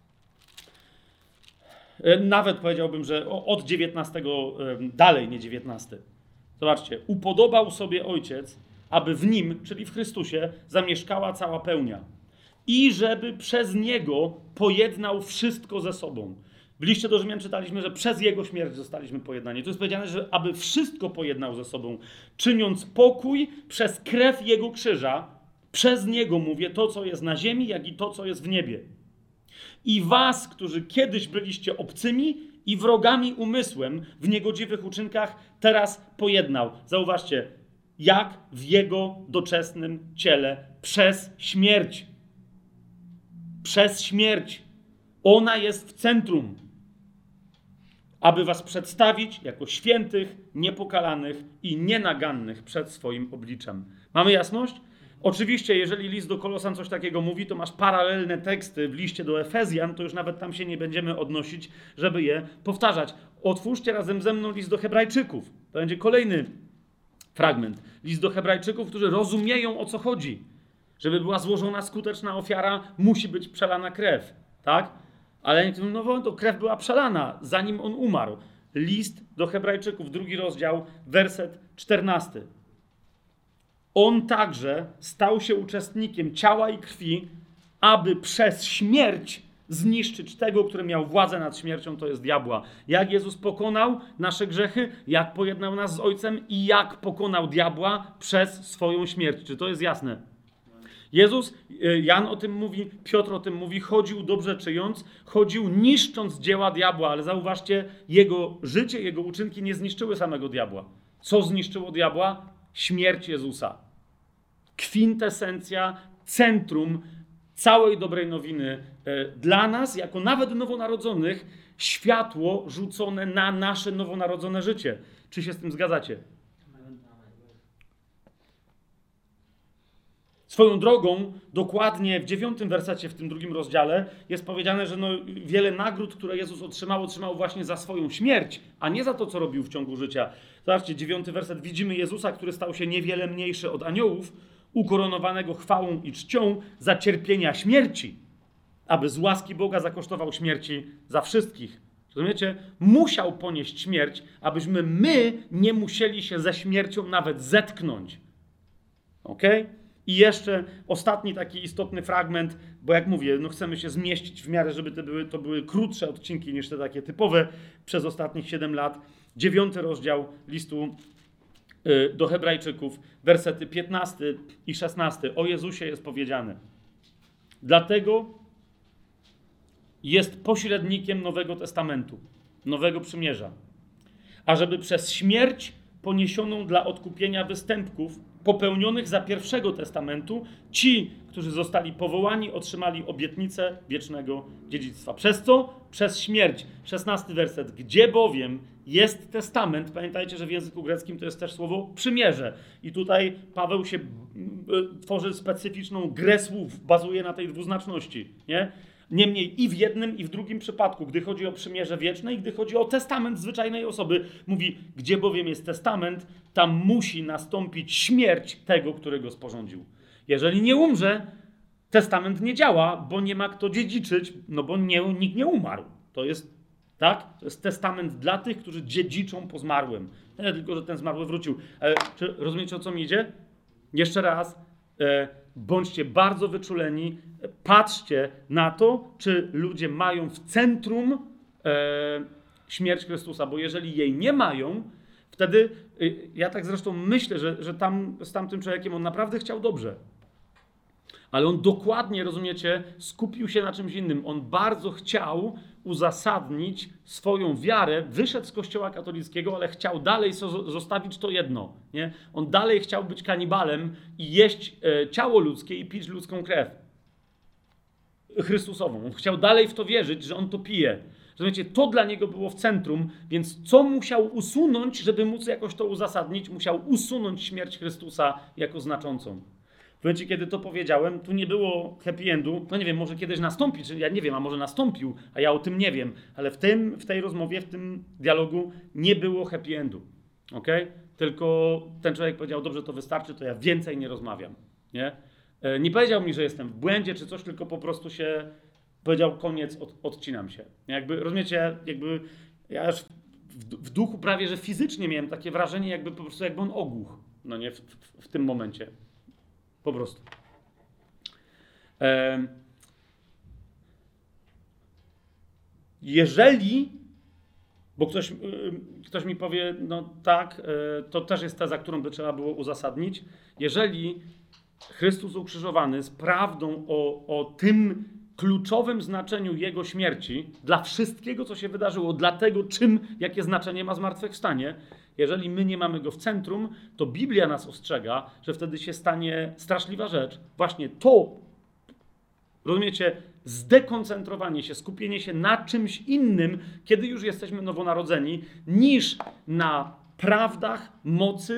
Nawet powiedziałbym, że od dziewiętnastego dalej, nie dziewiętnasty. Zobaczcie, upodobał sobie Ojciec, aby w Nim, czyli w Chrystusie, zamieszkała cała pełnia i żeby przez Niego pojednał wszystko ze sobą. W liście do Rzymian czytaliśmy, że przez Jego śmierć zostaliśmy pojednani. To jest powiedziane, że aby wszystko pojednał ze sobą, czyniąc pokój przez krew Jego krzyża, przez Niego mówię to, co jest na ziemi, jak i to, co jest w niebie. I was, którzy kiedyś byliście obcymi i wrogami umysłem w niegodziwych uczynkach, teraz pojednał. Zauważcie, jak w Jego doczesnym ciele przez śmierć. Przez śmierć. Ona jest w centrum. Aby was przedstawić jako świętych, niepokalanych i nienagannych przed swoim obliczem. Mamy jasność? Oczywiście, jeżeli list do Kolosan coś takiego mówi, to masz paralelne teksty w liście do Efezjan, to już nawet tam się nie będziemy odnosić, żeby je powtarzać. Otwórzcie razem ze mną list do Hebrajczyków. To będzie kolejny fragment. List do Hebrajczyków, którzy rozumieją, o co chodzi. Żeby była złożona skuteczna ofiara, musi być przelana krew. Tak? Ale niektórzy mówią, no to krew była przelana, zanim on umarł. List do Hebrajczyków, drugi rozdział, werset czternasty. On także stał się uczestnikiem ciała i krwi, aby przez śmierć zniszczyć tego, który miał władzę nad śmiercią, to jest diabła. Jak Jezus pokonał nasze grzechy, jak pojednał nas z Ojcem i jak pokonał diabła przez swoją śmierć. Czy to jest jasne? Jezus, Jan o tym mówi, Piotr o tym mówi, chodził dobrze czyjąc, chodził niszcząc dzieła diabła, ale zauważcie, jego życie, jego uczynki nie zniszczyły samego diabła. Co zniszczyło diabła? Śmierć Jezusa. Kwintesencja, centrum całej dobrej nowiny dla nas, jako nawet nowonarodzonych, światło rzucone na nasze nowonarodzone życie. Czy się z tym zgadzacie? Swoją drogą, dokładnie w dziewiątym wersecie, w tym drugim rozdziale, jest powiedziane, że no, wiele nagród, które Jezus otrzymał, otrzymał właśnie za swoją śmierć, a nie za to, co robił w ciągu życia. Zobaczcie, dziewiąty werset. Widzimy Jezusa, który stał się niewiele mniejszy od aniołów, ukoronowanego chwałą i czcią za cierpienia śmierci, aby z łaski Boga zakosztował śmierci za wszystkich. Rozumiecie? Musiał ponieść śmierć, abyśmy my nie musieli się ze śmiercią nawet zetknąć. Okej? Okay? I jeszcze ostatni taki istotny fragment, bo jak mówię, no chcemy się zmieścić w miarę, żeby to były, to były krótsze odcinki niż te takie typowe przez ostatnich siedem lat. Dziewiąty rozdział listu do Hebrajczyków, wersety piętnasty i szesnasty. O Jezusie jest powiedziane. Dlatego jest pośrednikiem Nowego Testamentu, Nowego Przymierza, ażeby przez śmierć poniesioną dla odkupienia występków popełnionych za pierwszego testamentu, ci, którzy zostali powołani, otrzymali obietnicę wiecznego dziedzictwa. Przez co? Przez śmierć. szesnasty werset. Gdzie bowiem jest testament, pamiętajcie, że w języku greckim to jest też słowo przymierze. I tutaj Paweł się tworzy specyficzną grę słów, bazuje na tej dwuznaczności. Nie? Niemniej i w jednym, i w drugim przypadku, gdy chodzi o przymierze wieczne i gdy chodzi o testament zwyczajnej osoby, mówi, gdzie bowiem jest testament, tam musi nastąpić śmierć tego, który go sporządził. Jeżeli nie umrze, testament nie działa, bo nie ma kto dziedziczyć, no bo nie, nikt nie umarł. To jest, tak? To jest testament dla tych, którzy dziedziczą po zmarłym. Nie tylko, że ten zmarły wrócił. Ale czy rozumiecie, o co mi idzie? Jeszcze raz. E, Bądźcie bardzo wyczuleni, patrzcie na to, czy ludzie mają w centrum e, śmierć Chrystusa, bo jeżeli jej nie mają, wtedy, e, ja tak zresztą myślę, że, że tam z tamtym człowiekiem on naprawdę chciał dobrze. Ale on dokładnie, rozumiecie, skupił się na czymś innym. On bardzo chciał uzasadnić swoją wiarę, wyszedł z kościoła katolickiego, ale chciał dalej so, zostawić to jedno. Nie? On dalej chciał być kanibalem i jeść e, ciało ludzkie i pić ludzką krew Chrystusową. On chciał dalej w to wierzyć, że on to pije. Rozumiecie, to dla niego było w centrum, więc co musiał usunąć, żeby móc jakoś to uzasadnić? Musiał usunąć śmierć Chrystusa jako znaczącą. W momencie, kiedy to powiedziałem, tu nie było happy endu, no nie wiem, może kiedyś nastąpi, czy ja nie wiem, a może nastąpił, a ja o tym nie wiem, ale w, tym, w tej rozmowie, w tym dialogu nie było happy endu, okej? Okay? Tylko ten człowiek powiedział, dobrze, to wystarczy, to ja więcej nie rozmawiam, nie? Nie powiedział mi, że jestem w błędzie czy coś, tylko po prostu się powiedział, koniec, od, odcinam się. Jakby, rozumiecie, jakby ja już w, w duchu prawie, że fizycznie miałem takie wrażenie, jakby po prostu jakby on ogłuch, no nie, w, w, w tym momencie. Po prostu. Jeżeli, bo ktoś, ktoś mi powie, no tak, to też jest teza, którą by trzeba było uzasadnić. Jeżeli Chrystus ukrzyżowany z prawdą o, o tym kluczowym znaczeniu Jego śmierci dla wszystkiego, co się wydarzyło, dla tego, czym, jakie znaczenie ma zmartwychwstanie, jeżeli my nie mamy go w centrum, to Biblia nas ostrzega, że wtedy się stanie straszliwa rzecz. Właśnie to, rozumiecie, zdekoncentrowanie się, skupienie się na czymś innym, kiedy już jesteśmy nowonarodzeni, niż na prawdach, mocy,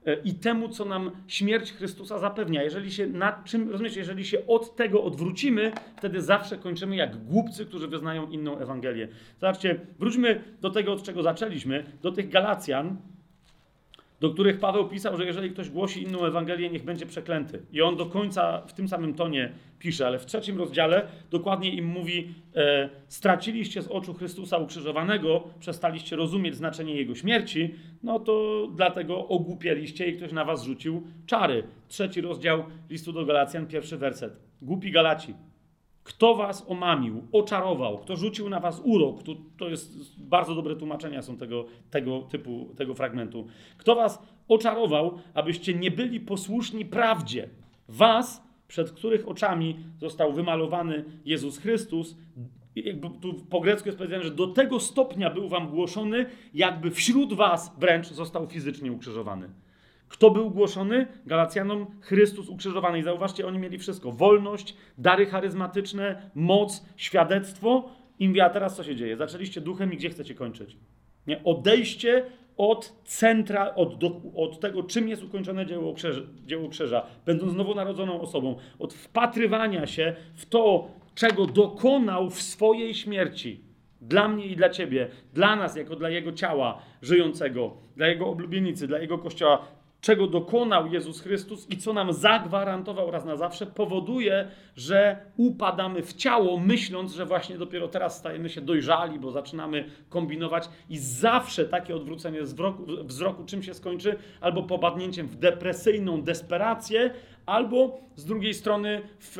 i temu, co nam śmierć Chrystusa zapewnia. Jeżeli się nad czym, rozumiecie, jeżeli się od tego odwrócimy, wtedy zawsze kończymy jak głupcy, którzy wyznają inną Ewangelię. Zobaczcie, wróćmy do tego, od czego zaczęliśmy, do tych Galacjan, do których Paweł pisał, że jeżeli ktoś głosi inną Ewangelię, niech będzie przeklęty. I on do końca w tym samym tonie pisze, ale w trzecim rozdziale dokładnie im mówi, e, straciliście z oczu Chrystusa ukrzyżowanego, przestaliście rozumieć znaczenie Jego śmierci, no to dlatego ogłupieliście i ktoś na was rzucił czary. Trzeci rozdział listu do Galacjan, pierwszy werset. Głupi Galaci. Kto was omamił, oczarował, kto rzucił na was urok, to, to jest bardzo dobre tłumaczenia są tego, tego typu, tego fragmentu. Kto was oczarował, abyście nie byli posłuszni prawdzie. Was, przed których oczami został wymalowany Jezus Chrystus. Jakby tu po grecku jest powiedziane, że do tego stopnia był wam głoszony, jakby wśród was wręcz został fizycznie ukrzyżowany. Kto był głoszony? Galacjanom Chrystus ukrzyżowany. I zauważcie, oni mieli wszystko. Wolność, dary charyzmatyczne, moc, świadectwo. I mówi, a teraz co się dzieje? Zaczęliście duchem i gdzie chcecie kończyć? Nie? Odejście od centra, od, do, od tego, czym jest ukończone dzieło krzyża, dzieło krzyża, będąc nowonarodzoną osobą, od wpatrywania się w to, czego dokonał w swojej śmierci. Dla mnie i dla ciebie, dla nas, jako dla Jego ciała żyjącego, dla Jego oblubienicy, dla Jego Kościoła, czego dokonał Jezus Chrystus i co nam zagwarantował raz na zawsze, powoduje, że upadamy w ciało, myśląc, że właśnie dopiero teraz stajemy się dojrzali, bo zaczynamy kombinować i zawsze takie odwrócenie wzroku, wzroku czym się skończy? Albo popadnięciem w depresyjną desperację, albo z drugiej strony w,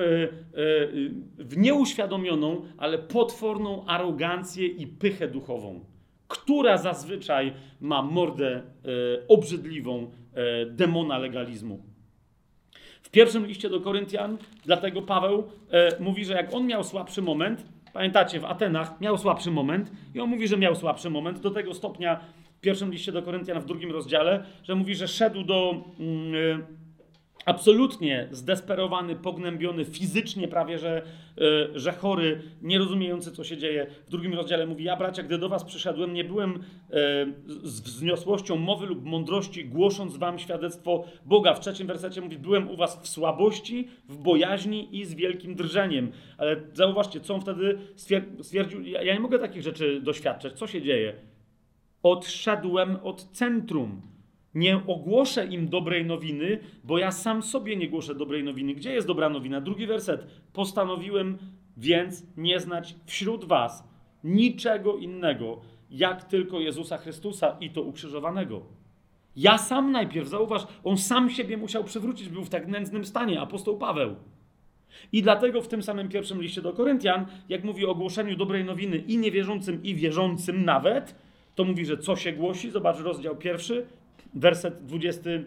w nieuświadomioną, ale potworną arogancję i pychę duchową, która zazwyczaj ma mordę e, obrzydliwą e, demona legalizmu. W pierwszym liście do Koryntian, dlatego Paweł e, mówi, że jak on miał słabszy moment, pamiętacie, w Atenach miał słabszy moment i on mówi, że miał słabszy moment do tego stopnia w pierwszym liście do Koryntian w drugim rozdziale, że mówi, że szedł do... Mm, absolutnie zdesperowany, pognębiony, fizycznie prawie, że, yy, że chory, nie rozumiejący, co się dzieje. W drugim rozdziale mówi, ja bracia, gdy do was przyszedłem, nie byłem yy, z wzniosłością mowy lub mądrości, głosząc wam świadectwo Boga. W trzecim wersecie mówi, byłem u was w słabości, w bojaźni i z wielkim drżeniem. Ale zauważcie, co on wtedy stwierdził, ja, ja nie mogę takich rzeczy doświadczać. Co się dzieje? Odszedłem od centrum. Nie ogłoszę im dobrej nowiny, bo ja sam sobie nie głoszę dobrej nowiny. Gdzie jest dobra nowina? Drugi werset. Postanowiłem więc nie znać wśród was niczego innego, jak tylko Jezusa Chrystusa i to ukrzyżowanego. Ja sam najpierw, zauważ, on sam siebie musiał przywrócić, był w tak nędznym stanie, apostoł Paweł. I dlatego w tym samym pierwszym liście do Koryntian, jak mówi o ogłoszeniu dobrej nowiny i niewierzącym, i wierzącym nawet, to mówi, że co się głosi? Zobacz rozdział pierwszy, werset dwudziesty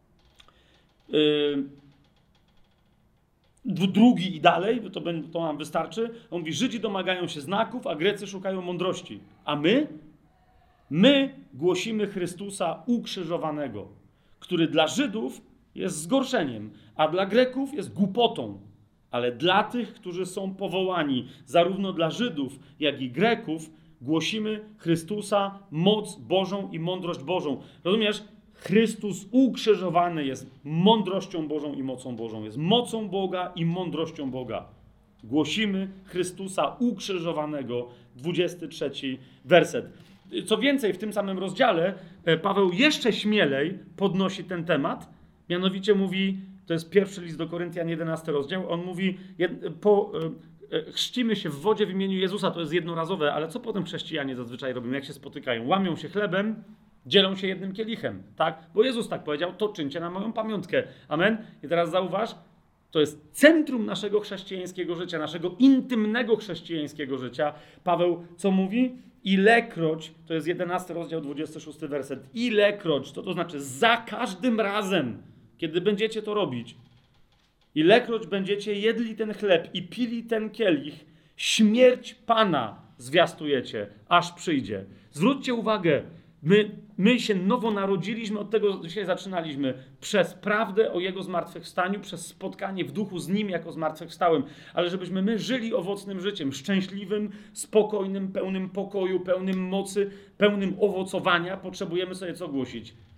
drugi i dalej, to, to nam wystarczy. On mówi, Żydzi domagają się znaków, a Grecy szukają mądrości. A my? My głosimy Chrystusa ukrzyżowanego, który dla Żydów jest zgorszeniem, a dla Greków jest głupotą. Ale dla tych, którzy są powołani, zarówno dla Żydów, jak i Greków, głosimy Chrystusa, moc Bożą i mądrość Bożą. Rozumiesz? Chrystus ukrzyżowany jest mądrością Bożą i mocą Bożą. Jest mocą Boga i mądrością Boga. Głosimy Chrystusa ukrzyżowanego. dwudziesty trzeci werset. Co więcej, w tym samym rozdziale Paweł jeszcze śmielej podnosi ten temat. Mianowicie mówi, to jest pierwszy list do Koryntian, jedenasty rozdział, on mówi, po... chrzcimy się w wodzie w imieniu Jezusa, to jest jednorazowe, ale co potem chrześcijanie zazwyczaj robią, jak się spotykają? Łamią się chlebem, dzielą się jednym kielichem, tak? Bo Jezus tak powiedział, to czyńcie na moją pamiątkę. Amen? I teraz zauważ, to jest centrum naszego chrześcijańskiego życia, naszego intymnego chrześcijańskiego życia. Paweł co mówi? Ilekroć, to jest jedenasty rozdział, dwudziesty szósty werset, ilekroć, to to znaczy za każdym razem, kiedy będziecie to robić, ilekroć będziecie jedli ten chleb i pili ten kielich, śmierć Pana zwiastujecie, aż przyjdzie. Zwróćcie uwagę, my, my się nowo narodziliśmy, od tego dzisiaj zaczynaliśmy, przez prawdę o Jego zmartwychwstaniu, przez spotkanie w duchu z Nim jako zmartwychwstałym, ale żebyśmy my żyli owocnym życiem, szczęśliwym, spokojnym, pełnym pokoju, pełnym mocy, pełnym owocowania, potrzebujemy sobie co głosić?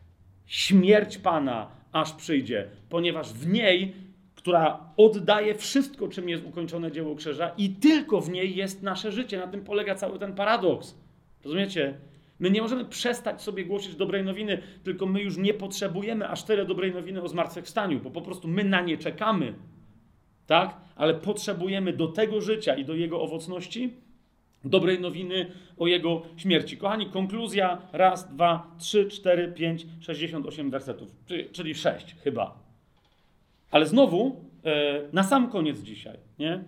śmierć Pana aż przyjdzie, ponieważ w niej, która oddaje wszystko, czym jest ukończone dzieło krzyża i tylko w niej jest nasze życie. Na tym polega cały ten paradoks. Rozumiecie? My nie możemy przestać sobie głosić dobrej nowiny, tylko my już nie potrzebujemy aż tyle dobrej nowiny o zmartwychwstaniu, bo po prostu my na nie czekamy. Tak? Ale potrzebujemy do tego życia i do jego owocności dobrej nowiny o jego śmierci. Kochani, konkluzja. Raz, dwa, trzy, cztery, pięć, sześćdziesiąt osiem wersetów. Czyli sześć chyba. Ale znowu, e, na sam koniec dzisiaj, nie?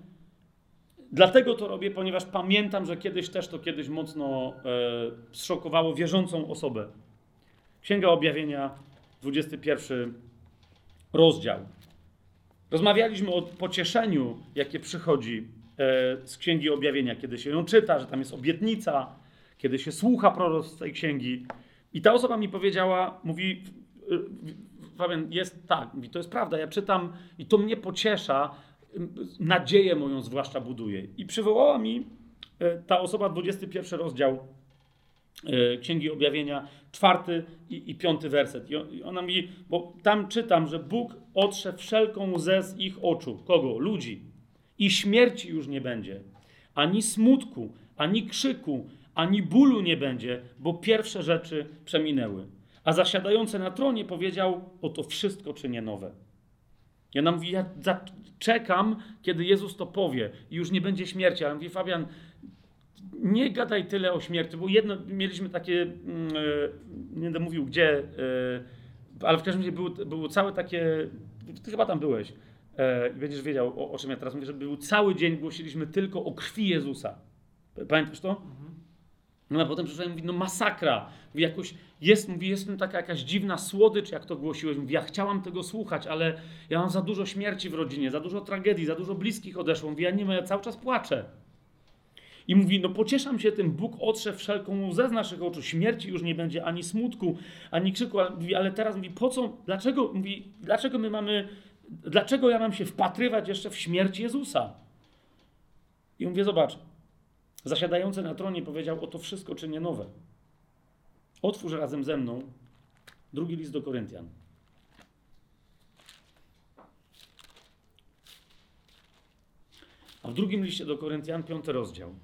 Dlatego to robię, ponieważ pamiętam, że kiedyś też to kiedyś mocno e, zszokowało wierzącą osobę. Księga Objawienia, dwudziesty pierwszy rozdział. Rozmawialiśmy o pocieszeniu, jakie przychodzi e, z Księgi Objawienia, kiedy się ją czyta, że tam jest obietnica, kiedy się słucha proroctw tej księgi. I ta osoba mi powiedziała, mówi, Fabian, jest tak, mówi, to jest prawda, ja czytam i to mnie pociesza, nadzieję moją zwłaszcza buduje. I przywołała mi ta osoba dwudziesty pierwszy rozdział Księgi Objawienia, czwarty i, i piąty werset. I ona mówi, bo tam czytam, że Bóg otrze wszelką łzę z ich oczu. Kogo? Ludzi. I śmierci już nie będzie. Ani smutku, ani krzyku, ani bólu nie będzie, bo pierwsze rzeczy przeminęły. A zasiadający na tronie powiedział, oto wszystko czynię nowe. I ona mówi, ja czekam, kiedy Jezus to powie i już nie będzie śmierci. Ale mówi, Fabian, nie gadaj tyle o śmierci, bo jedno, mieliśmy takie, yy, nie będę mówił gdzie, yy, ale w każdym razie było, było całe takie, ty chyba tam byłeś yy, i będziesz wiedział, o, o czym ja teraz mówię, że był cały dzień głosiliśmy tylko o krwi Jezusa. Pamiętasz to? Mhm. No a potem przyszedłem i mówi, no masakra. Mówi, jakoś jest, mówi, jest taka jakaś dziwna słodycz, jak to głosiłeś. Mówi, ja chciałam tego słuchać, ale ja mam za dużo śmierci w rodzinie, za dużo tragedii, za dużo bliskich odeszło. Mówi, ja nie wiem, ja cały czas płaczę. I mówi, no pocieszam się tym, Bóg otrze wszelką łzę z naszych oczu, śmierci już nie będzie, ani smutku, ani krzyku. Ale, mówi, ale teraz mówi, po co, dlaczego, mówi, dlaczego my mamy, dlaczego ja mam się wpatrywać jeszcze w śmierć Jezusa? I mówię, zobacz, zasiadający na tronie powiedział, oto wszystko czynię nowe. Otwórz razem ze mną drugi list do Koryntian. A w drugim liście do Koryntian, piąty rozdział.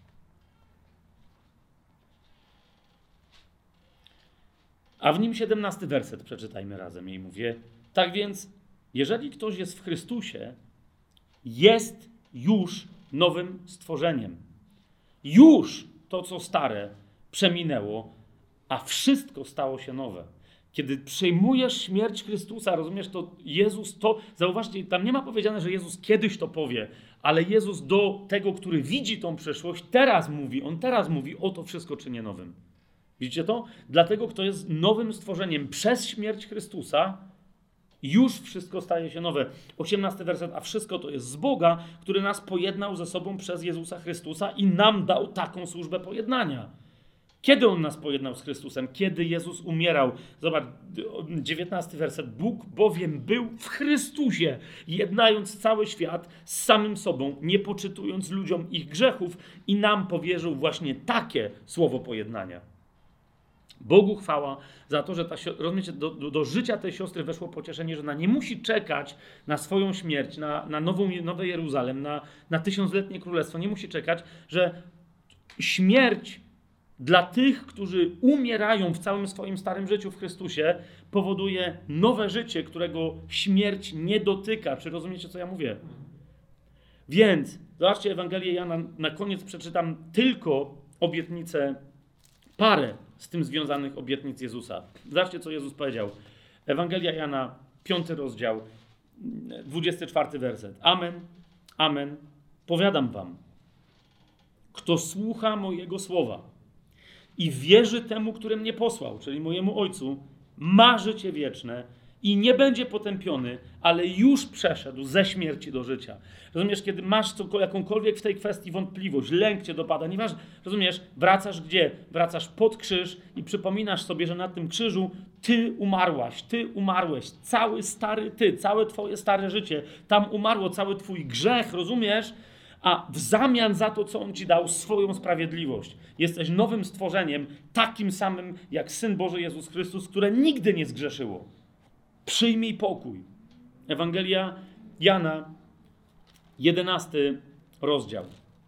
A w nim siedemnasty werset przeczytajmy razem. I mówię, tak więc, jeżeli ktoś jest w Chrystusie, jest już nowym stworzeniem. Już to, co stare, przeminęło, a wszystko stało się nowe. Kiedy przyjmujesz śmierć Chrystusa, rozumiesz, to Jezus to, zauważcie, tam nie ma powiedziane, że Jezus kiedyś to powie, ale Jezus do tego, który widzi tą przyszłość, teraz mówi, On teraz mówi, oto wszystko czynię nowym. Widzicie to? Dlatego, kto jest nowym stworzeniem przez śmierć Chrystusa, już wszystko staje się nowe. osiemnasty werset, a wszystko to jest z Boga, który nas pojednał ze sobą przez Jezusa Chrystusa i nam dał taką służbę pojednania. Kiedy On nas pojednał z Chrystusem? Kiedy Jezus umierał. Zobacz, dziewiętnasty werset. Bóg bowiem był w Chrystusie, jednając cały świat z samym sobą, nie poczytując ludziom ich grzechów i nam powierzył właśnie takie słowo pojednania. Bogu chwała za to, że ta, rozumiecie, do, do, do życia tej siostry weszło pocieszenie, że ona nie musi czekać na swoją śmierć, na, na nową, nowe Jeruzalem, na, na tysiącletnie królestwo. Nie musi czekać, że śmierć dla tych, którzy umierają w całym swoim starym życiu w Chrystusie, powoduje nowe życie, którego śmierć nie dotyka. Czy rozumiecie, co ja mówię? Więc, zobaczcie Ewangelię Jana, na koniec przeczytam tylko obietnicę, parę z tym związanych obietnic Jezusa. Zobaczcie, co Jezus powiedział. Ewangelia Jana, piąty rozdział, dwudziesty czwarty werset. Amen, amen, powiadam wam, kto słucha mojego słowa i wierzy temu, który mnie posłał, czyli mojemu Ojcu, ma życie wieczne i nie będzie potępiony, ale już przeszedł ze śmierci do życia. Rozumiesz, kiedy masz co, jakąkolwiek w tej kwestii wątpliwość, lęk cię dopada, nieważne, rozumiesz, wracasz gdzie? Wracasz pod krzyż i przypominasz sobie, że na tym krzyżu ty umarłaś, ty umarłeś, cały stary ty, całe twoje stare życie, tam umarło, cały twój grzech, rozumiesz? a w zamian za to, co On ci dał, swoją sprawiedliwość. Jesteś nowym stworzeniem, takim samym jak Syn Boży Jezus Chrystus, które nigdy nie zgrzeszyło. Przyjmij pokój. Ewangelia Jana, jedenasty rozdział.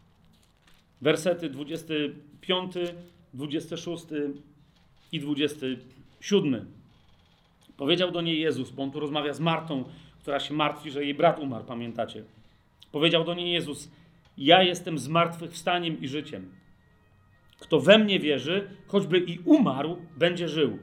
Wersety dwudziesty piąty, dwudziesty szósty i dwudziesty siódmy. Powiedział do niej Jezus, bo On tu rozmawia z Martą, która się martwi, że jej brat umarł, pamiętacie? Powiedział do niej Jezus, ja jestem zmartwychwstaniem i życiem. Kto we mnie wierzy, choćby i umarł, będzie żył.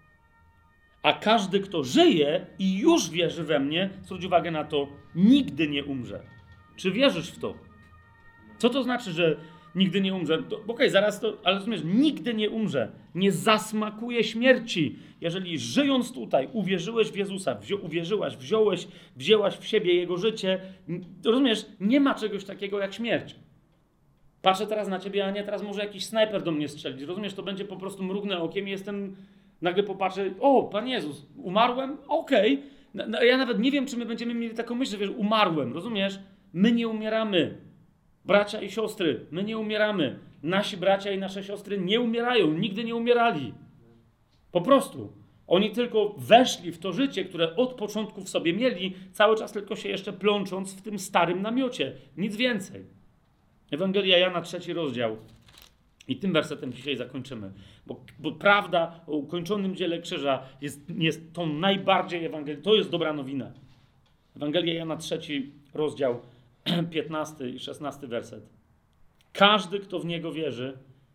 A każdy, kto żyje i już wierzy we mnie, zwróć uwagę na to, nigdy nie umrze. Czy wierzysz w to? Co to znaczy, że nigdy nie umrze? Okej, okay, zaraz to, ale rozumiesz, nigdy nie umrze. Nie zasmakuje śmierci. Jeżeli żyjąc tutaj uwierzyłeś w Jezusa, wzi- uwierzyłaś, wziąłeś, wzięłaś w siebie Jego życie, rozumiesz, nie ma czegoś takiego jak śmierć. Patrzę teraz na ciebie, a nie teraz może jakiś snajper do mnie strzelić. Rozumiesz, to będzie po prostu mrugnę okiem i jestem, nagle popatrzę, o, Pan Jezus, umarłem? Okej. Okay. No, no, ja nawet nie wiem, czy my będziemy mieli taką myśl, że wiesz, umarłem, rozumiesz? My nie umieramy. Bracia i siostry, my nie umieramy. Nasi bracia i nasze siostry nie umierają, nigdy nie umierali. Po prostu. Oni tylko weszli w to życie, które od początku w sobie mieli, cały czas tylko się jeszcze plącząc w tym starym namiocie. Nic więcej. Ewangelia Jana, trzeci rozdział. I tym wersetem dzisiaj zakończymy. Bo, bo prawda o ukończonym dziele krzyża jest, jest tą najbardziej Ewangelią. To jest dobra nowina. Ewangelia Jana, trzeci rozdział, piętnasty i szesnasty werset. Każdy, kto w Niego wierzy,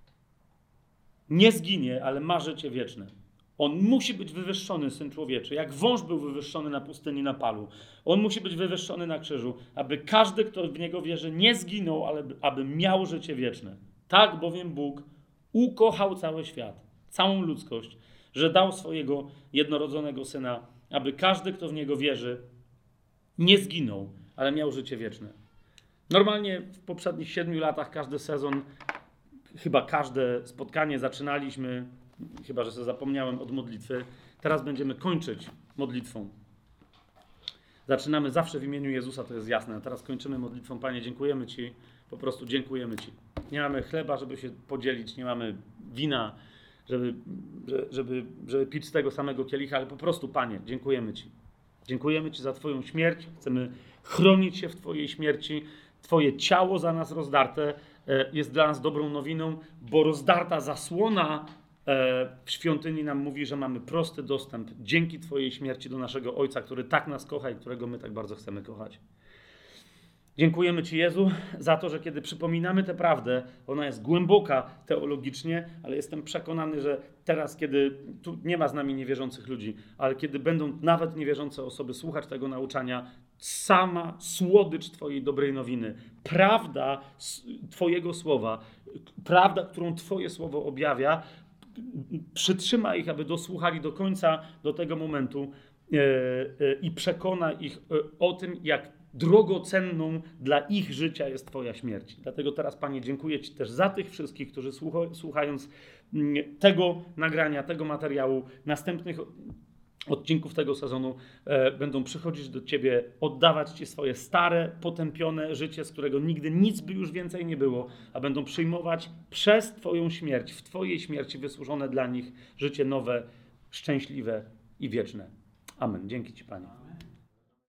nie zginie, ale ma życie wieczne. On musi być wywyższony, Syn Człowieczy, jak wąż był wywyższony na pustyni na Palu. On musi być wywyższony na krzyżu, aby każdy, kto w Niego wierzy, nie zginął, ale aby miał życie wieczne. Tak bowiem Bóg ukochał cały świat, całą ludzkość, że dał swojego jednorodzonego Syna, aby każdy, kto w Niego wierzy, nie zginął, ale miał życie wieczne. Normalnie w poprzednich siedmiu latach każdy sezon, chyba każde spotkanie zaczynaliśmy, chyba że sobie zapomniałem, od modlitwy. Teraz będziemy kończyć modlitwą. Zaczynamy zawsze w imieniu Jezusa, to jest jasne. A teraz kończymy modlitwą. Panie, dziękujemy Ci, po prostu dziękujemy Ci. Nie mamy chleba, żeby się podzielić, nie mamy wina, żeby, żeby, żeby pić z tego samego kielicha, ale po prostu, Panie, dziękujemy Ci. Dziękujemy Ci za Twoją śmierć. Chcemy chronić się w Twojej śmierci. Twoje ciało za nas rozdarte jest dla nas dobrą nowiną, bo rozdarta zasłona w świątyni nam mówi, że mamy prosty dostęp dzięki Twojej śmierci do naszego Ojca, który tak nas kocha i którego my tak bardzo chcemy kochać. Dziękujemy Ci, Jezu, za to, że kiedy przypominamy tę prawdę, ona jest głęboka teologicznie, ale jestem przekonany, że teraz, kiedy tu nie ma z nami niewierzących ludzi, ale kiedy będą nawet niewierzące osoby słuchać tego nauczania, sama słodycz Twojej dobrej nowiny, prawda Twojego słowa, prawda, którą Twoje słowo objawia, przytrzyma ich, aby dosłuchali do końca, do tego momentu yy, yy, i przekona ich yy, o tym, jak drogocenną dla ich życia jest Twoja śmierć. Dlatego teraz, Panie, dziękuję Ci też za tych wszystkich, którzy słucha, słuchając yy, tego nagrania, tego materiału, następnych odcinków tego sezonu e, będą przychodzić do Ciebie, oddawać Ci swoje stare, potępione życie, z którego nigdy nic by już więcej nie było, a będą przyjmować przez Twoją śmierć, w Twojej śmierci wysłużone dla nich życie nowe, szczęśliwe i wieczne. Amen. Dzięki Ci, Panie.